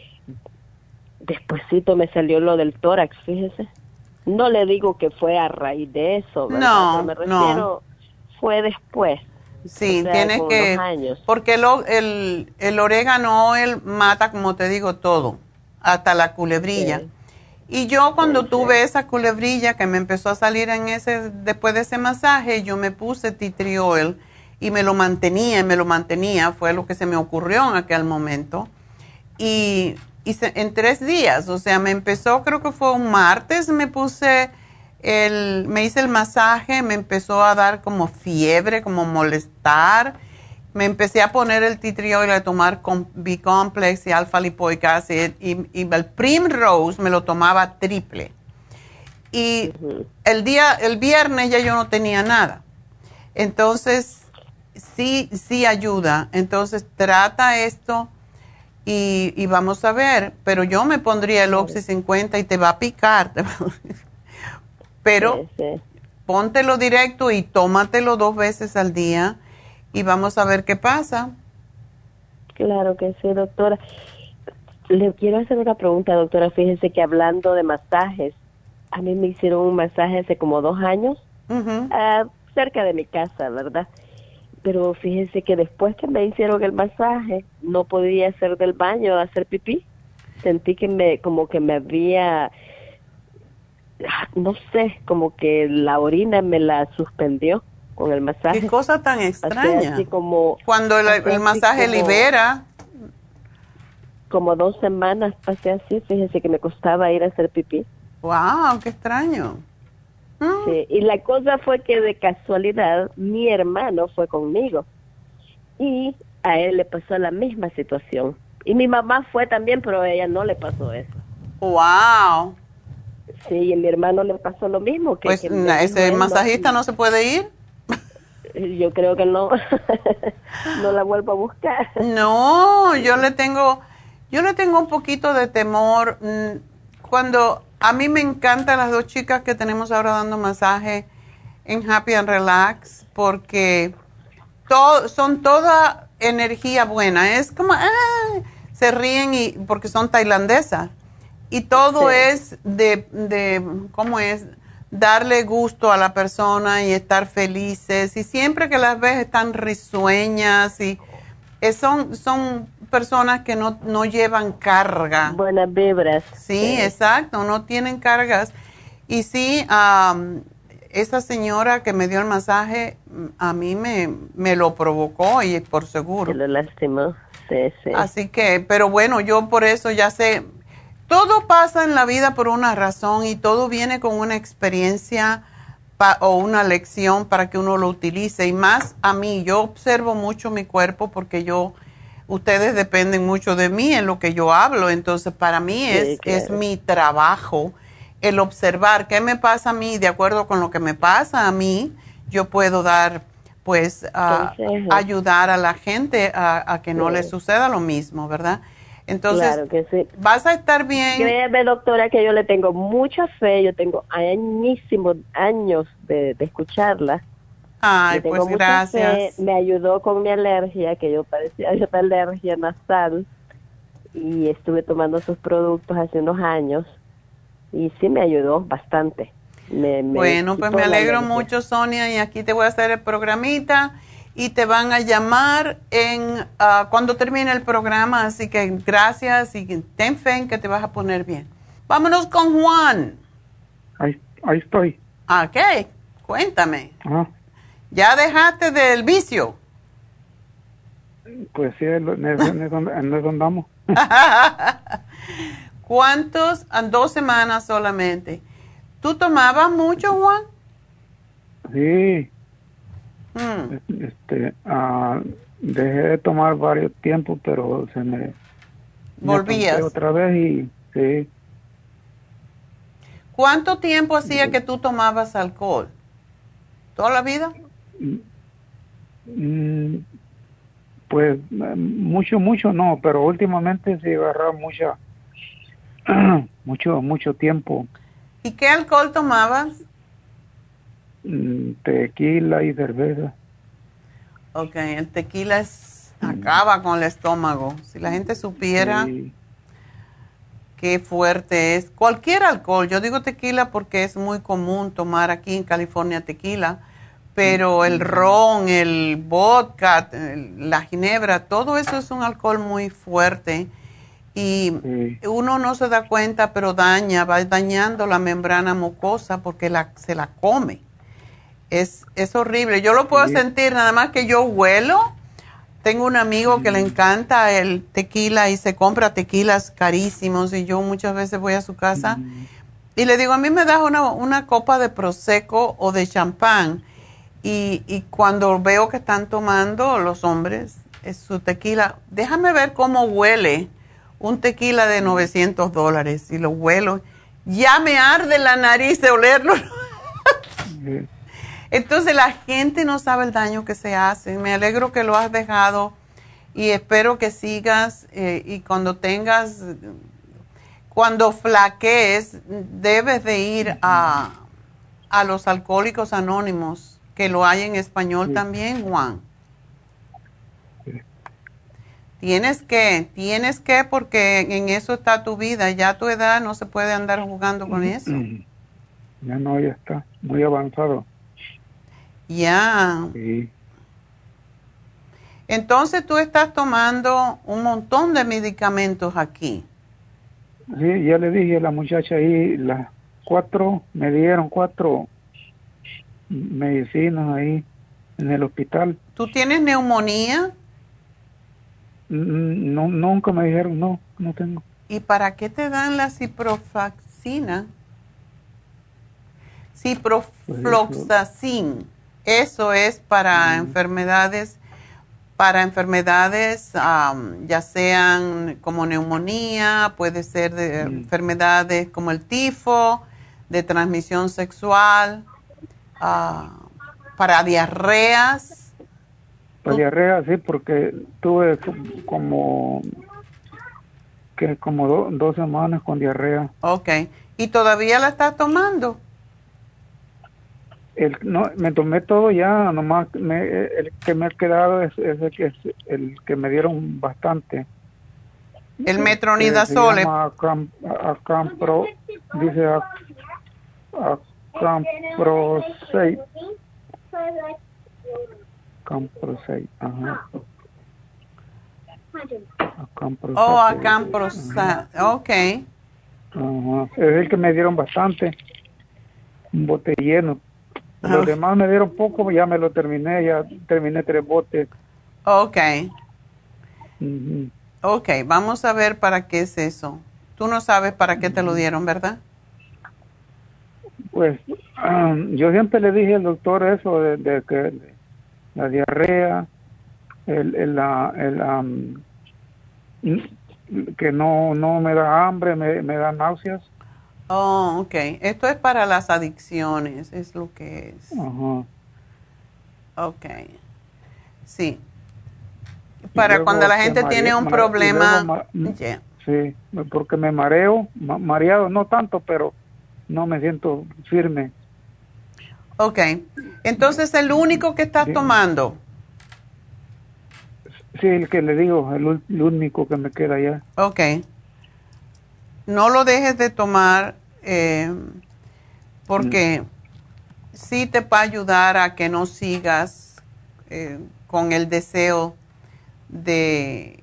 [SPEAKER 9] despuesito me salió lo del tórax, fíjese. No le digo que fue a raíz de eso, ¿verdad?
[SPEAKER 4] No,
[SPEAKER 9] pero me refiero, no. Fue después.
[SPEAKER 4] Sí, o sea, tienes que, porque el, el, el orégano oil mata, como te digo, todo, hasta la culebrilla. Sí. Y yo cuando sí, tuve sí. esa culebrilla que me empezó a salir en ese, después de ese masaje, yo me puse tea tree oil y me lo mantenía, y me lo mantenía, fue lo que se me ocurrió en aquel momento. Y y se, en tres días, o sea, me empezó, creo que fue un martes, me puse el, me hice el masaje, me empezó a dar como fiebre, como molestar. Me empecé a poner el tea tree oil, a tomar B-complex y alfa lipoic acid, y, y el Primrose me lo tomaba triple. Y uh-huh. el día, el viernes ya yo no tenía nada. Entonces, sí, sí ayuda. Entonces, trata esto y, y vamos a ver. Pero yo me pondría el Oxy cincuenta y te va a picar. Pero sí, sí. Póntelo directo y tómatelo dos veces al día. Y vamos a ver qué pasa.
[SPEAKER 9] Claro que sí, doctora. Le quiero hacer una pregunta, doctora. Fíjese que hablando de masajes, a mí me hicieron un masaje hace como dos años, uh-huh. uh, cerca de mi casa, ¿verdad? Pero fíjese que después que me hicieron el masaje, no podía hacer del baño, hacer pipí. Sentí que me, como que me había, no sé, como que la orina me la suspendió con el masaje.
[SPEAKER 4] Qué cosa tan extraña.
[SPEAKER 9] Así, así como,
[SPEAKER 4] cuando el, el masaje como, libera.
[SPEAKER 9] Como dos semanas pasé así, fíjese que me costaba ir a hacer pipí.
[SPEAKER 4] Wow, qué extraño.
[SPEAKER 9] Mm. Sí, y la cosa fue que de casualidad mi hermano fue conmigo y a él le pasó la misma situación. Y mi mamá fue también, pero a ella no le pasó eso.
[SPEAKER 4] Wow.
[SPEAKER 9] Sí, y a mi hermano le pasó lo mismo. Que,
[SPEAKER 4] pues
[SPEAKER 9] que
[SPEAKER 4] na, ese masajista no, no se puede ir.
[SPEAKER 9] Yo creo que no. No la vuelvo a buscar.
[SPEAKER 4] No, yo le tengo, yo le tengo un poquito de temor. Cuando a mí me encantan las dos chicas que tenemos ahora dando masaje en Happy and Relax, porque to, son toda energía buena. Es como, ah, se ríen y porque son tailandesas. Y todo sí. es de, de, ¿cómo es? Darle gusto a la persona y estar felices. Y siempre que las ves están risueñas y son, son personas que no, no llevan carga.
[SPEAKER 9] Buenas vibras.
[SPEAKER 4] Sí, sí, exacto, no tienen cargas. Y sí, um, esa señora que me dio el masaje, a mí me, me lo provocó y por seguro.
[SPEAKER 9] Se lo lastimó, sí, sí.
[SPEAKER 4] Así que, pero bueno, yo por eso ya sé, todo pasa en la vida por una razón y todo viene con una experiencia pa, o una lección para que uno lo utilice. Y más a mí, yo observo mucho mi cuerpo porque yo, ustedes dependen mucho de mí en lo que yo hablo. Entonces, para mí es, sí, claro. es mi trabajo el observar qué me pasa a mí. De acuerdo con lo que me pasa a mí, yo puedo dar, pues, a, ayudar a la gente a, a que no sí. le suceda lo mismo, ¿verdad? Entonces,
[SPEAKER 9] claro que sí.
[SPEAKER 4] vas a estar bien.
[SPEAKER 9] Créeme, doctora, que yo le tengo mucha fe. Yo tengo añísimos años de, de escucharla.
[SPEAKER 4] Ay, pues gracias.
[SPEAKER 9] Fe. Me ayudó con mi alergia, que yo padecía de esta alergia nasal. Y estuve tomando sus productos hace unos años. Y sí me ayudó bastante. Me, me
[SPEAKER 4] bueno, pues me alegro mucho, Sonia. Y aquí te voy a hacer el programita. Y te van a llamar en uh, cuando termine el programa, así que gracias y ten fe en que te vas a poner bien. Vámonos con Juan.
[SPEAKER 10] Ahí, ahí estoy.
[SPEAKER 4] Ok, cuéntame.
[SPEAKER 10] Ajá.
[SPEAKER 4] ¿Ya dejaste del vicio?
[SPEAKER 10] Pues sí, en eso, en eso, en eso andamos.
[SPEAKER 4] ¿Cuántos? En dos semanas solamente. ¿Tú tomabas mucho, Juan?
[SPEAKER 10] Sí.
[SPEAKER 4] Hmm.
[SPEAKER 10] Este, uh, dejé de tomar varios tiempos, pero se me
[SPEAKER 4] volvías
[SPEAKER 10] me otra vez y sí.
[SPEAKER 4] ¿Cuánto tiempo hacía que tú tomabas alcohol? ¿Toda la vida?
[SPEAKER 10] Mm, pues mucho, mucho no, pero últimamente sí agarraba mucha, mucho, mucho tiempo.
[SPEAKER 4] ¿Y qué alcohol tomabas?
[SPEAKER 10] Tequila y cerveza.
[SPEAKER 4] Ok, el tequila es, acaba con el estómago. Si la gente supiera sí. qué fuerte es. Cualquier alcohol, yo digo tequila porque es muy común tomar aquí en California tequila, pero el ron, el vodka, la ginebra, todo eso es un alcohol muy fuerte y sí. uno no se da cuenta, pero daña, va dañando la membrana mucosa porque la, se la come. Es, es horrible. Yo lo puedo sí. sentir nada más que yo huelo. tengo un amigo que le encanta el tequila y se compra tequilas carísimos y yo muchas veces voy a su casa mm. y le digo, a mí me das una, una copa de Prosecco o de champán y, y cuando veo que están tomando los hombres es su tequila, déjame ver cómo huele un tequila de novecientos dólares y lo huelo, ya me arde la nariz de olerlo. Sí. Entonces la gente no sabe el daño que se hace. Me alegro que lo has dejado y espero que sigas eh, y cuando tengas, cuando flaquees, debes de ir a, a los Alcohólicos Anónimos, que lo hay en español sí. también, Juan. Sí. Tienes que, tienes que, porque en eso está tu vida. Ya a tu edad no se puede andar jugando con eso.
[SPEAKER 10] Ya no, ya está muy avanzado.
[SPEAKER 4] Ya.
[SPEAKER 10] Sí.
[SPEAKER 4] Entonces tú estás tomando un montón de medicamentos aquí.
[SPEAKER 10] Sí, ya le dije a la muchacha ahí, las cuatro, me dieron cuatro medicinas ahí en el hospital.
[SPEAKER 4] ¿Tú tienes neumonía?
[SPEAKER 10] No, nunca me dijeron, no, no tengo.
[SPEAKER 4] ¿Y para qué te dan la ciprofloxacina? Ciprofloxacin. Eso es para mm. enfermedades, para enfermedades um, ya sean como neumonía, puede ser de mm. enfermedades como el tifo, de transmisión sexual, uh, para diarreas.
[SPEAKER 10] Para diarrea, sí, porque tuve como que como do, dos semanas con diarrea.
[SPEAKER 4] Ok. ¿Y todavía la estás tomando?
[SPEAKER 10] El, no, me tomé todo ya, nomás me, el que me ha quedado es, es, el que, es el que me dieron bastante.
[SPEAKER 4] El metronidazole.
[SPEAKER 10] Se llama Acam, Acampro, dice Acamprosate. Acamprosate, ajá. Acamprosate.
[SPEAKER 4] Oh, Acamprosate, ok.
[SPEAKER 10] Ajá. Es el que me dieron bastante, un bote lleno. Los oh. demás me dieron poco, ya me lo terminé, ya terminé tres botes.
[SPEAKER 4] Ok.
[SPEAKER 10] Uh-huh.
[SPEAKER 4] Ok, vamos a ver para qué es eso. Tú no sabes para qué te lo dieron, ¿verdad?
[SPEAKER 10] Pues um, yo siempre le dije al doctor eso de, de que de la diarrea, el, el, la, el um, que no, no me da hambre, me, me da náuseas.
[SPEAKER 4] Oh, ok. Esto es para las adicciones, es lo que es.
[SPEAKER 10] Ajá.
[SPEAKER 4] Ok. Sí. Para luego, cuando la gente mare, tiene un mare, problema.
[SPEAKER 10] Ma, yeah. Sí, porque me mareo, ma, mareado, no tanto, pero no me siento firme.
[SPEAKER 4] Ok. Entonces, ¿el único que estás
[SPEAKER 10] sí.
[SPEAKER 4] tomando?
[SPEAKER 10] Sí, el que le digo, el, el único que me queda ya.
[SPEAKER 4] Ok. No lo dejes de tomar eh, porque mm. sí te va a ayudar a que no sigas eh, con el deseo de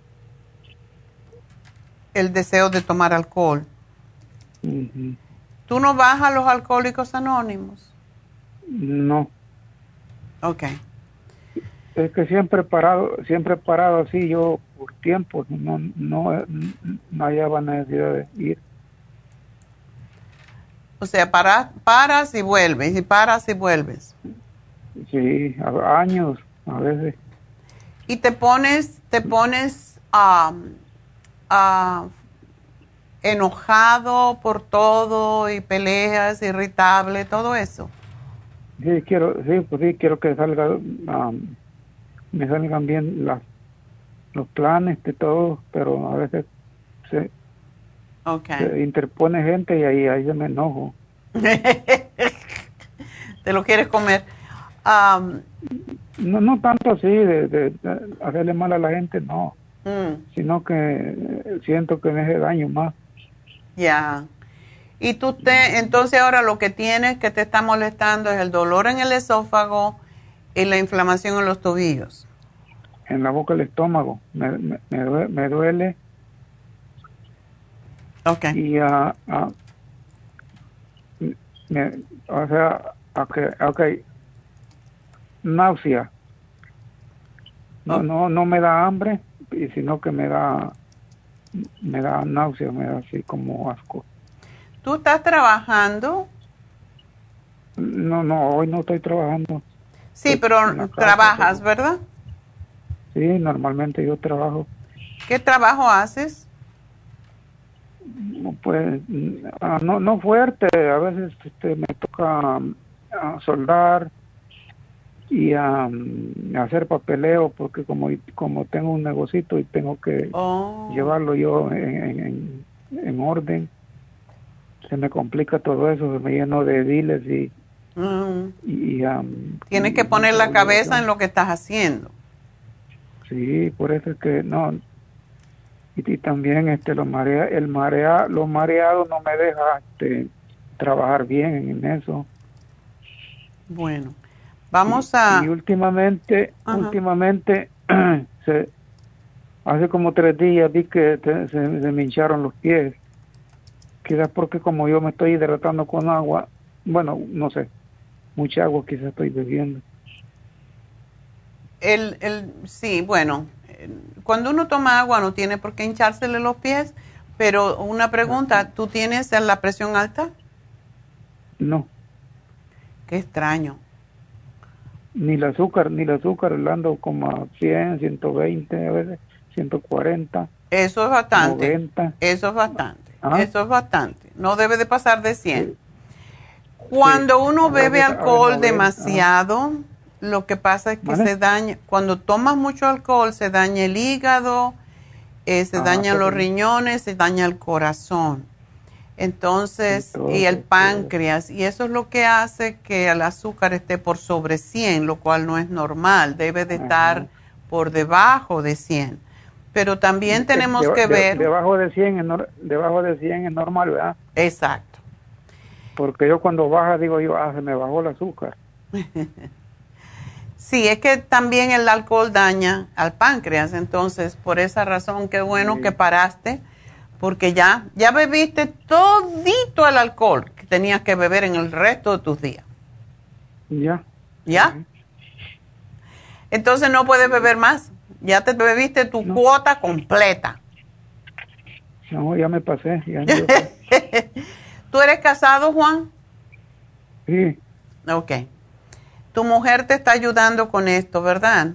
[SPEAKER 4] el deseo de tomar alcohol.
[SPEAKER 10] Mm-hmm.
[SPEAKER 4] ¿Tú no vas a los Alcohólicos Anónimos?
[SPEAKER 10] No.
[SPEAKER 4] Ok.
[SPEAKER 10] Es que siempre he parado, siempre he parado así yo por tiempo, no, no, no hallaba necesidad de ir.
[SPEAKER 4] O sea, para, paras y vuelves, y paras y vuelves.
[SPEAKER 10] Sí, a, años, a veces.
[SPEAKER 4] Y te pones, te pones um, uh, enojado por todo y peleas, irritable, todo eso.
[SPEAKER 10] Sí, quiero, sí, pues sí, quiero que salga, um, me salgan bien las los planes de todo, pero a veces se,
[SPEAKER 4] okay.
[SPEAKER 10] se interpone gente y ahí, ahí yo me enojo.
[SPEAKER 4] ¿Te lo quieres comer? Um,
[SPEAKER 10] no, no tanto así de, de, de hacerle mal a la gente, no,
[SPEAKER 4] mm.
[SPEAKER 10] sino que siento que me hace daño más.
[SPEAKER 4] Ya. Yeah. Y tú te, entonces ahora lo que tienes que te está molestando es el dolor en el esófago y la inflamación en los tobillos.
[SPEAKER 10] En la boca del estómago, me, me, me, duele, me duele.
[SPEAKER 4] Ok.
[SPEAKER 10] Y, uh, uh, me, o sea, ok, okay. náusea. No, no, no me da hambre, sino que me da, me da náusea, me da así como asco.
[SPEAKER 4] ¿Tú estás trabajando?
[SPEAKER 10] No, no, hoy no estoy trabajando.
[SPEAKER 4] Sí,
[SPEAKER 10] estoy
[SPEAKER 4] pero trabajas, pero... ¿verdad?
[SPEAKER 10] Sí, normalmente yo trabajo.
[SPEAKER 4] ¿Qué trabajo haces?
[SPEAKER 10] Pues no, no fuerte, a veces este, me toca um, soldar y um, hacer papeleo, porque como como tengo un negocito y tengo que oh. llevarlo yo en, en, en orden, se me complica todo eso, se me lleno de diles y...
[SPEAKER 4] Mm.
[SPEAKER 10] y um,
[SPEAKER 4] Tienes
[SPEAKER 10] y,
[SPEAKER 4] que poner la cabeza yo. en lo que estás haciendo.
[SPEAKER 10] Sí, por eso es que no... Y, y también este lo marea, el marea, lo mareado no me deja este, trabajar bien en eso.
[SPEAKER 4] Bueno, vamos a...
[SPEAKER 10] Y últimamente, Ajá. últimamente, se, hace como tres días vi que te, se, se me hincharon los pies. Quizás porque como yo me estoy hidratando con agua, bueno, no sé, mucha agua quizás estoy bebiendo.
[SPEAKER 4] El, el, sí, bueno, cuando uno toma agua no tiene por qué hinchársele los pies, pero una pregunta, ¿tú tienes la presión alta?
[SPEAKER 10] No.
[SPEAKER 4] Qué extraño.
[SPEAKER 10] Ni el azúcar, ni el azúcar, ando como a cien, ciento veinte, a veces ciento cuarenta.
[SPEAKER 4] Eso es bastante.
[SPEAKER 10] noventa.
[SPEAKER 4] Eso es bastante.
[SPEAKER 10] ¿Ah?
[SPEAKER 4] Eso es bastante. No debe de pasar de cien. Sí. Cuando sí. uno bebe veces, alcohol noventa, demasiado... Ajá. Lo que pasa es que ¿Vale? se daña, cuando tomas mucho alcohol, se daña el hígado, eh, se ah, dañan los riñones, se daña el corazón. Entonces, todo, y el páncreas. Y eso es lo que hace que el azúcar esté por sobre cien, lo cual no es normal. Debe de Ajá. estar por debajo de cien. Pero también tenemos
[SPEAKER 10] de,
[SPEAKER 4] que
[SPEAKER 10] de,
[SPEAKER 4] ver...
[SPEAKER 10] Debajo de cien es no, debajo de cien es normal, ¿verdad?
[SPEAKER 4] Exacto.
[SPEAKER 10] Porque yo cuando baja digo yo, ah, se me bajó el azúcar.
[SPEAKER 4] Sí, es que también el alcohol daña al páncreas, entonces por esa razón qué bueno sí. que paraste, porque ya ya bebiste todito el alcohol que tenías que beber en el resto de tus días.
[SPEAKER 10] Ya.
[SPEAKER 4] ¿Ya? Sí. Entonces no puedes beber más, ya te bebiste tu no. cuota completa.
[SPEAKER 10] No, ya me pasé. Ya me
[SPEAKER 4] ¿Tú eres casado, Juan?
[SPEAKER 10] Sí.
[SPEAKER 4] Ok. Tu mujer te está ayudando con esto, ¿verdad?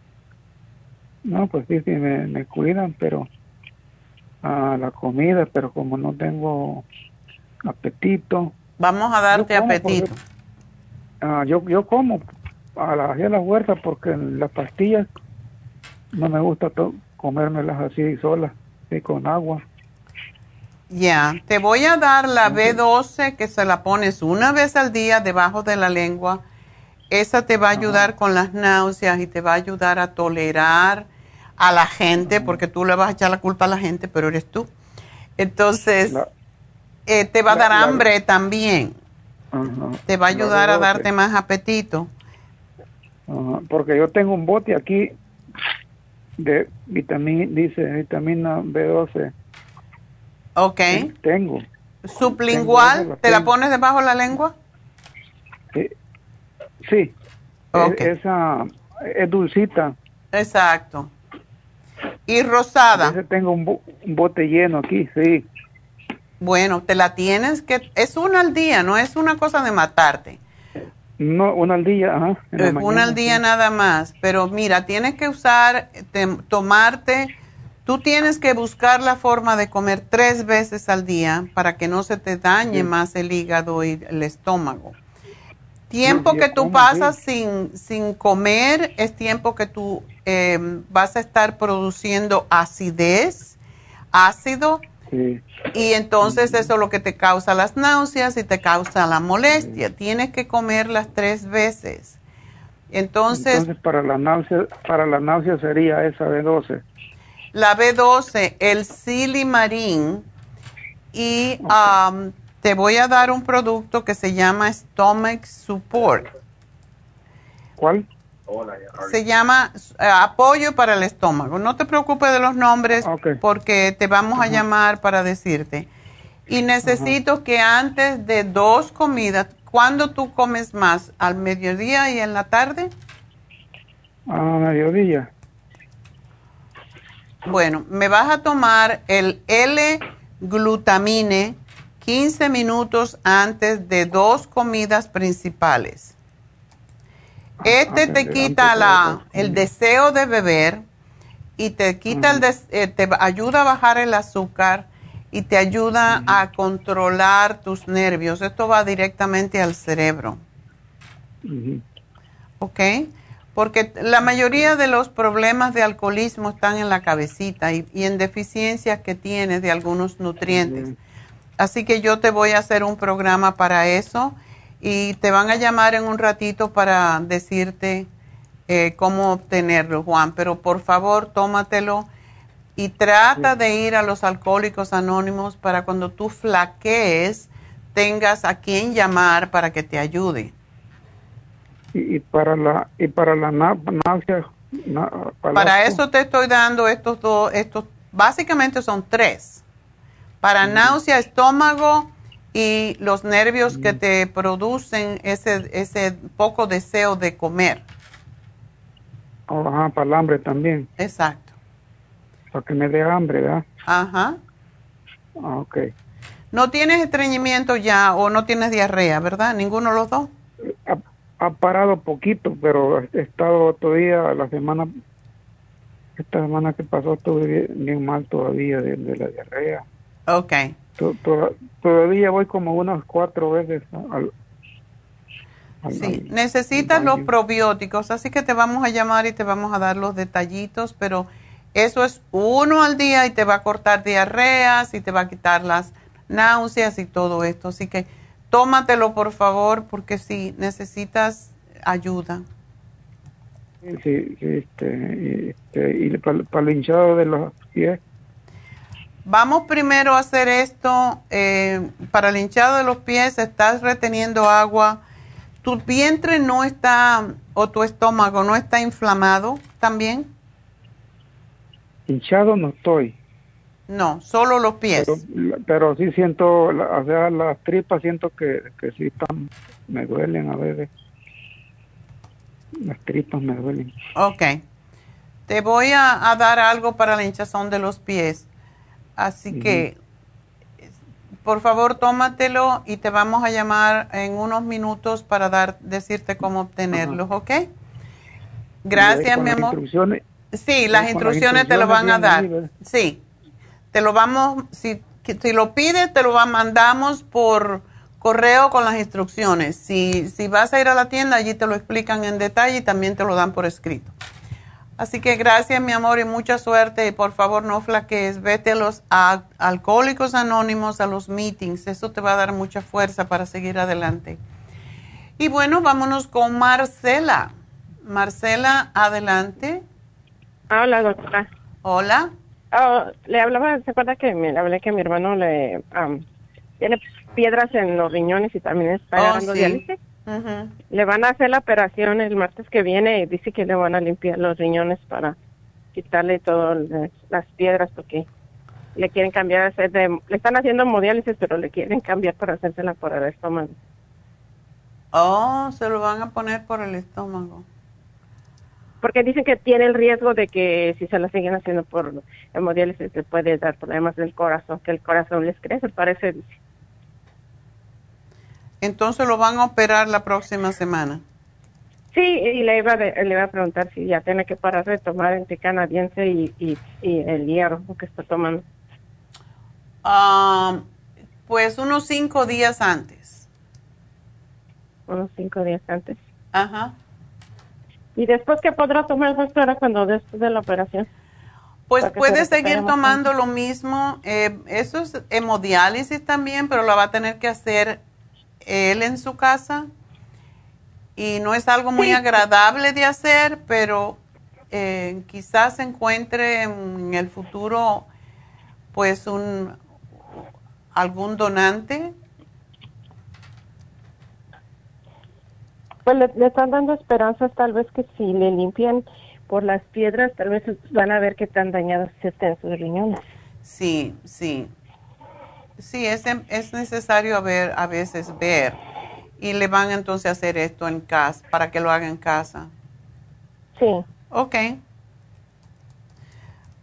[SPEAKER 10] No, pues sí, sí, me, me cuidan, pero a uh, la comida, pero como no tengo apetito.
[SPEAKER 4] Vamos a darte apetito.
[SPEAKER 10] Porque, uh, yo, yo como a la, a la fuerza porque las pastillas no me gusta comérmelas así solas, y con agua.
[SPEAKER 4] Ya, yeah. Te voy a dar la B doce que se la pones una vez al día debajo de la lengua. Esa te va a ayudar Ajá. con las náuseas y te va a ayudar a tolerar a la gente, Ajá. porque tú le vas a echar la culpa a la gente, pero eres tú. Entonces, la, eh, te va a dar la, hambre la, también. Ajá. Te va a ayudar a darte más apetito.
[SPEAKER 10] Ajá. Porque yo tengo un bote aquí de vitamina, dice vitamina B doce.
[SPEAKER 4] Ok.
[SPEAKER 10] Tengo.
[SPEAKER 4] ¿Sublingual? Tengo, ¿te la pones debajo de la lengua?
[SPEAKER 10] Sí. Sí, okay. es, esa es dulcita.
[SPEAKER 4] Exacto. ¿Y rosada?
[SPEAKER 10] Yo tengo un, bo, un bote lleno aquí, sí.
[SPEAKER 4] Bueno, te la tienes que... Es una al día, no es una cosa de matarte.
[SPEAKER 10] No, una al día, ajá.
[SPEAKER 4] Es una mañana, al día sí. nada más. Pero mira, tienes que usar, te, tomarte... Tú tienes que buscar la forma de comer tres veces al día para que no se te dañe sí. más el hígado y el estómago. Tiempo que tú pasas sin, sin comer es tiempo que tú eh, vas a estar produciendo acidez, ácido, sí. y entonces eso es lo que te causa las náuseas y te causa la molestia. Sí. Tienes que comer las tres veces. Entonces,
[SPEAKER 10] entonces para la náusea, para la náusea sería esa B doce.
[SPEAKER 4] La B doce, el silimarín y... Okay. Um, te voy a dar un producto que se llama Stomach Support.
[SPEAKER 10] ¿Cuál?
[SPEAKER 4] Se llama uh, Apoyo para el Estómago. No te preocupes de los nombres okay. porque te vamos uh-huh. a llamar para decirte. Y necesito uh-huh. que antes de dos comidas, ¿cuándo tú comes más? ¿Al mediodía y en la tarde?
[SPEAKER 10] A mediodía.
[SPEAKER 4] Bueno, me vas a tomar el L-glutamine quince minutos antes de dos comidas principales. Este te quita la, el deseo de beber y te quita el des, eh, te ayuda a bajar el azúcar y te ayuda a controlar tus nervios. Esto va directamente al cerebro. ¿Ok? Porque la mayoría de los problemas de alcoholismo están en la cabecita y, y en deficiencias que tienes de algunos nutrientes. Así que yo te voy a hacer un programa para eso y te van a llamar en un ratito para decirte eh, cómo obtenerlo, Juan. Pero por favor, tómatelo y trata sí. de ir a los Alcohólicos Anónimos para cuando tú flaquees, tengas a quien llamar para que te ayude.
[SPEAKER 10] Y, y para la y para la náusea. Na,
[SPEAKER 4] para para eso te estoy dando estos dos, estos básicamente son tres. Para náusea, estómago y los nervios que te producen ese ese poco deseo de comer.
[SPEAKER 10] Ajá, para el hambre también.
[SPEAKER 4] Exacto.
[SPEAKER 10] Para que me dé hambre, ¿verdad?
[SPEAKER 4] Ajá.
[SPEAKER 10] Ah, ok.
[SPEAKER 4] ¿No tienes estreñimiento ya o no tienes diarrea, verdad? ¿Ninguno de los dos?
[SPEAKER 10] Ha, ha parado poquito, pero he estado todavía la semana, esta semana que pasó estuve bien, bien mal todavía de, de la diarrea.
[SPEAKER 4] Ok.
[SPEAKER 10] To, to, todavía voy como unas cuatro veces al, al
[SPEAKER 4] Sí,
[SPEAKER 10] al,
[SPEAKER 4] necesitas
[SPEAKER 10] al
[SPEAKER 4] los probióticos, así que te vamos a llamar y te vamos a dar los detallitos, pero eso es uno al día y te va a cortar diarreas y te va a quitar las náuseas y todo esto. Así que tómatelo, por favor, porque sí, necesitas ayuda.
[SPEAKER 10] Sí, sí, este, este, y para, para el hinchado de los pies.
[SPEAKER 4] Vamos primero a hacer esto. Eh, para el hinchado de los pies, estás reteniendo agua. ¿Tu vientre no está, o tu estómago no está inflamado también?
[SPEAKER 10] Hinchado no estoy.
[SPEAKER 4] No, solo los pies.
[SPEAKER 10] Pero, pero sí siento, o sea, las tripas siento que, que sí están, me duelen a veces. Las tripas me duelen.
[SPEAKER 4] Ok. Te voy a, a dar algo para la hinchazón de los pies. Así uh-huh. que, por favor, tómatelo y te vamos a llamar en unos minutos para dar, decirte cómo obtenerlos, uh-huh. ¿ok? Gracias, mi amor.
[SPEAKER 10] Instrucciones,
[SPEAKER 4] sí, las instrucciones, las instrucciones te lo van a dar. Ahí, sí, te lo vamos, si, si lo pides, te lo mandamos por correo con las instrucciones. Si, si vas a ir a la tienda, allí te lo explican en detalle y también te lo dan por escrito. Así que gracias, mi amor, y mucha suerte. Y por favor, no flaquees. Vete a los a, Alcohólicos Anónimos, a los meetings. Eso te va a dar mucha fuerza para seguir adelante. Y bueno, vámonos con Marcela. Marcela, adelante.
[SPEAKER 11] Hola, doctora.
[SPEAKER 4] Hola.
[SPEAKER 11] Oh, le hablaba, ¿se acuerda que me le hablé que mi hermano le um, tiene piedras en los riñones y también está agarrando oh, sí. diálisis? Uh-huh. Le van a hacer la operación el martes que viene y dice que le van a limpiar los riñones para quitarle todas las piedras porque le quieren cambiar, de, le están haciendo hemodiálisis pero le quieren cambiar para hacérsela por el estómago.
[SPEAKER 4] Oh, se lo van a poner por el estómago.
[SPEAKER 11] Porque dicen que tiene el riesgo de que si se la siguen haciendo por hemodiálisis le puede dar problemas del corazón, que el corazón les crece, parece.
[SPEAKER 4] Entonces lo van a operar la próxima semana.
[SPEAKER 11] Sí, y le iba, de, le iba a preguntar si ya tiene que parar de tomar el té canadiense y, y, y el hierro que está tomando.
[SPEAKER 4] Um, pues unos cinco días antes.
[SPEAKER 11] Unos cinco días antes.
[SPEAKER 4] Ajá.
[SPEAKER 11] ¿Y después qué podrá tomar, doctora, cuando después de la operación?
[SPEAKER 4] Pues puede seguir tomando lo mismo. Eh, eso es hemodiálisis también, pero la va a tener que hacer él en su casa. Y no es algo muy sí. agradable de hacer, pero eh, quizás encuentre en el futuro pues un algún donante.
[SPEAKER 11] Pues le, le están dando esperanzas, tal vez que si le limpian por las piedras, tal vez van a ver qué tan dañados estén sus riñones.
[SPEAKER 4] Sí, sí. Sí, es, es necesario a, ver, a veces ver. Y le van entonces a hacer esto en casa, para que lo haga en casa.
[SPEAKER 11] Sí.
[SPEAKER 4] Ok.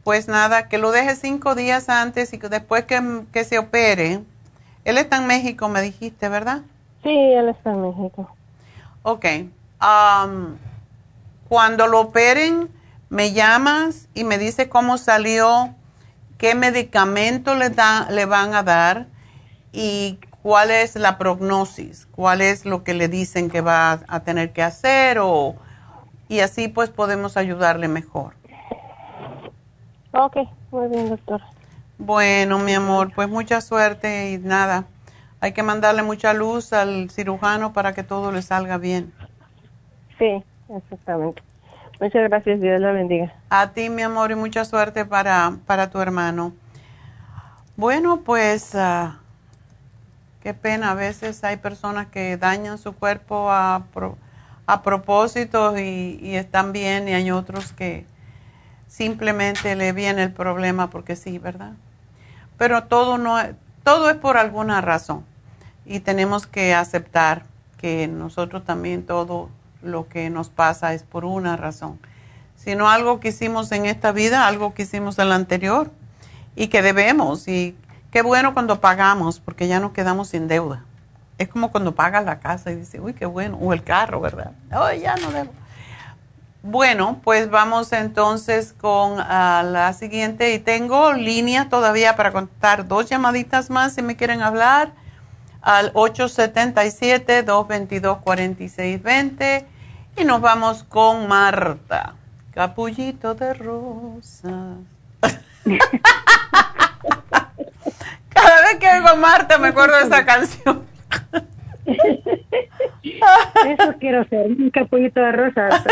[SPEAKER 4] pues nada, que lo deje cinco días antes y que después que, que se opere. Él está en México, me dijiste, ¿verdad?
[SPEAKER 11] Sí, él está en México.
[SPEAKER 4] Ok. Um, cuando lo operen, me llamas y me dice cómo salió, qué medicamento le, da, le van a dar y cuál es la prognosis, cuál es lo que le dicen que va a tener que hacer o, y así pues podemos ayudarle mejor.
[SPEAKER 11] Ok, muy bien, doctora.
[SPEAKER 4] Bueno, mi amor, pues mucha suerte y nada, hay que mandarle mucha luz al cirujano para que todo le salga bien.
[SPEAKER 11] Sí, exactamente. Muchas gracias, Dios la bendiga.
[SPEAKER 4] A ti, mi amor, y mucha suerte para, para tu hermano. Bueno, pues uh, qué pena, a veces hay personas que dañan su cuerpo a, pro, a propósito y, y están bien, y hay otros que simplemente le viene el problema porque sí, ¿verdad? Pero todo, no, todo es por alguna razón y tenemos que aceptar que nosotros también todo lo que nos pasa es por una razón. Si no algo que hicimos en esta vida, algo que hicimos en la anterior y que debemos. Y qué bueno cuando pagamos porque ya nos quedamos sin deuda. Es como cuando pagas la casa y dices, uy, qué bueno, o el carro, ¿verdad? Oh, ya no debo. Bueno, pues vamos entonces con uh, la siguiente. Y tengo línea todavía para contar dos llamaditas más si me quieren hablar al ocho siete siete, dos dos dos, cuatro seis dos cero. Y nos vamos con Marta. Capullito de rosas. Cada vez que oigo a Marta me acuerdo de esa canción.
[SPEAKER 12] Eso quiero ser, un capullito de rosas.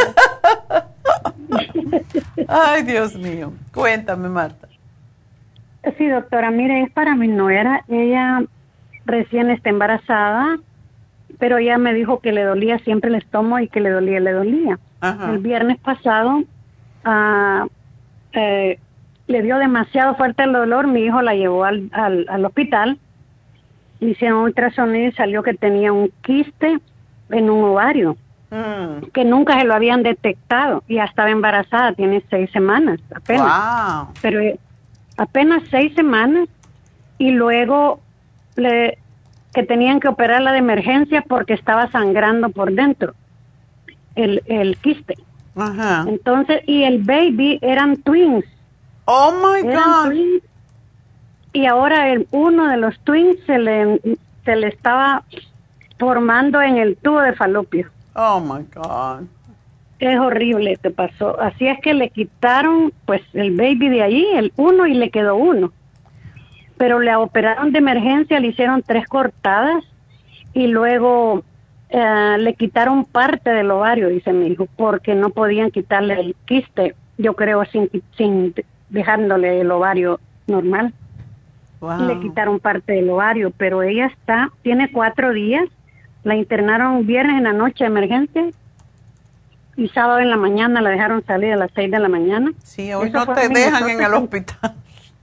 [SPEAKER 4] Ay, Dios mío. Cuéntame, Marta.
[SPEAKER 12] Sí, doctora, mire, es para mi nuera. Ella recién está embarazada, pero ella me dijo que le dolía siempre el estómago y que le dolía, le dolía. Ajá. El viernes pasado uh, eh, le dio demasiado fuerte el dolor. Mi hijo la llevó al, al, al hospital. Le hicieron un ultrasonido y salió que tenía un quiste en un ovario, mm. que nunca se lo habían detectado. Y ya estaba embarazada, tiene seis semanas apenas.
[SPEAKER 4] Wow.
[SPEAKER 12] Pero eh, apenas seis semanas y luego le, que tenían que operarla de emergencia porque estaba sangrando por dentro el, el quiste.
[SPEAKER 4] Ajá.
[SPEAKER 12] Entonces, y el baby eran twins.
[SPEAKER 4] Oh my
[SPEAKER 12] eran
[SPEAKER 4] God.
[SPEAKER 12] Twins, y ahora el, uno de los twins se le, se le estaba formando en el tubo de falopio.
[SPEAKER 4] Oh my God.
[SPEAKER 12] Es horrible, te pasó. Así es que le quitaron pues el baby de allí, el uno, y le quedó uno. Pero le operaron de emergencia, le hicieron tres cortadas y luego eh, le quitaron parte del ovario, dice mi hijo, porque no podían quitarle el quiste, yo creo, sin, sin dejándole el ovario normal.
[SPEAKER 4] Wow.
[SPEAKER 12] Le quitaron parte del ovario, pero ella está, tiene cuatro días, la internaron viernes en la noche de emergencia y sábado en la mañana la dejaron salir a las seis de la mañana.
[SPEAKER 4] Sí, hoy no te dejan en el hospital.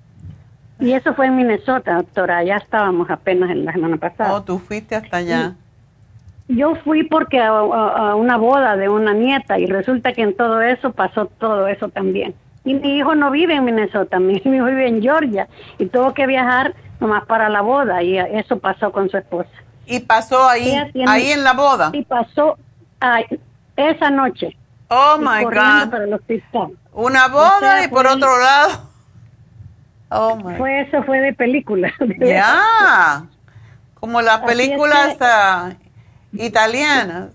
[SPEAKER 12] Y eso fue en Minnesota, doctora, ya estábamos apenas en la semana pasada.
[SPEAKER 4] Oh, tú fuiste hasta allá.
[SPEAKER 12] Y yo fui porque a, a, a una boda de una nieta y resulta que en todo eso pasó todo eso también. Y mi hijo no vive en Minnesota, mi hijo vive en Georgia y tuvo que viajar nomás para la boda y eso pasó con su esposa.
[SPEAKER 4] ¿Y pasó ahí, tiene, ahí en la boda?
[SPEAKER 12] Y pasó ahí, esa noche.
[SPEAKER 4] Oh, my God.
[SPEAKER 12] Para el hospital.
[SPEAKER 4] Una boda, o sea, y por otro lado. Oh, my.
[SPEAKER 12] Fue eso, fue de película.
[SPEAKER 4] Ya, yeah. Como las películas es que... uh, italianas.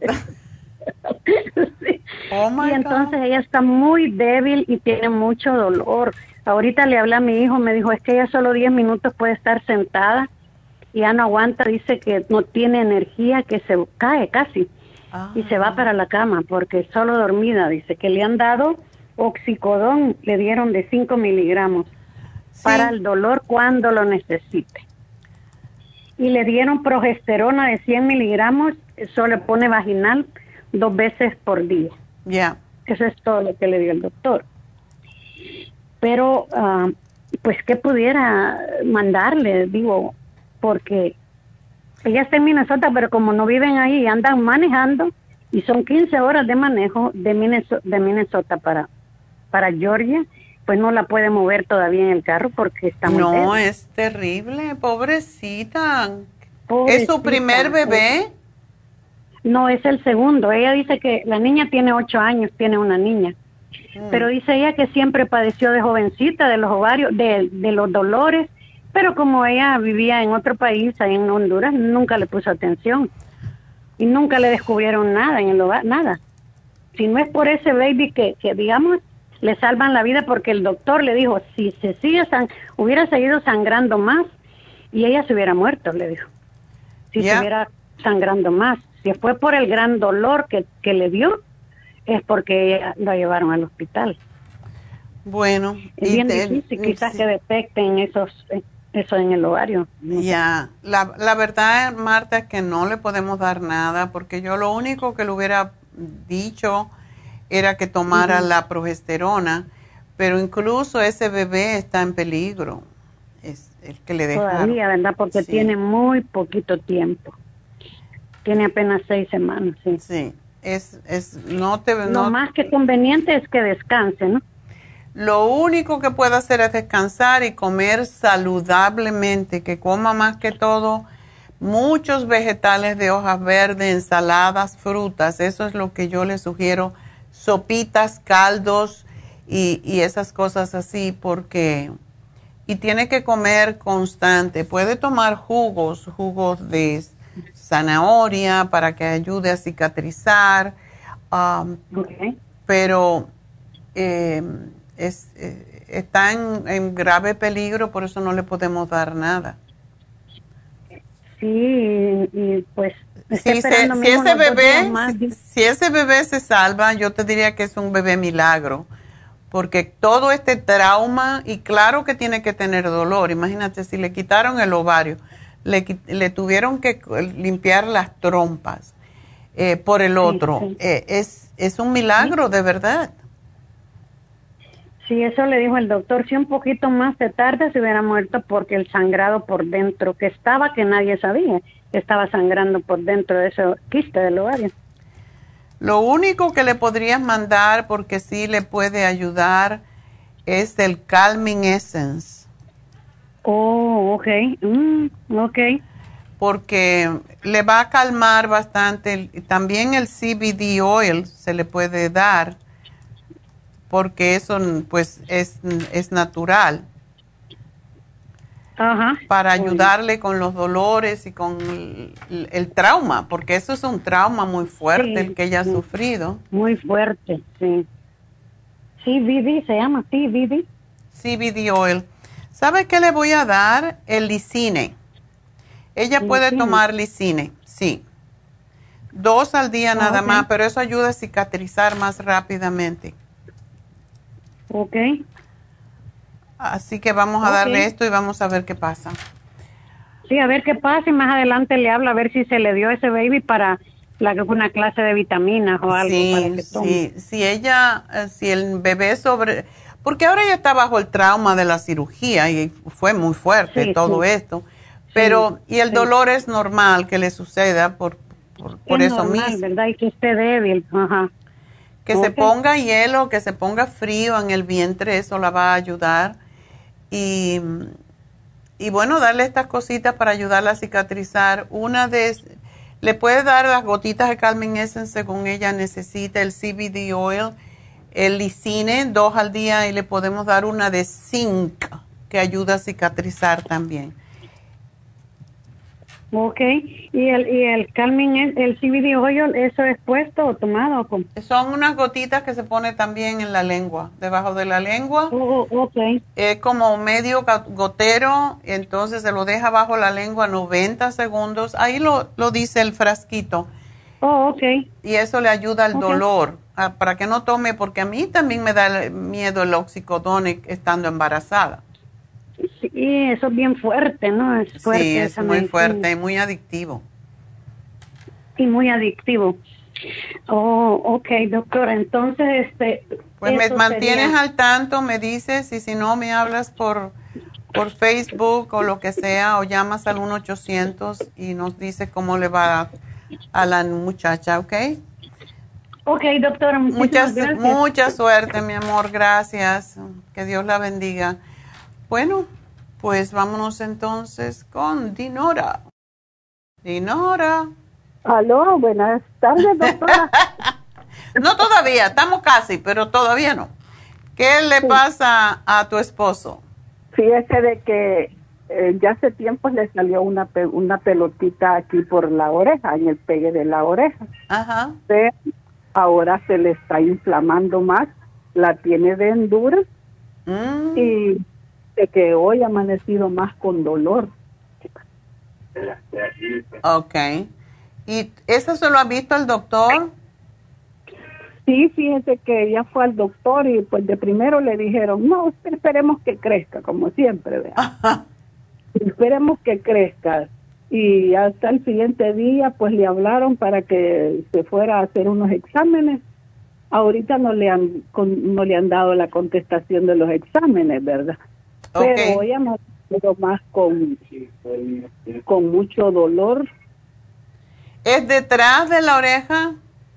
[SPEAKER 12] Sí. Oh my y entonces God. Ella está muy débil y tiene mucho dolor. Ahorita le hablé a mi hijo, me dijo, es que ella solo diez minutos puede estar sentada y ya no aguanta, dice que no tiene energía, que se cae casi ah. y se va para la cama porque solo dormida, dice que le han dado oxicodón, le dieron de cinco miligramos sí. para el dolor cuando lo necesite. Y le dieron progesterona de cien miligramos, eso le pone vaginal dos veces por día.
[SPEAKER 4] Ya. Yeah.
[SPEAKER 12] Eso es todo lo que le dio el doctor. Pero, uh, pues, ¿qué pudiera mandarle? Digo, porque ella está en Minnesota, pero como no viven ahí, andan manejando y son quince horas de manejo de Minnesota, de Minnesota para, para Georgia pues no la puede mover todavía en el carro porque está muy débil.
[SPEAKER 4] No, es terrible, pobrecita.
[SPEAKER 12] pobrecita.
[SPEAKER 4] ¿Es su primer bebé?
[SPEAKER 12] No, es el segundo. Ella dice que la niña tiene ocho años, tiene una niña. Mm. Pero dice ella que siempre padeció de jovencita, de los ovarios, de, de los dolores, pero como ella vivía en otro país, ahí en Honduras, nunca le puso atención. Y nunca le descubrieron nada en el hogar, nada. Si no es por ese baby que, que digamos, le salvan la vida, porque el doctor le dijo, si se sigue sang hubiera seguido sangrando más, y ella se hubiera muerto, le dijo. Si yeah. se hubiera sangrando más. Si fue por el gran dolor que, que le dio, es porque ella la llevaron al hospital.
[SPEAKER 4] Bueno.
[SPEAKER 12] Es bien te, difícil quizás sí. que detecten esos... eso en el ovario.
[SPEAKER 4] Ya, yeah. la, la verdad, Marta, es que no le podemos dar nada, porque yo lo único que le hubiera dicho era que tomara uh-huh. la progesterona, pero incluso ese bebé está en peligro, es el que le dejaron.
[SPEAKER 12] Todavía, ¿verdad? Porque sí. tiene muy poquito tiempo. Tiene apenas seis semanas, sí.
[SPEAKER 4] Sí, es, es, no te...
[SPEAKER 12] Lo
[SPEAKER 4] no,
[SPEAKER 12] más que conveniente es que descanse, ¿no?
[SPEAKER 4] Lo único que puede hacer es descansar y comer saludablemente, que coma más que todo muchos vegetales de hojas verdes, ensaladas, frutas. Eso es lo que yo le sugiero, sopitas, caldos y, y esas cosas así, porque... Y tiene que comer constante. Puede tomar jugos, jugos de zanahoria para que ayude a cicatrizar. Um,
[SPEAKER 12] okay.
[SPEAKER 4] Pero... Eh, Es, eh, está en, en grave peligro, por eso no le podemos dar nada.
[SPEAKER 12] Sí, y, y pues
[SPEAKER 4] si, se, si ese bebé si, si ese bebé se salva, yo te diría que es un bebé milagro, porque todo este trauma, y claro que tiene que tener dolor. Imagínate, si le quitaron el ovario, le, le tuvieron que limpiar las trompas eh, por el otro, sí, sí. Eh, es, es un milagro, sí. de verdad.
[SPEAKER 12] Sí, eso le dijo el doctor. Si un poquito más de tarde se hubiera muerto, porque el sangrado por dentro que estaba, que nadie sabía, que estaba sangrando por dentro de ese quiste del ovario.
[SPEAKER 4] Lo único que le podrías mandar, porque sí le puede ayudar, es el Calming Essence.
[SPEAKER 12] Oh, ok, mm, ok.
[SPEAKER 4] Porque le va a calmar bastante. También el C B D Oil se le puede dar, porque eso pues es, es natural.
[SPEAKER 12] Ajá.
[SPEAKER 4] Para ayudarle con los dolores y con el, el trauma, porque eso es un trauma muy fuerte, sí, el que ella ha
[SPEAKER 12] sí.
[SPEAKER 4] sufrido.
[SPEAKER 12] Muy fuerte, sí. C B D se llama, C B D.
[SPEAKER 4] C B D Oil. ¿Sabe qué le voy a dar? El Lisine. Ella ¿Lisine? Puede tomar Lisine, sí. Dos al día nada okay. más, pero eso ayuda a cicatrizar más rápidamente.
[SPEAKER 12] Ok.
[SPEAKER 4] Así que vamos a okay. darle esto y vamos a ver qué pasa.
[SPEAKER 12] Sí, a ver qué pasa y más adelante le hablo a ver si se le dio a ese baby para la, una clase de vitaminas o algo.
[SPEAKER 4] Sí,
[SPEAKER 12] para que tome.
[SPEAKER 4] Sí, si ella, si el bebé sobre... Porque ahora ella está bajo el trauma de la cirugía y fue muy fuerte sí, todo sí. esto. Pero, sí, y el sí. dolor es normal que le suceda por, por, por
[SPEAKER 12] es
[SPEAKER 4] eso
[SPEAKER 12] normal,
[SPEAKER 4] mismo.
[SPEAKER 12] ¿verdad? Y que esté débil, ajá.
[SPEAKER 4] Que okay. se ponga hielo, que se ponga frío en el vientre, eso la va a ayudar. Y, y bueno, darle estas cositas para ayudarla a cicatrizar. Una de, le puede dar las gotitas de Calming Essence según ella necesita, el C B D Oil, el Lisine, dos al día, y le podemos dar una de zinc que ayuda a cicatrizar también.
[SPEAKER 12] Ok, ¿y el, y el Calming, el C B D Oil, eso es puesto o tomado? ¿O cómo?
[SPEAKER 4] Son unas gotitas que se pone también en la lengua, debajo de la lengua.
[SPEAKER 12] Oh, ok.
[SPEAKER 4] Es como medio gotero, entonces se lo deja bajo la lengua noventa segundos. Ahí lo, lo dice el frasquito.
[SPEAKER 12] Oh, ok.
[SPEAKER 4] Y eso le ayuda al okay. dolor, a, para que no tome, porque a mí también me da miedo el oxicodone estando embarazada.
[SPEAKER 12] Sí, eso es bien fuerte, ¿no? Es fuerte.
[SPEAKER 4] Sí, es muy medicina. Fuerte y muy adictivo.
[SPEAKER 12] Y muy adictivo. Oh, ok, doctora. Entonces, este...
[SPEAKER 4] Pues me mantienes sería... al tanto, me dices, y si no, me hablas por, por Facebook o lo que sea, o llamas al uno ochocientos y nos dices cómo le va a, a la muchacha, ¿ok?
[SPEAKER 12] Ok, doctora, muchas gracias.
[SPEAKER 4] Mucha suerte, mi amor, gracias. Que Dios la bendiga. Bueno, pues vámonos entonces con Dinora. Dinora.
[SPEAKER 13] Aló, buenas tardes, doctora.
[SPEAKER 4] No todavía, estamos casi, pero todavía no. ¿Qué le sí. pasa a tu esposo?
[SPEAKER 13] Fíjese de que eh, ya hace tiempo le salió una, pe una pelotita aquí por la oreja, en el pegue de la oreja.
[SPEAKER 4] Ajá.
[SPEAKER 13] Pero ahora se le está inflamando más, la tiene de endura mm. y de que hoy ha amanecido más con dolor.
[SPEAKER 4] Ok. ¿Y eso se lo ha visto el doctor?
[SPEAKER 13] Sí, fíjese que ella fue al doctor y pues de primero le dijeron, no, esperemos que crezca, como siempre, ¿verdad? Esperemos que crezca. Y hasta el siguiente día pues le hablaron para que se fuera a hacer unos exámenes. Ahorita no le han con, no le han dado la contestación de los exámenes, ¿verdad? Okay. Pero hoy hemos ido más con, con mucho dolor.
[SPEAKER 4] ¿Es detrás de la oreja?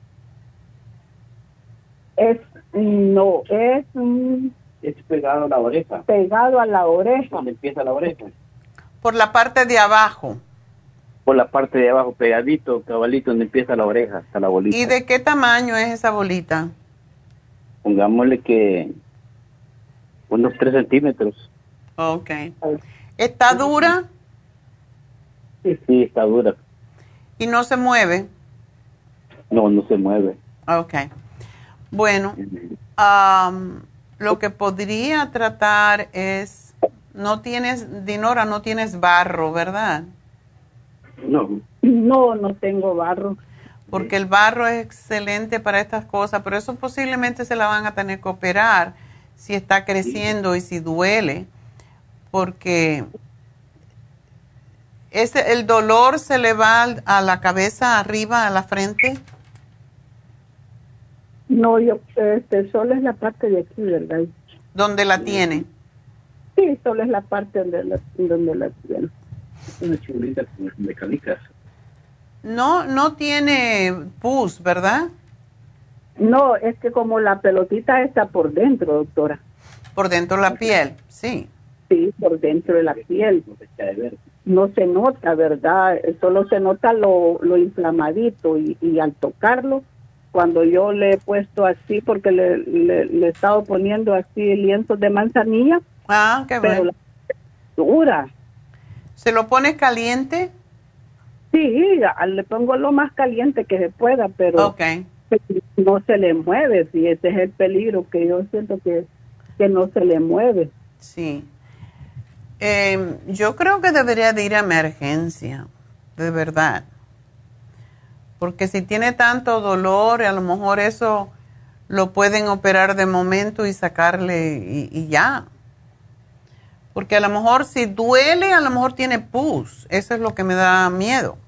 [SPEAKER 13] Es, no, es... Um,
[SPEAKER 14] es pegado a la oreja.
[SPEAKER 13] Pegado a la oreja.
[SPEAKER 14] ¿Dónde empieza la oreja?
[SPEAKER 4] Por la parte de abajo.
[SPEAKER 14] Por la parte de abajo, pegadito, cabalito, donde empieza la oreja, hasta la bolita.
[SPEAKER 4] ¿Y de qué tamaño es esa bolita?
[SPEAKER 14] Pongámosle que unos tres centímetros.
[SPEAKER 4] Ok. ¿Está dura?
[SPEAKER 14] Sí, sí, está dura.
[SPEAKER 4] ¿Y no se mueve?
[SPEAKER 14] No, no se mueve.
[SPEAKER 4] Ok. Bueno, um, lo que podría tratar es, no tienes, Dinora, no tienes barro, ¿verdad?
[SPEAKER 14] No.
[SPEAKER 13] No, no tengo barro.
[SPEAKER 4] Porque el barro es excelente para estas cosas, pero eso posiblemente se la van a tener que operar si está creciendo y si duele, porque ese, el dolor se le va a la cabeza, arriba, a la frente.
[SPEAKER 13] No, yo, este, solo es la parte de aquí, ¿verdad?
[SPEAKER 4] ¿Dónde la tiene?
[SPEAKER 13] Sí, solo es la parte donde la, donde la tiene.
[SPEAKER 14] Una chulita de canicas.
[SPEAKER 4] No, no tiene pus, ¿verdad?
[SPEAKER 13] No, es que como la pelotita está por dentro, doctora.
[SPEAKER 4] Por dentro de la piel, sí.
[SPEAKER 13] Sí, por dentro de la piel. No se nota, ¿verdad? Solo se nota lo, lo inflamadito y, y al tocarlo, cuando yo le he puesto así, porque le, le, le he estado poniendo así lienzos de manzanilla.
[SPEAKER 4] Ah, qué bueno.
[SPEAKER 13] Pero la dura.
[SPEAKER 4] ¿Se lo pones caliente?
[SPEAKER 13] Sí, le pongo lo más caliente que se pueda, pero
[SPEAKER 4] okay.
[SPEAKER 13] no se le mueve, sí, ese es el peligro que yo siento que, que no se le mueve.
[SPEAKER 4] Sí. Eh, yo creo que debería de ir a emergencia, de verdad. Porque si tiene tanto dolor, a lo mejor eso lo pueden operar de momento y sacarle y, y ya. Porque a lo mejor si duele, a lo mejor tiene pus. Eso es lo que me da miedo.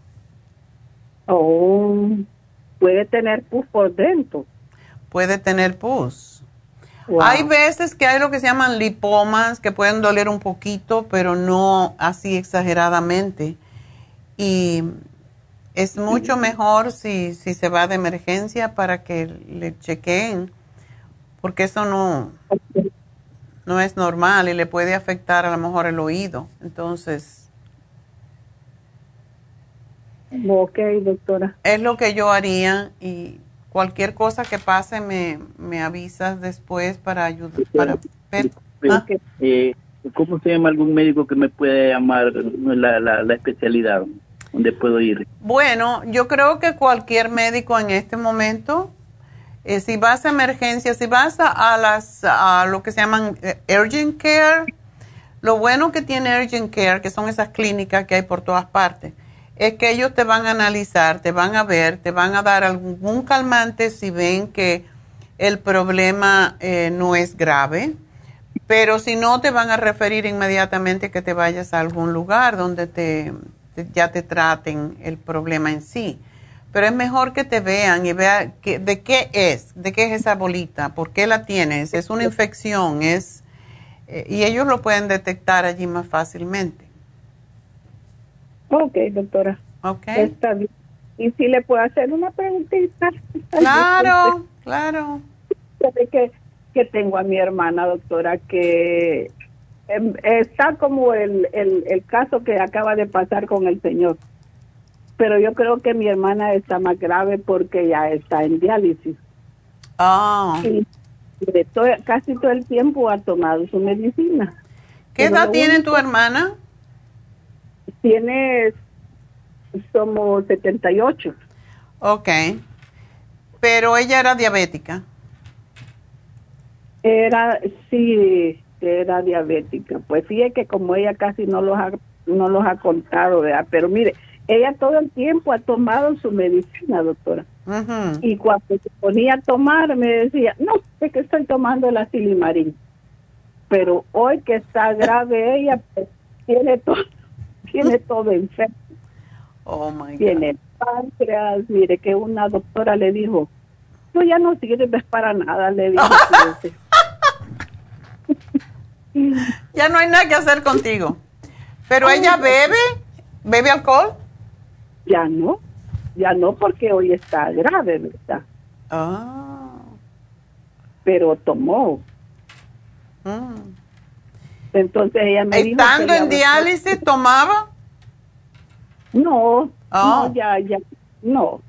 [SPEAKER 13] Oh, puede tener pus por dentro.
[SPEAKER 4] Puede tener pus. Wow. Hay veces que hay lo que se llaman lipomas que pueden doler un poquito, pero no así exageradamente. Y es mucho mejor si, si se va de emergencia para que le chequeen, porque eso no, no es normal y le puede afectar a lo mejor el oído. Entonces,
[SPEAKER 13] ok, doctora.
[SPEAKER 4] Es lo que yo haría y cualquier cosa que pase me, me avisas después para ayudar. Para ver.
[SPEAKER 14] ¿Ah? Eh, ¿Cómo se llama algún médico que me pueda llamar la, la, la especialidad? ¿Dónde puedo ir?
[SPEAKER 4] Bueno, yo creo que cualquier médico en este momento, eh, si vas a emergencia, si vas a, a las a lo que se llaman eh, urgent care, lo bueno que tiene urgent care, que son esas clínicas que hay por todas partes, es que ellos te van a analizar, te van a ver, te van a dar algún calmante si ven que el problema eh, no es grave, pero si no, te van a referir inmediatamente que te vayas a algún lugar donde te ya te traten el problema en sí. Pero es mejor que te vean y vean que, de qué es, de qué es esa bolita, por qué la tienes, es una infección, es eh, y ellos lo pueden detectar allí más fácilmente.
[SPEAKER 13] Ok, doctora.
[SPEAKER 4] Ok.
[SPEAKER 13] Está bien. ¿Y si le puedo hacer una preguntita?
[SPEAKER 4] Claro, claro.
[SPEAKER 13] Que, que que tengo a mi hermana, doctora, que eh, está como el, el, el caso que acaba de pasar con el señor. Pero yo creo que mi hermana está más grave porque ya está en diálisis.
[SPEAKER 4] Ah.
[SPEAKER 13] Y de todo, casi todo el tiempo ha tomado su medicina.
[SPEAKER 4] ¿Qué
[SPEAKER 13] Pero
[SPEAKER 4] edad tiene
[SPEAKER 13] único,
[SPEAKER 4] tu hermana?
[SPEAKER 13] Tiene, somos setenta y ocho.
[SPEAKER 4] Ok. Pero ella era diabética.
[SPEAKER 13] Era, sí, era diabética. Pues fíjate que como ella casi no los ha, no los ha contado, ¿verdad? Pero mire, ella todo el tiempo ha tomado su medicina, doctora.
[SPEAKER 4] Uh-huh.
[SPEAKER 13] Y cuando se ponía a tomar, me decía, no, es que estoy tomando la Silimarín. Pero hoy que está grave ella, pues, tiene todo, tiene todo enfermo.
[SPEAKER 4] Oh, my God.
[SPEAKER 13] Tiene páncreas, mire que una doctora le dijo, tú ya no sirves para nada, le dijo.
[SPEAKER 4] Ya no hay nada que hacer contigo. ¿Pero
[SPEAKER 13] Ay,
[SPEAKER 4] ella bebe? ¿Bebe alcohol?
[SPEAKER 13] Ya no, ya no porque hoy está grave, ¿verdad?
[SPEAKER 4] Ah.
[SPEAKER 13] Pero tomó.
[SPEAKER 4] Mm.
[SPEAKER 13] Entonces ella me dijo...
[SPEAKER 4] ¿Estando en
[SPEAKER 13] que
[SPEAKER 4] diálisis tomaba?
[SPEAKER 13] No,
[SPEAKER 4] Oh.
[SPEAKER 13] no, ya, ya, no.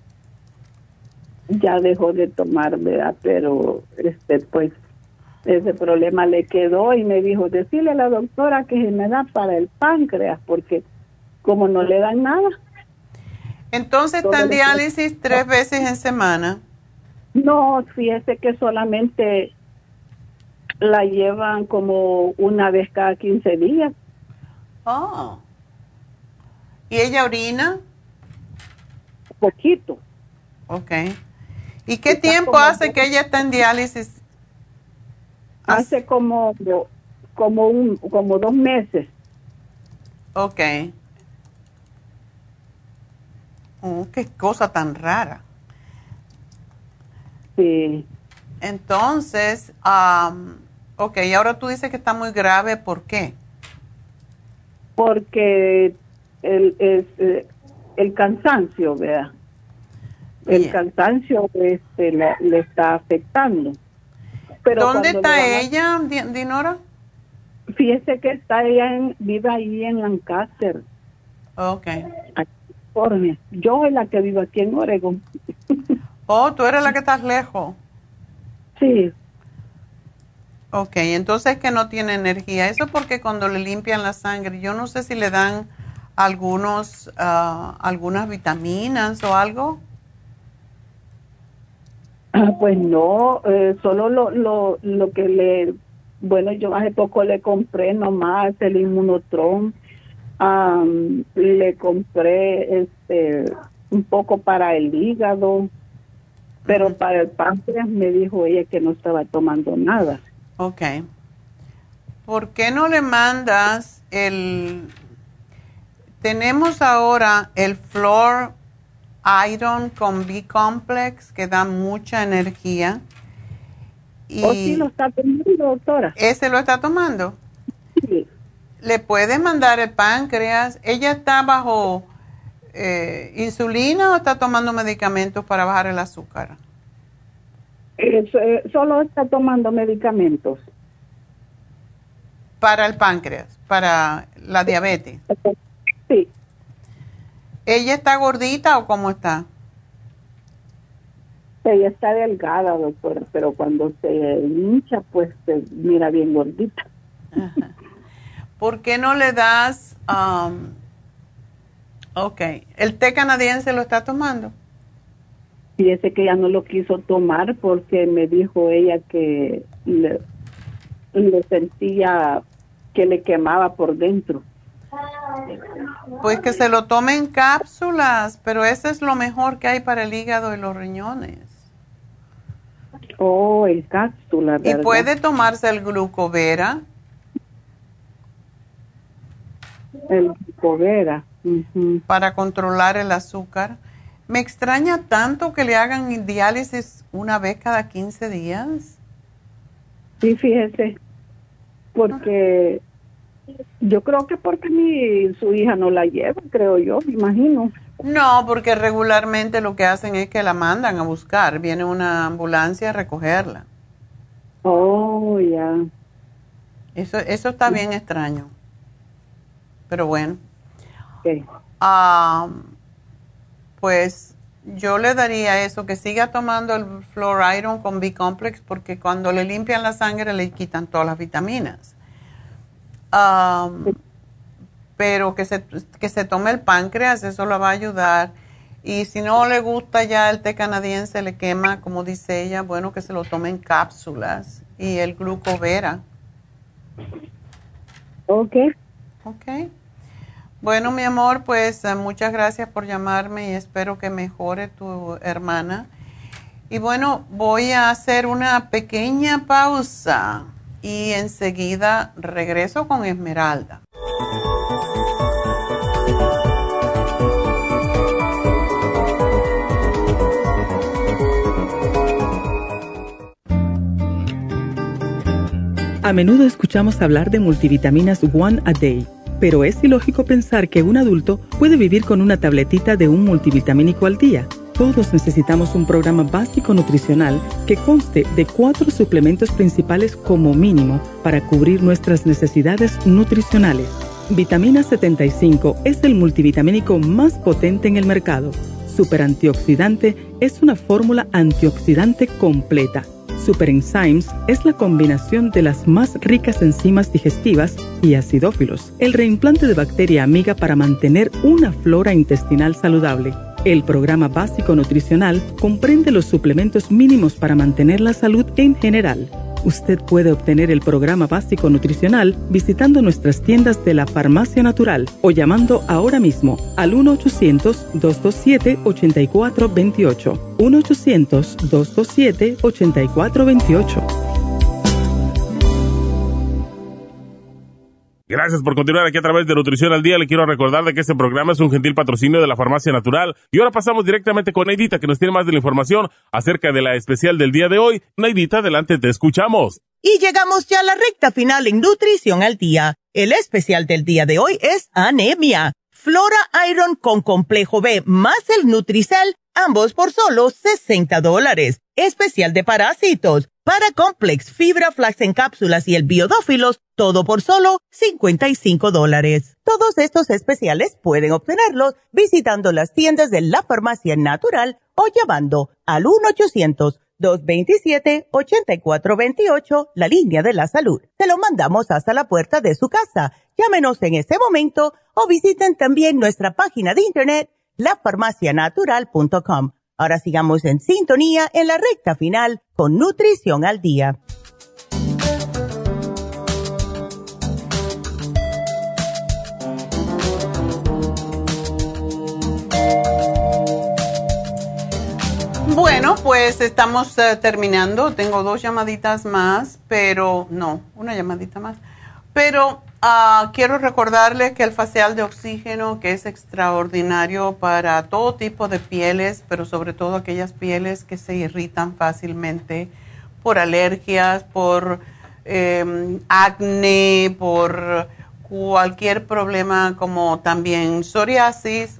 [SPEAKER 13] Ya dejó de tomar, ¿verdad? Pero, este, pues, ese problema le quedó y me dijo, decirle a la doctora que se me da para el páncreas, porque como no le dan nada.
[SPEAKER 4] Entonces está en diálisis tres veces en semana.
[SPEAKER 13] No, fíjese que solamente la llevan como una vez cada quince días.
[SPEAKER 4] Oh. ¿Y ella orina?
[SPEAKER 13] Poquito.
[SPEAKER 4] Ok. ¿Y qué está tiempo hace que ella está en diálisis?
[SPEAKER 13] Hace como, como, un, como dos meses.
[SPEAKER 4] Ok. Oh, qué cosa tan rara.
[SPEAKER 13] Sí.
[SPEAKER 4] Entonces, um, ok, y ahora tú dices que está muy grave, ¿por qué?
[SPEAKER 13] Porque el, es, eh, el cansancio, ¿verdad? El yeah. cansancio este, le, le está afectando. Pero
[SPEAKER 4] ¿dónde está
[SPEAKER 13] a...
[SPEAKER 4] ella, Dinora?
[SPEAKER 13] Fíjese que está ella en, vive ahí en Lancaster.
[SPEAKER 4] Ok.
[SPEAKER 13] California. Yo soy la que vivo aquí en Oregon.
[SPEAKER 4] Oh, tú eres la que estás lejos.
[SPEAKER 13] Sí.
[SPEAKER 4] Ok, entonces es que no tiene energía. Eso porque cuando le limpian la sangre, yo no sé si le dan algunos, uh, algunas vitaminas o algo.
[SPEAKER 13] Ah, pues no, eh, solo lo, lo, lo que le, bueno, yo hace poco le compré nomás el Inmunotron, um, le compré este un poco para el hígado, pero uh-huh. para el páncreas me dijo ella que no estaba tomando nada.
[SPEAKER 4] Ok. ¿Por qué no le mandas el... Tenemos ahora el Flor Iron con B-Complex que da mucha energía. Y
[SPEAKER 13] ¿O sí lo está tomando, doctora?
[SPEAKER 4] ¿Ese lo está tomando?
[SPEAKER 13] Sí.
[SPEAKER 4] Le puedes mandar el páncreas. ¿Ella está bajo eh, insulina o está tomando medicamentos para bajar el azúcar?
[SPEAKER 13] Eh, solo está tomando medicamentos.
[SPEAKER 4] Para el páncreas, para la diabetes.
[SPEAKER 13] Sí.
[SPEAKER 4] ¿Ella está gordita o cómo está?
[SPEAKER 13] Ella está delgada, doctora, pero cuando se hincha, pues se mira bien gordita.
[SPEAKER 4] Ajá. ¿Por qué no le das, um, ok, el té canadiense lo está tomando?
[SPEAKER 13] Fíjese que ya no lo quiso tomar porque me dijo ella que le, le sentía que le quemaba por dentro.
[SPEAKER 4] Pues que se lo tome en cápsulas, pero eso es lo mejor que hay para el hígado y los riñones.
[SPEAKER 13] Oh, en cápsulas, ¿verdad?
[SPEAKER 4] Y puede tomarse el glucovera.
[SPEAKER 13] El glucovera. Uh-huh.
[SPEAKER 4] Para controlar el azúcar. Me extraña tanto que le hagan diálisis una vez cada quince días.
[SPEAKER 13] Sí, fíjese, porque yo creo que porque mi, su hija no la lleva, creo yo, me imagino.
[SPEAKER 4] No, porque regularmente lo que hacen es que la mandan a buscar, viene una ambulancia a recogerla.
[SPEAKER 13] Oh, ya. Yeah.
[SPEAKER 4] Eso, eso está bien extraño. Pero bueno.
[SPEAKER 13] Okay.
[SPEAKER 4] Um, pues yo le daría eso, que siga tomando el Flor Iron con B-Complex, porque cuando le limpian la sangre le quitan todas las vitaminas. Um, pero que se, que se tome el páncreas, eso le va a ayudar. Y si no le gusta ya el té canadiense, le quema, como dice ella, bueno, que se lo tome en cápsulas. Y el glucovera.
[SPEAKER 13] Ok.
[SPEAKER 4] Ok. Bueno, mi amor, pues uh, muchas gracias por llamarme y espero que mejore tu hermana. Y bueno, voy a hacer una pequeña pausa y enseguida regreso con Esmeralda.
[SPEAKER 3] A menudo escuchamos hablar de multivitaminas One a Day, pero es ilógico pensar que un adulto puede vivir con una tabletita de un multivitamínico al día. Todos necesitamos un programa básico nutricional que conste de cuatro suplementos principales como mínimo para cubrir nuestras necesidades nutricionales. Vitamina setenta y cinco es el multivitamínico más potente en el mercado. Super Antioxidante es una fórmula antioxidante completa. Super Enzymes es la combinación de las más ricas enzimas digestivas y acidófilos, el reimplante de bacteria amiga para mantener una flora intestinal saludable. El programa básico nutricional comprende los suplementos mínimos para mantener la salud en general. Usted puede obtener el programa básico nutricional visitando nuestras tiendas de la Farmacia Natural o llamando ahora mismo al uno ochocientos, dos dos siete, ocho cuatro dos ocho. uno ochocientos, dos dos siete, ocho cuatro dos ocho.
[SPEAKER 6] Gracias por continuar aquí a través de Nutrición al Día. Le quiero recordar de que este programa es un gentil patrocinio de la Farmacia Natural. Y ahora pasamos directamente con Neidita, que nos tiene más de la información acerca de la especial del día de hoy. Neidita, adelante, te escuchamos.
[SPEAKER 5] Y llegamos ya a la recta final en Nutrición al Día. El especial del día de hoy es anemia. Flora Iron con complejo B más el Nutricel, ambos por solo sesenta dólares. Especial de parásitos. Paracomplex, Fibra Flax en cápsulas y el Biodófilos, todo por solo cincuenta y cinco dólares. Todos estos especiales pueden obtenerlos visitando las tiendas de la Farmacia Natural o llamando al uno ochocientos, dos dos siete, ocho cuatro dos ocho, la línea de la salud. Se lo mandamos hasta la puerta de su casa. Llámenos en este momento o visiten también nuestra página de internet, la farmacia natural punto com. Ahora sigamos en sintonía en la recta final con Nutrición al Día.
[SPEAKER 4] Bueno, pues estamos uh, terminando. Tengo dos llamaditas más, pero no, una llamadita más. Pero uh, quiero recordarles que el facial de oxígeno, que es extraordinario para todo tipo de pieles, pero sobre todo aquellas pieles que se irritan fácilmente por alergias, por eh, acné, por cualquier problema como también psoriasis,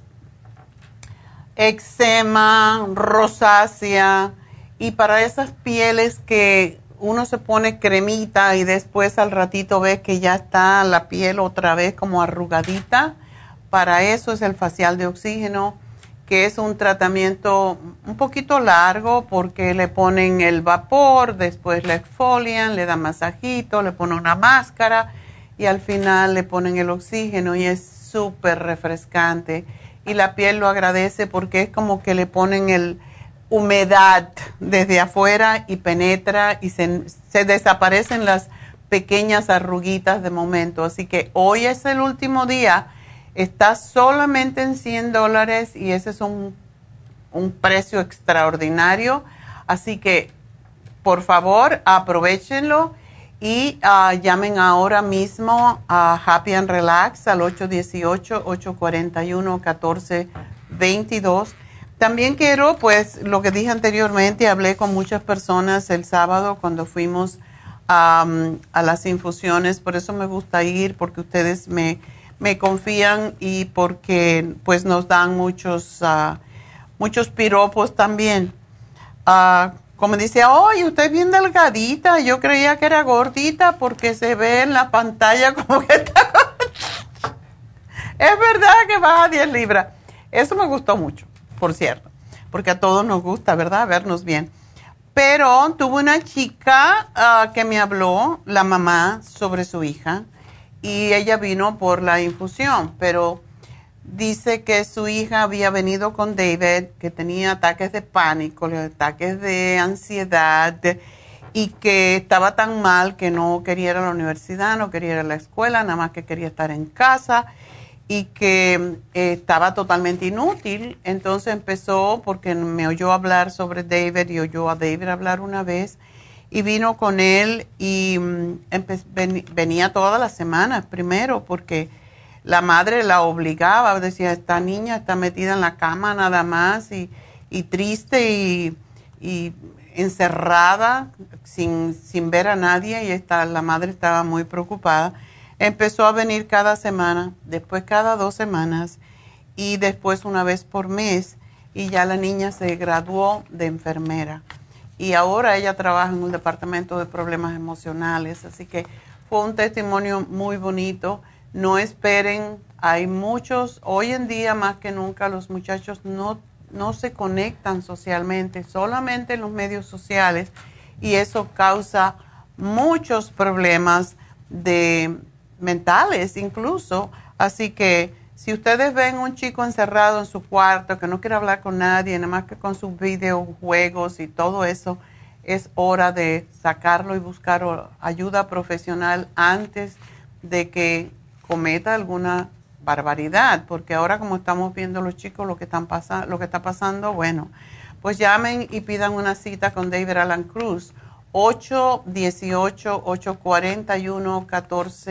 [SPEAKER 4] eczema, rosácea, y para esas pieles que uno se pone cremita y después al ratito ves que ya está la piel otra vez como arrugadita, para eso es el facial de oxígeno, que es un tratamiento un poquito largo porque le ponen el vapor, después le exfolian, le dan masajito, le ponen una máscara y al final le ponen el oxígeno y es súper refrescante. Y la piel lo agradece porque es como que le ponen el humedad desde afuera y penetra y se, se desaparecen las pequeñas arruguitas de momento. Así que hoy es el último día, está solamente en cien dólares y ese es un, un precio extraordinario. Así que por favor aprovechenlo y uh, llamen ahora mismo a Happy and Relax al ocho uno ocho, ocho cuatro uno, uno cuatro dos dos. También quiero, pues, lo que dije anteriormente, hablé con muchas personas el sábado cuando fuimos um, a las infusiones, por eso me gusta ir, porque ustedes me, me confían y porque, pues, nos dan muchos, uh, muchos piropos también. Uh, como dice, oye, usted es bien delgadita, yo creía que era gordita porque se ve en la pantalla como que está... Es verdad que baja diez libras. Eso me gustó mucho, por cierto, porque a todos nos gusta, ¿verdad? Vernos bien. Pero tuve una chica uh, que me habló, la mamá, sobre su hija, y ella vino por la infusión, pero dice que su hija había venido con David, que tenía ataques de pánico, ataques de ansiedad, y que estaba tan mal que no quería ir a la universidad, no quería ir a la escuela, nada más que quería estar en casa, y que eh, estaba totalmente inútil. Entonces empezó, porque me oyó hablar sobre David y oyó a David hablar una vez, y vino con él y um, ven, venía todas las semanas primero, porque la madre la obligaba, decía, esta niña está metida en la cama nada más y, y triste y, y encerrada sin, sin ver a nadie, y esta, la madre estaba muy preocupada. Empezó a venir cada semana, después cada dos semanas y después una vez por mes, y ya la niña se graduó de enfermera. Y ahora ella trabaja en un departamento de problemas emocionales, así que fue un testimonio muy bonito. No esperen, hay muchos, hoy en día más que nunca los muchachos no, no se conectan socialmente, solamente en los medios sociales, y eso causa muchos problemas de mentales incluso. Así que si ustedes ven un chico encerrado en su cuarto que no quiere hablar con nadie, nada más que con sus videojuegos y todo eso, es hora de sacarlo y buscar ayuda profesional antes de que cometa alguna barbaridad, porque ahora como estamos viendo los chicos lo que están pasando, lo que está pasando, bueno, pues llamen y pidan una cita con David Alan Cruz, ocho uno ocho, ocho cuatro uno, uno cuatro dos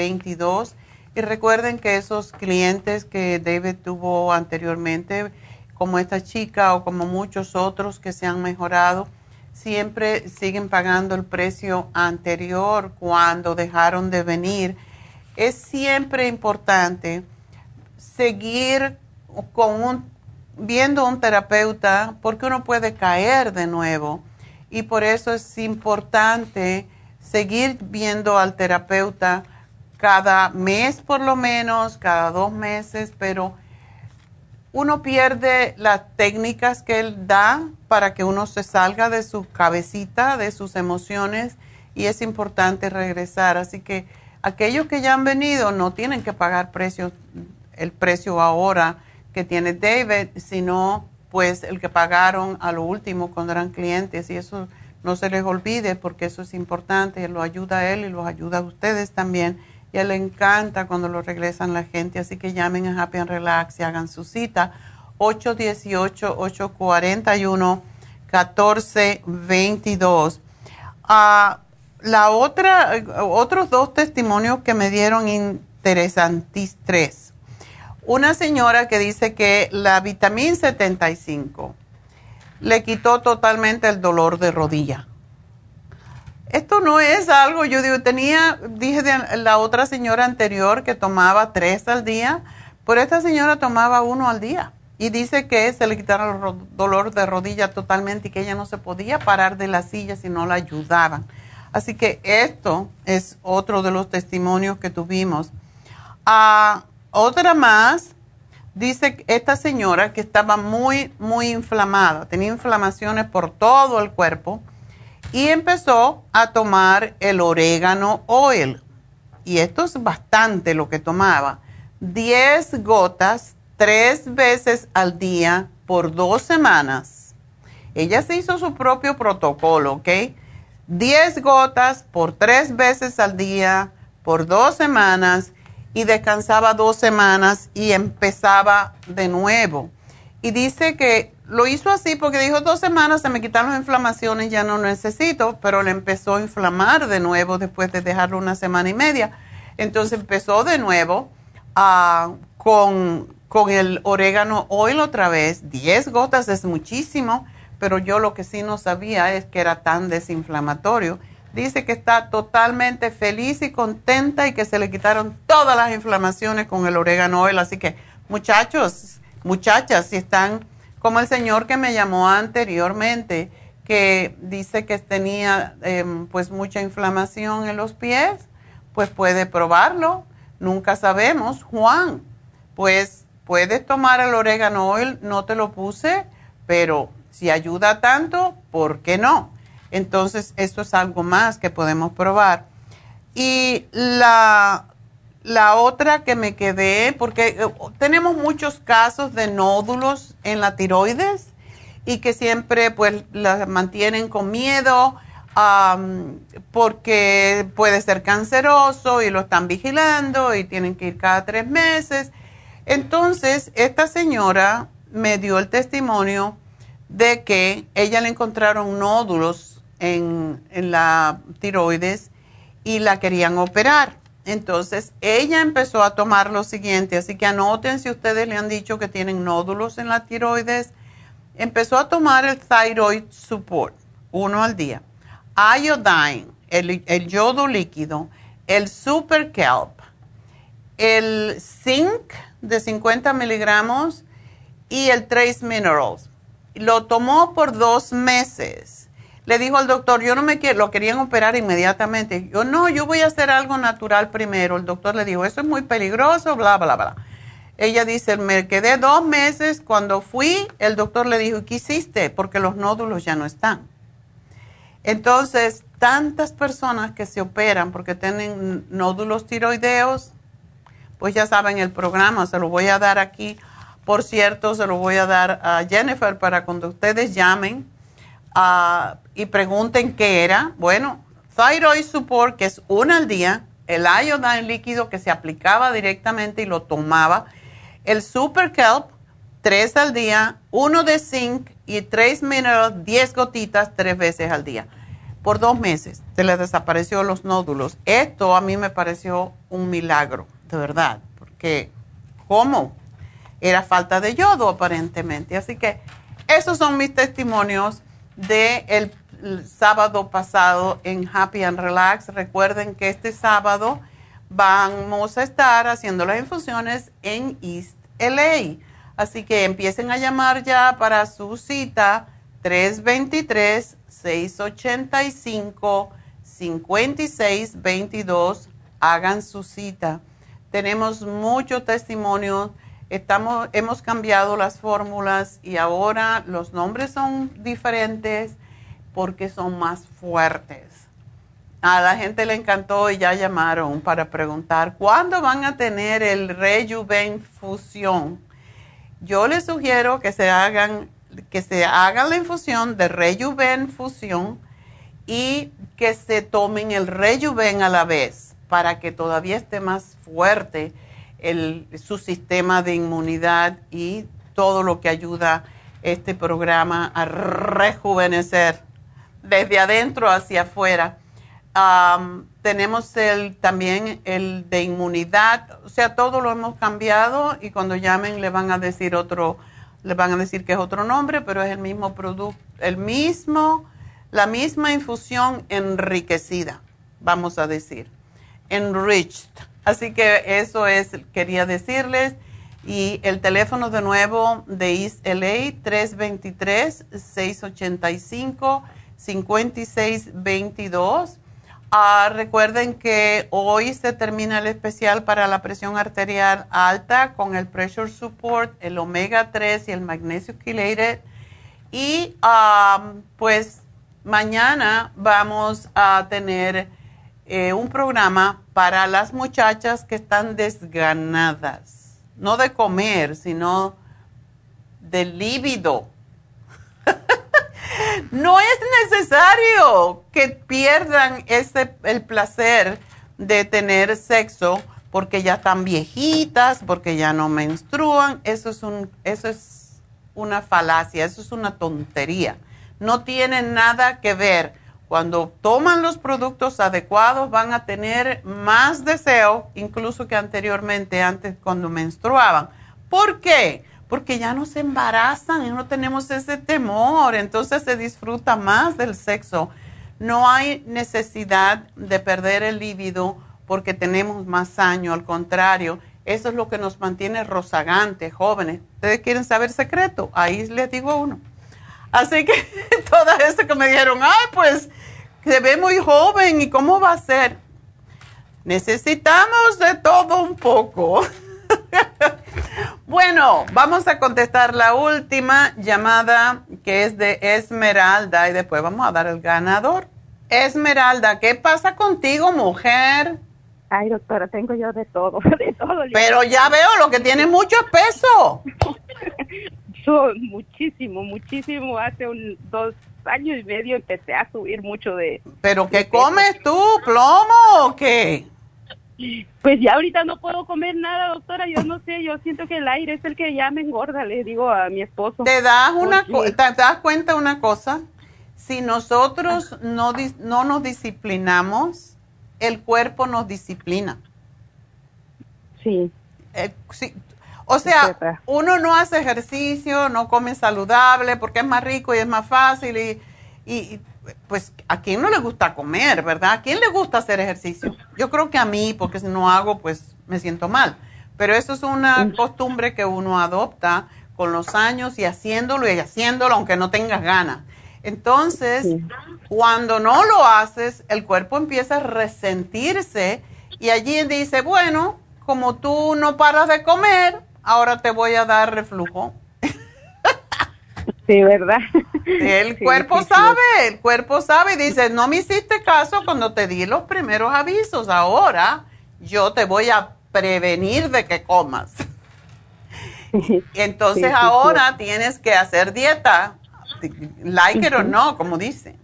[SPEAKER 4] dos. Y recuerden que esos clientes que David tuvo anteriormente, como esta chica o como muchos otros que se han mejorado, siempre siguen pagando el precio anterior cuando dejaron de venir. Es siempre importante seguir con un, viendo un terapeuta, porque uno puede caer de nuevo. Y por eso es importante seguir viendo al terapeuta cada mes por lo menos, cada dos meses, pero uno pierde las técnicas que él da para que uno se salga de su cabecita, de sus emociones, y es importante regresar. Así que aquellos que ya han venido no tienen que pagar precios, el precio ahora que tiene David, sino pues el que pagaron a lo último cuando eran clientes, y eso no se les olvide, porque eso es importante, lo ayuda a él y los ayuda a ustedes también, y a él le encanta cuando lo regresan la gente. Así que llamen a Happy and Relax y hagan su cita, ocho uno ocho, ocho cuatro uno, uno cuatro dos dos. Uh, la otra, otros dos testimonios que me dieron interesantísimos. Una señora que dice que la vitamina setenta y cinco le quitó totalmente el dolor de rodilla. Esto no es algo, yo digo, tenía, dije de la otra señora anterior que tomaba tres al día, pero esta señora tomaba uno al día. Y dice que se le quitaron el dolor de rodilla totalmente y que ella no se podía parar de la silla si no la ayudaban. Así que esto es otro de los testimonios que tuvimos. Ah... Otra más, dice esta señora que estaba muy, muy inflamada, tenía inflamaciones por todo el cuerpo, y empezó a tomar el orégano oil. Y esto es bastante lo que tomaba. diez gotas, tres veces al día por dos semanas. Ella se hizo su propio protocolo, ¿ok? diez gotas por tres veces al día por dos semanas. Y descansaba dos semanas y empezaba de nuevo. Y dice que lo hizo así porque dijo, dos semanas se me quitaron las inflamaciones, ya no necesito, pero le empezó a inflamar de nuevo después de dejarlo una semana y media. Entonces empezó de nuevo uh, con, con el orégano oil otra vez. diez gotas es muchísimo, pero yo lo que sí no sabía es que era tan desinflamatorio. Dice que está totalmente feliz y contenta y que se le quitaron todas las inflamaciones con el orégano oil. Así que, muchachos, muchachas, si están como el señor que me llamó anteriormente, que dice que tenía eh, pues mucha inflamación en los pies, pues puede probarlo. Nunca sabemos. Juan, pues puedes tomar el orégano oil, no te lo puse, pero si ayuda tanto, ¿por qué no? Entonces, esto es algo más que podemos probar. Y la, la otra que me quedé, porque tenemos muchos casos de nódulos en la tiroides y que siempre pues la mantienen con miedo um, porque puede ser canceroso y lo están vigilando y tienen que ir cada tres meses. Entonces, esta señora me dio el testimonio de que ella le encontraron nódulos en, en la tiroides y la querían operar. Entonces, ella empezó a tomar lo siguiente, así que anoten si ustedes le han dicho que tienen nódulos en la tiroides. Empezó a tomar el Thyroid Support, uno al día. Iodine, el, el yodo líquido, el Super Kelp, el Zinc de cincuenta miligramos y el Trace Minerals. Lo tomó por dos meses. Le dijo al doctor, yo no me quiero, lo querían operar inmediatamente. Yo, no, yo voy a hacer algo natural primero. El doctor le dijo, eso es muy peligroso, bla, bla, bla. Ella dice, me quedé dos meses. Cuando fui, el doctor le dijo, ¿qué hiciste? Porque los nódulos ya no están. Entonces, tantas personas que se operan porque tienen nódulos tiroideos, pues ya saben el programa, se lo voy a dar aquí. Por cierto, se lo voy a dar a Jennifer para cuando ustedes llamen uh, y pregunten qué era. Bueno, Thyroid Support, que es una al día, el iodine líquido que se aplicaba directamente y lo tomaba, el Super Kelp, tres al día, uno de zinc y tres minerals, diez gotitas, tres veces al día. Por dos meses se les desapareció los nódulos. Esto a mí me pareció un milagro, de verdad, porque ¿cómo? Era falta de yodo aparentemente. Así que esos son mis testimonios del sábado pasado en Happy and Relax. Recuerden que este sábado vamos a estar haciendo las infusiones en East L A. Así que empiecen a llamar ya para su cita tres dos tres, seis ocho cinco, cinco seis dos dos. Hagan su cita. Tenemos muchos testimonios. Estamos, hemos cambiado las fórmulas y ahora los nombres son diferentes porque son más fuertes. A la gente le encantó y ya llamaron para preguntar cuándo van a tener el Rejuven Fusión. Yo les sugiero que se hagan, que se hagan la infusión de Rejuven Fusión y que se tomen el Rejuven a la vez para que todavía esté más fuerte El, su sistema de inmunidad y todo lo que ayuda este programa a rejuvenecer desde adentro hacia afuera. Um, tenemos el, también el de inmunidad, o sea, todo lo hemos cambiado y cuando llamen le van a decir otro, le van a decir que es otro nombre, pero es el mismo producto, el mismo, la misma infusión enriquecida, vamos a decir, enriched. Así que eso es, quería decirles. Y el teléfono de nuevo de East L A, tres dos tres, seis ocho cinco, cinco seis dos dos. Uh, recuerden que hoy se termina el especial para la presión arterial alta con el Pressure Support, el omega tres y el Magnesium Chelated. Y um, pues mañana vamos a tener Eh, un programa para las muchachas que están desganadas, no de comer, sino de líbido. No es necesario que pierdan ese, el placer de tener sexo porque ya están viejitas, porque ya no menstruan. Eso es, un, eso es una falacia, eso es una tontería. No tiene nada que ver. Cuando toman los productos adecuados van a tener más deseo, incluso que anteriormente, antes cuando menstruaban. ¿Por qué? Porque ya no se embarazan y no tenemos ese temor, entonces se disfruta más del sexo. No hay necesidad de perder el líbido porque tenemos más años, al contrario, eso es lo que nos mantiene rozagantes, jóvenes. ¿Ustedes quieren saber secreto? Ahí les digo uno. Así que todas esas que me dijeron, ay, pues se ve muy joven y cómo va a ser. Necesitamos de todo un poco. Bueno, vamos a contestar la última llamada, que es de Esmeralda, y después vamos a dar el ganador. Esmeralda, ¿qué pasa contigo, mujer?
[SPEAKER 15] Ay, doctora, tengo yo de todo, de todo.
[SPEAKER 4] Pero ya veo, lo que tiene mucho es peso.
[SPEAKER 15] So, muchísimo, muchísimo. Hace un dos años y medio empecé a subir mucho de...
[SPEAKER 4] ¿Pero qué comes tú, plomo o qué?
[SPEAKER 15] Pues ya ahorita no puedo comer nada, doctora. Yo no sé, yo siento que el aire es el que ya me engorda, le digo a mi esposo.
[SPEAKER 4] ¿Te das, una, te das cuenta una cosa? Si nosotros no, no nos disciplinamos, el cuerpo nos disciplina.
[SPEAKER 15] Sí.
[SPEAKER 4] Eh, sí. O sea, uno no hace ejercicio, no come saludable porque es más rico y es más fácil y, y pues a quién no le gusta comer, ¿verdad? ¿A quién le gusta hacer ejercicio? Yo creo que a mí, porque si no hago, pues me siento mal. Pero eso es una costumbre que uno adopta con los años y haciéndolo y haciéndolo aunque no tengas ganas. Entonces, sí. Cuando no lo haces, el cuerpo empieza a resentirse y allí dice, bueno, como tú no paras de comer, ahora te voy a dar reflujo.
[SPEAKER 15] Sí, ¿verdad?
[SPEAKER 4] El
[SPEAKER 15] sí,
[SPEAKER 4] cuerpo
[SPEAKER 15] sí,
[SPEAKER 4] sabe,
[SPEAKER 15] sí.
[SPEAKER 4] el cuerpo sabe y dice, no me hiciste caso cuando te di los primeros avisos, ahora yo te voy a prevenir de que comas. Entonces sí, sí, ahora sí. Tienes que hacer dieta, like it or no, como dice.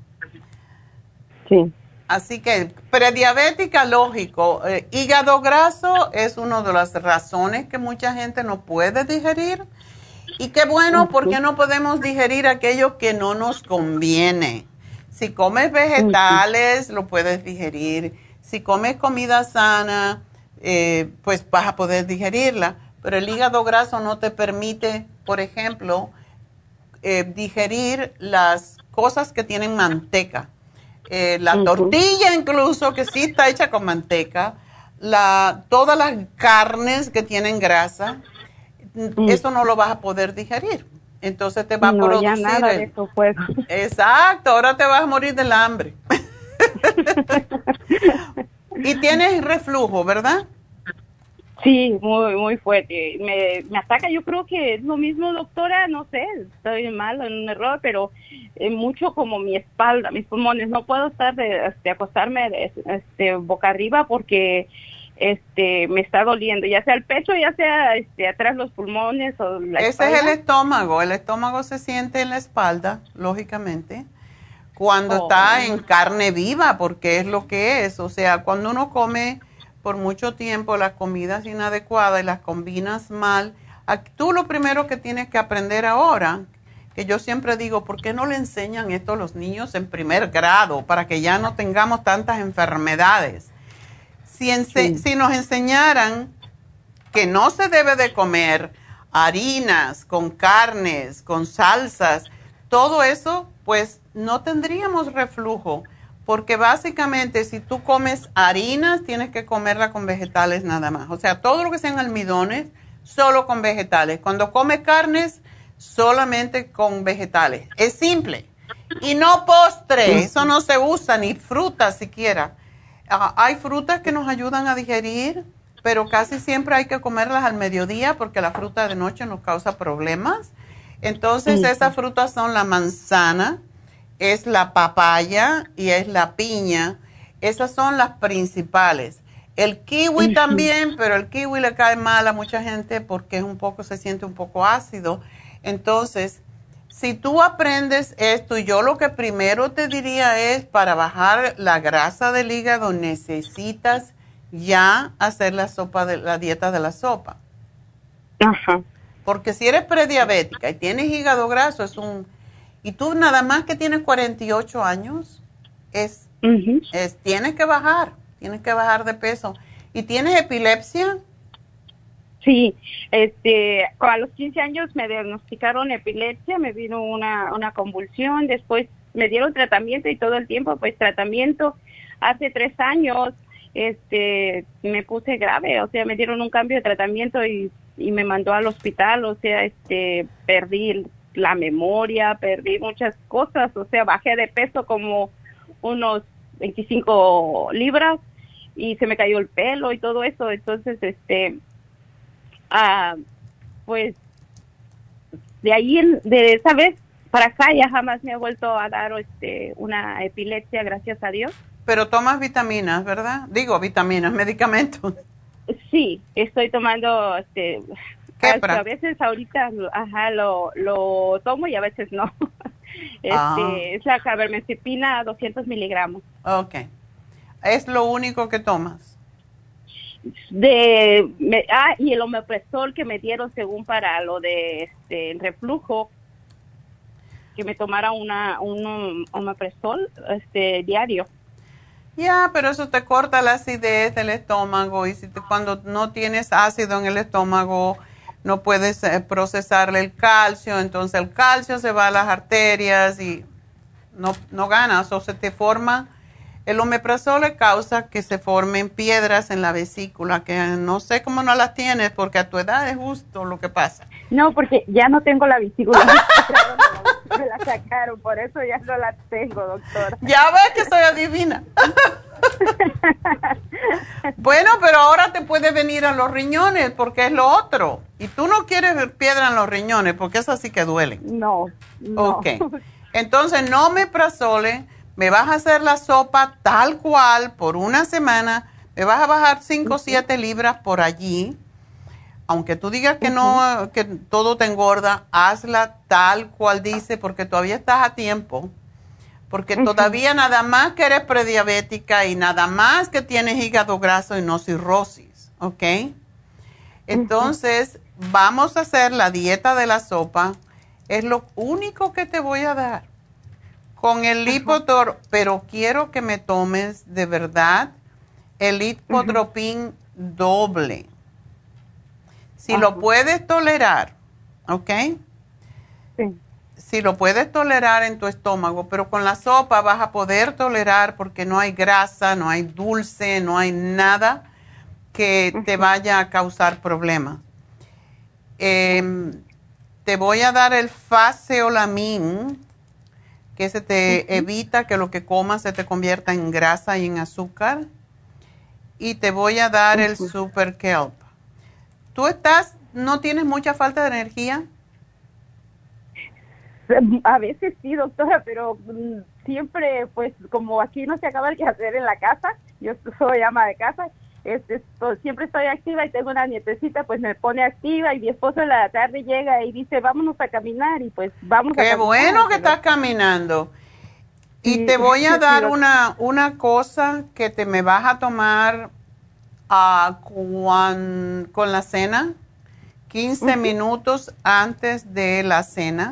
[SPEAKER 15] Sí.
[SPEAKER 4] Así que prediabética, lógico. Eh, hígado graso es una de las razones que mucha gente no puede digerir. Y qué bueno, uh-huh. porque no podemos digerir aquello que no nos conviene. Si comes vegetales, uh-huh. lo puedes digerir. Si comes comida sana, eh, pues vas a poder digerirla. Pero el hígado graso no te permite, por ejemplo, eh, digerir las cosas que tienen manteca. Eh, la uh-huh. tortilla incluso, que sí está hecha con manteca, la, todas las carnes que tienen grasa, uh-huh. eso no lo vas a poder digerir. Entonces te va a
[SPEAKER 15] no,
[SPEAKER 4] producir...
[SPEAKER 15] Ya nada de eso puedo.
[SPEAKER 4] Exacto, ahora te vas a morir del hambre. Y tienes reflujo, ¿verdad?
[SPEAKER 15] Sí, muy muy fuerte. Me, me ataca, yo creo que es lo mismo, doctora, no sé, estoy mal en un error, pero eh, mucho como mi espalda, mis pulmones. No puedo estar de, este, acostarme de, este, boca arriba porque este me está doliendo, ya sea el pecho, ya sea este, atrás los pulmones o la
[SPEAKER 4] Ese
[SPEAKER 15] espalda.
[SPEAKER 4] es el estómago. El estómago se siente en la espalda, lógicamente, cuando oh. está en carne viva, porque es lo que es. O sea, cuando uno come por mucho tiempo las comidas inadecuadas y las combinas mal, tú lo primero que tienes que aprender ahora, que yo siempre digo, ¿por qué no le enseñan esto a los niños en primer grado para que ya no tengamos tantas enfermedades? Si, ense- sí. si nos enseñaran que no se debe de comer harinas con carnes, con salsas, todo eso, pues no tendríamos reflujo. Porque básicamente si tú comes harinas, tienes que comerla con vegetales nada más. O sea, todo lo que sean almidones, solo con vegetales. Cuando comes carnes, solamente con vegetales. Es simple. Y no postre, eso no se usa, ni fruta siquiera. Uh, hay frutas que nos ayudan a digerir, pero casi siempre hay que comerlas al mediodía porque la fruta de noche nos causa problemas. Entonces, esas frutas son la manzana, es la papaya y es la piña. Esas son las principales. El kiwi uh-huh. también, pero el kiwi le cae mal a mucha gente porque es un poco, se siente un poco ácido. Entonces, si tú aprendes esto, yo lo que primero te diría es, para bajar la grasa del hígado, necesitas ya hacer la sopa de la dieta de la sopa.
[SPEAKER 15] Ajá.
[SPEAKER 4] Porque si eres prediabética y tienes hígado graso, es un... Y tú nada más que tienes cuarenta y ocho años, es, uh-huh. es tienes que bajar, tienes que bajar de peso. ¿Y tienes epilepsia?
[SPEAKER 15] Sí, este, a los quince años me diagnosticaron epilepsia, me vino una, una convulsión, después me dieron tratamiento y todo el tiempo, pues tratamiento. Hace tres años, este, me puse grave, o sea, me dieron un cambio de tratamiento y, y me mandó al hospital, o sea, este, perdí la memoria, perdí muchas cosas, o sea, bajé de peso como unos veinticinco libras y se me cayó el pelo y todo eso. Entonces, este, ah, pues, de ahí, en, de esa vez para acá ya jamás me ha vuelto a dar este una epilepsia, gracias a Dios.
[SPEAKER 4] Pero tomas vitaminas, ¿verdad? Digo, vitaminas, medicamentos.
[SPEAKER 15] Sí, estoy tomando, este,
[SPEAKER 4] Quepra.
[SPEAKER 15] a veces ahorita, ajá, lo, lo tomo y a veces no. Este,
[SPEAKER 4] Ah.
[SPEAKER 15] es la carbamazepina, doscientos miligramos.
[SPEAKER 4] Ok. ¿Es lo único que tomas?
[SPEAKER 15] De, me, ah, y el omeprazol que me dieron según para lo de este, el reflujo, que me tomara una un omeprazol este, diario.
[SPEAKER 4] Ya, pero eso te corta la acidez del estómago y si te, cuando no tienes ácido en el estómago no puedes eh, procesar el calcio, entonces el calcio se va a las arterias y no, no ganas o se te forma. El omeprazol le causa que se formen piedras en la vesícula, que no sé cómo no las tienes porque a tu edad es justo lo que pasa.
[SPEAKER 15] No, porque ya no tengo la vesícula. Me la sacaron, por eso ya no la tengo, doctora.
[SPEAKER 4] Ya ves que soy adivina. Bueno, pero ahora te puede venir a los riñones porque es lo otro. Y tú no quieres ver piedra en los riñones porque esas sí que duelen.
[SPEAKER 15] No, no.
[SPEAKER 4] Ok. Entonces, no me prazole. Me vas a hacer la sopa tal cual por una semana. Me vas a bajar cinco o siete libras por allí. Aunque tú digas que no, que todo te engorda, hazla tal cual dice porque todavía estás a tiempo. Porque uh-huh. todavía nada más que eres prediabética y nada más que tienes hígado graso y no cirrosis, ¿ok? Entonces, uh-huh. vamos a hacer la dieta de la sopa. Es lo único que te voy a dar. Con el Lipotor, uh-huh. pero quiero que me tomes de verdad el Lipotropin uh-huh. doble. Si uh-huh. lo puedes tolerar, ¿ok?
[SPEAKER 15] Sí.
[SPEAKER 4] Si lo puedes tolerar en tu estómago, pero con la sopa vas a poder tolerar porque no hay grasa, no hay dulce, no hay nada que uh-huh. te vaya a causar problemas. Eh, te voy a dar el Faseolamin, que se te uh-huh. evita que lo que comas se te convierta en grasa y en azúcar. Y te voy a dar uh-huh. el Super Kelp. ¿Tú estás, no tienes mucha falta de energía?
[SPEAKER 15] A veces sí, doctora, pero mm, siempre, pues, como aquí no se acaba el quehacer en la casa, yo soy ama de casa, este, pues, siempre estoy activa y tengo una nietecita, pues me pone activa y mi esposo en la tarde llega y dice, vámonos a caminar y pues vamos
[SPEAKER 4] Qué
[SPEAKER 15] a caminar.
[SPEAKER 4] Qué bueno que estás caminando. Y sí, te voy a dar sí, una, una cosa que te me vas a tomar uh, con, con la cena, quince uh-huh. minutos antes de la cena.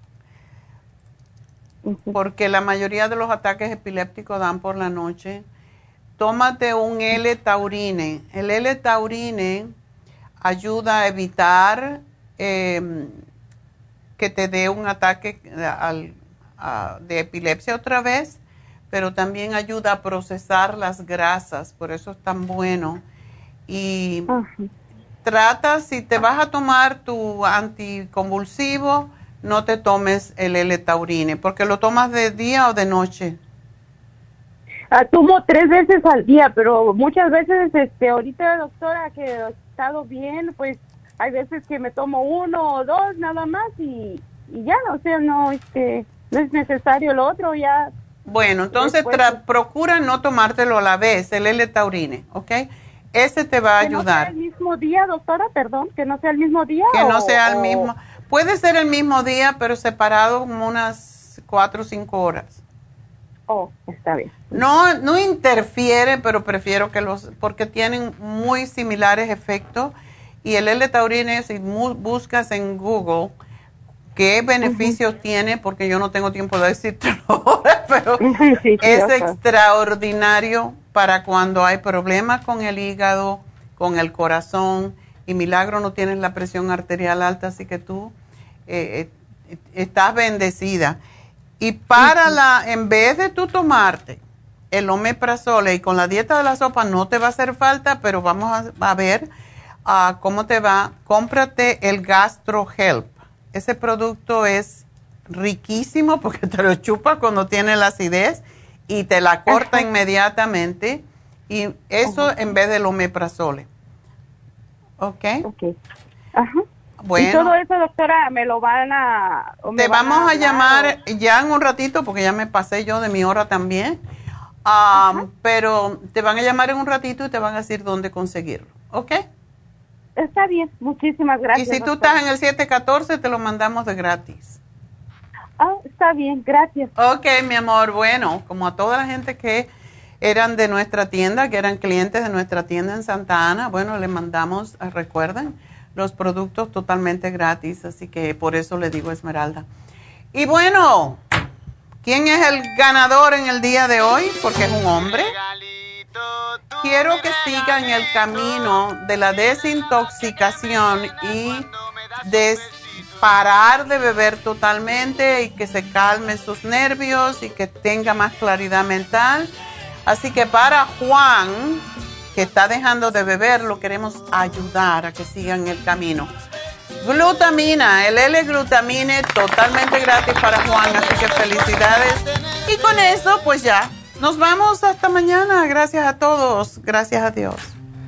[SPEAKER 4] Porque la mayoría de los ataques epilépticos dan por la noche. Tómate un L-Taurine. El L-Taurine ayuda a evitar eh, que te dé un ataque al, a, de epilepsia otra vez, pero también ayuda a procesar las grasas, por eso es tan bueno. Y uh-huh. trata, si te vas a tomar tu anticonvulsivo, no te tomes el L-Taurine, porque lo tomas de día o de noche.
[SPEAKER 15] Ah, tomo tres veces al día, pero muchas veces, este, ahorita, doctora, que he estado bien, pues hay veces que me tomo uno o dos nada más y, y ya, o sea, no, este, no es necesario lo otro, ya.
[SPEAKER 4] Bueno, entonces tra- procura no tomártelo a la vez, el L-Taurine, ¿ok? Ese te va a
[SPEAKER 15] ¿Que
[SPEAKER 4] ayudar.
[SPEAKER 15] ¿Que no sea el mismo día, doctora? Perdón, ¿que no sea el mismo día?
[SPEAKER 4] Que
[SPEAKER 15] o,
[SPEAKER 4] no sea el
[SPEAKER 15] o...
[SPEAKER 4] mismo. Puede ser el mismo día, pero separado como unas cuatro o cinco horas.
[SPEAKER 15] Oh, está bien.
[SPEAKER 4] No, no interfiere, pero prefiero que los, porque tienen muy similares efectos. Y el L-Taurine, si buscas en Google qué beneficios uh-huh. tiene, porque yo no tengo tiempo de decirte ahora, pero sí, sí, es okay. extraordinario para cuando hay problemas con el hígado, con el corazón. Y milagro no tienes la presión arterial alta, así que tú eh, eh, estás bendecida. Y para uh-huh. la, en vez de tú tomarte el omeprazole y con la dieta de la sopa no te va a hacer falta, pero vamos a, a ver uh, cómmo te va. Cómprate el Gastro Help. ese producto es riquísimo porque te lo chupa cuando tiene la acidez y te la corta Ajá. inmediatamente. Y eso Ajá. en vez del omeprazole. ¿Ok? Ok.
[SPEAKER 15] Ajá. Bueno. Y todo eso, doctora, me lo van a...
[SPEAKER 4] Te vamos a, a llamar o... ya en un ratito porque ya me pasé yo de mi hora también. Um, pero te van a llamar en un ratito y te van a decir dónde conseguirlo. ¿Ok?
[SPEAKER 15] Está bien. Muchísimas gracias.
[SPEAKER 4] Y si doctora. tú estás en el siete catorce, te lo mandamos de gratis.
[SPEAKER 15] Ah, está bien. Gracias.
[SPEAKER 4] Ok, mi amor. Bueno, como a toda la gente que eran de nuestra tienda, que eran clientes de nuestra tienda en Santa Ana, bueno, le mandamos, recuerden, los productos totalmente gratis, así que por eso le digo Esmeralda. Y bueno, ¿quién es el ganador en el día de hoy? Porque es un hombre. Quiero que siga en el camino de la desintoxicación y de parar de beber totalmente y que se calmen sus nervios y que tenga más claridad mental. Así que para Juan, que está dejando de beber, lo queremos ayudar a que siga en el camino. Glutamina, el L-glutamine totalmente gratis para Juan, así que felicidades. Y con eso, pues ya, nos vamos hasta mañana. Gracias a todos, gracias a Dios.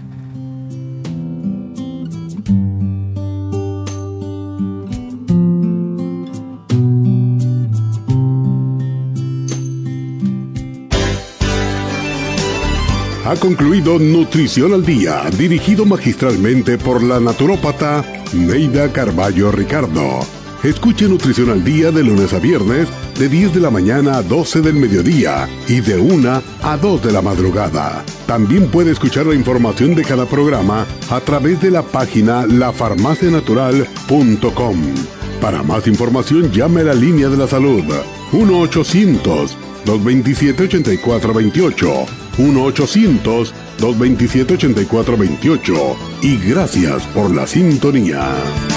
[SPEAKER 1] Ha concluido Nutrición al Día, dirigido magistralmente por la naturópata Neida Carballo Ricardo. Escuche Nutrición al Día de lunes a viernes, de diez de la mañana a doce del mediodía y de una a dos de la madrugada. También puede escuchar la información de cada programa a través de la página la farmacia natural punto com. Para más información, llame a la línea de la salud uno ochocientos, dos veintisiete, ochenta y cuatro veintiocho. uno ochocientos, dos veintisiete, ochenta y cuatro veintiocho. Y gracias por la sintonía.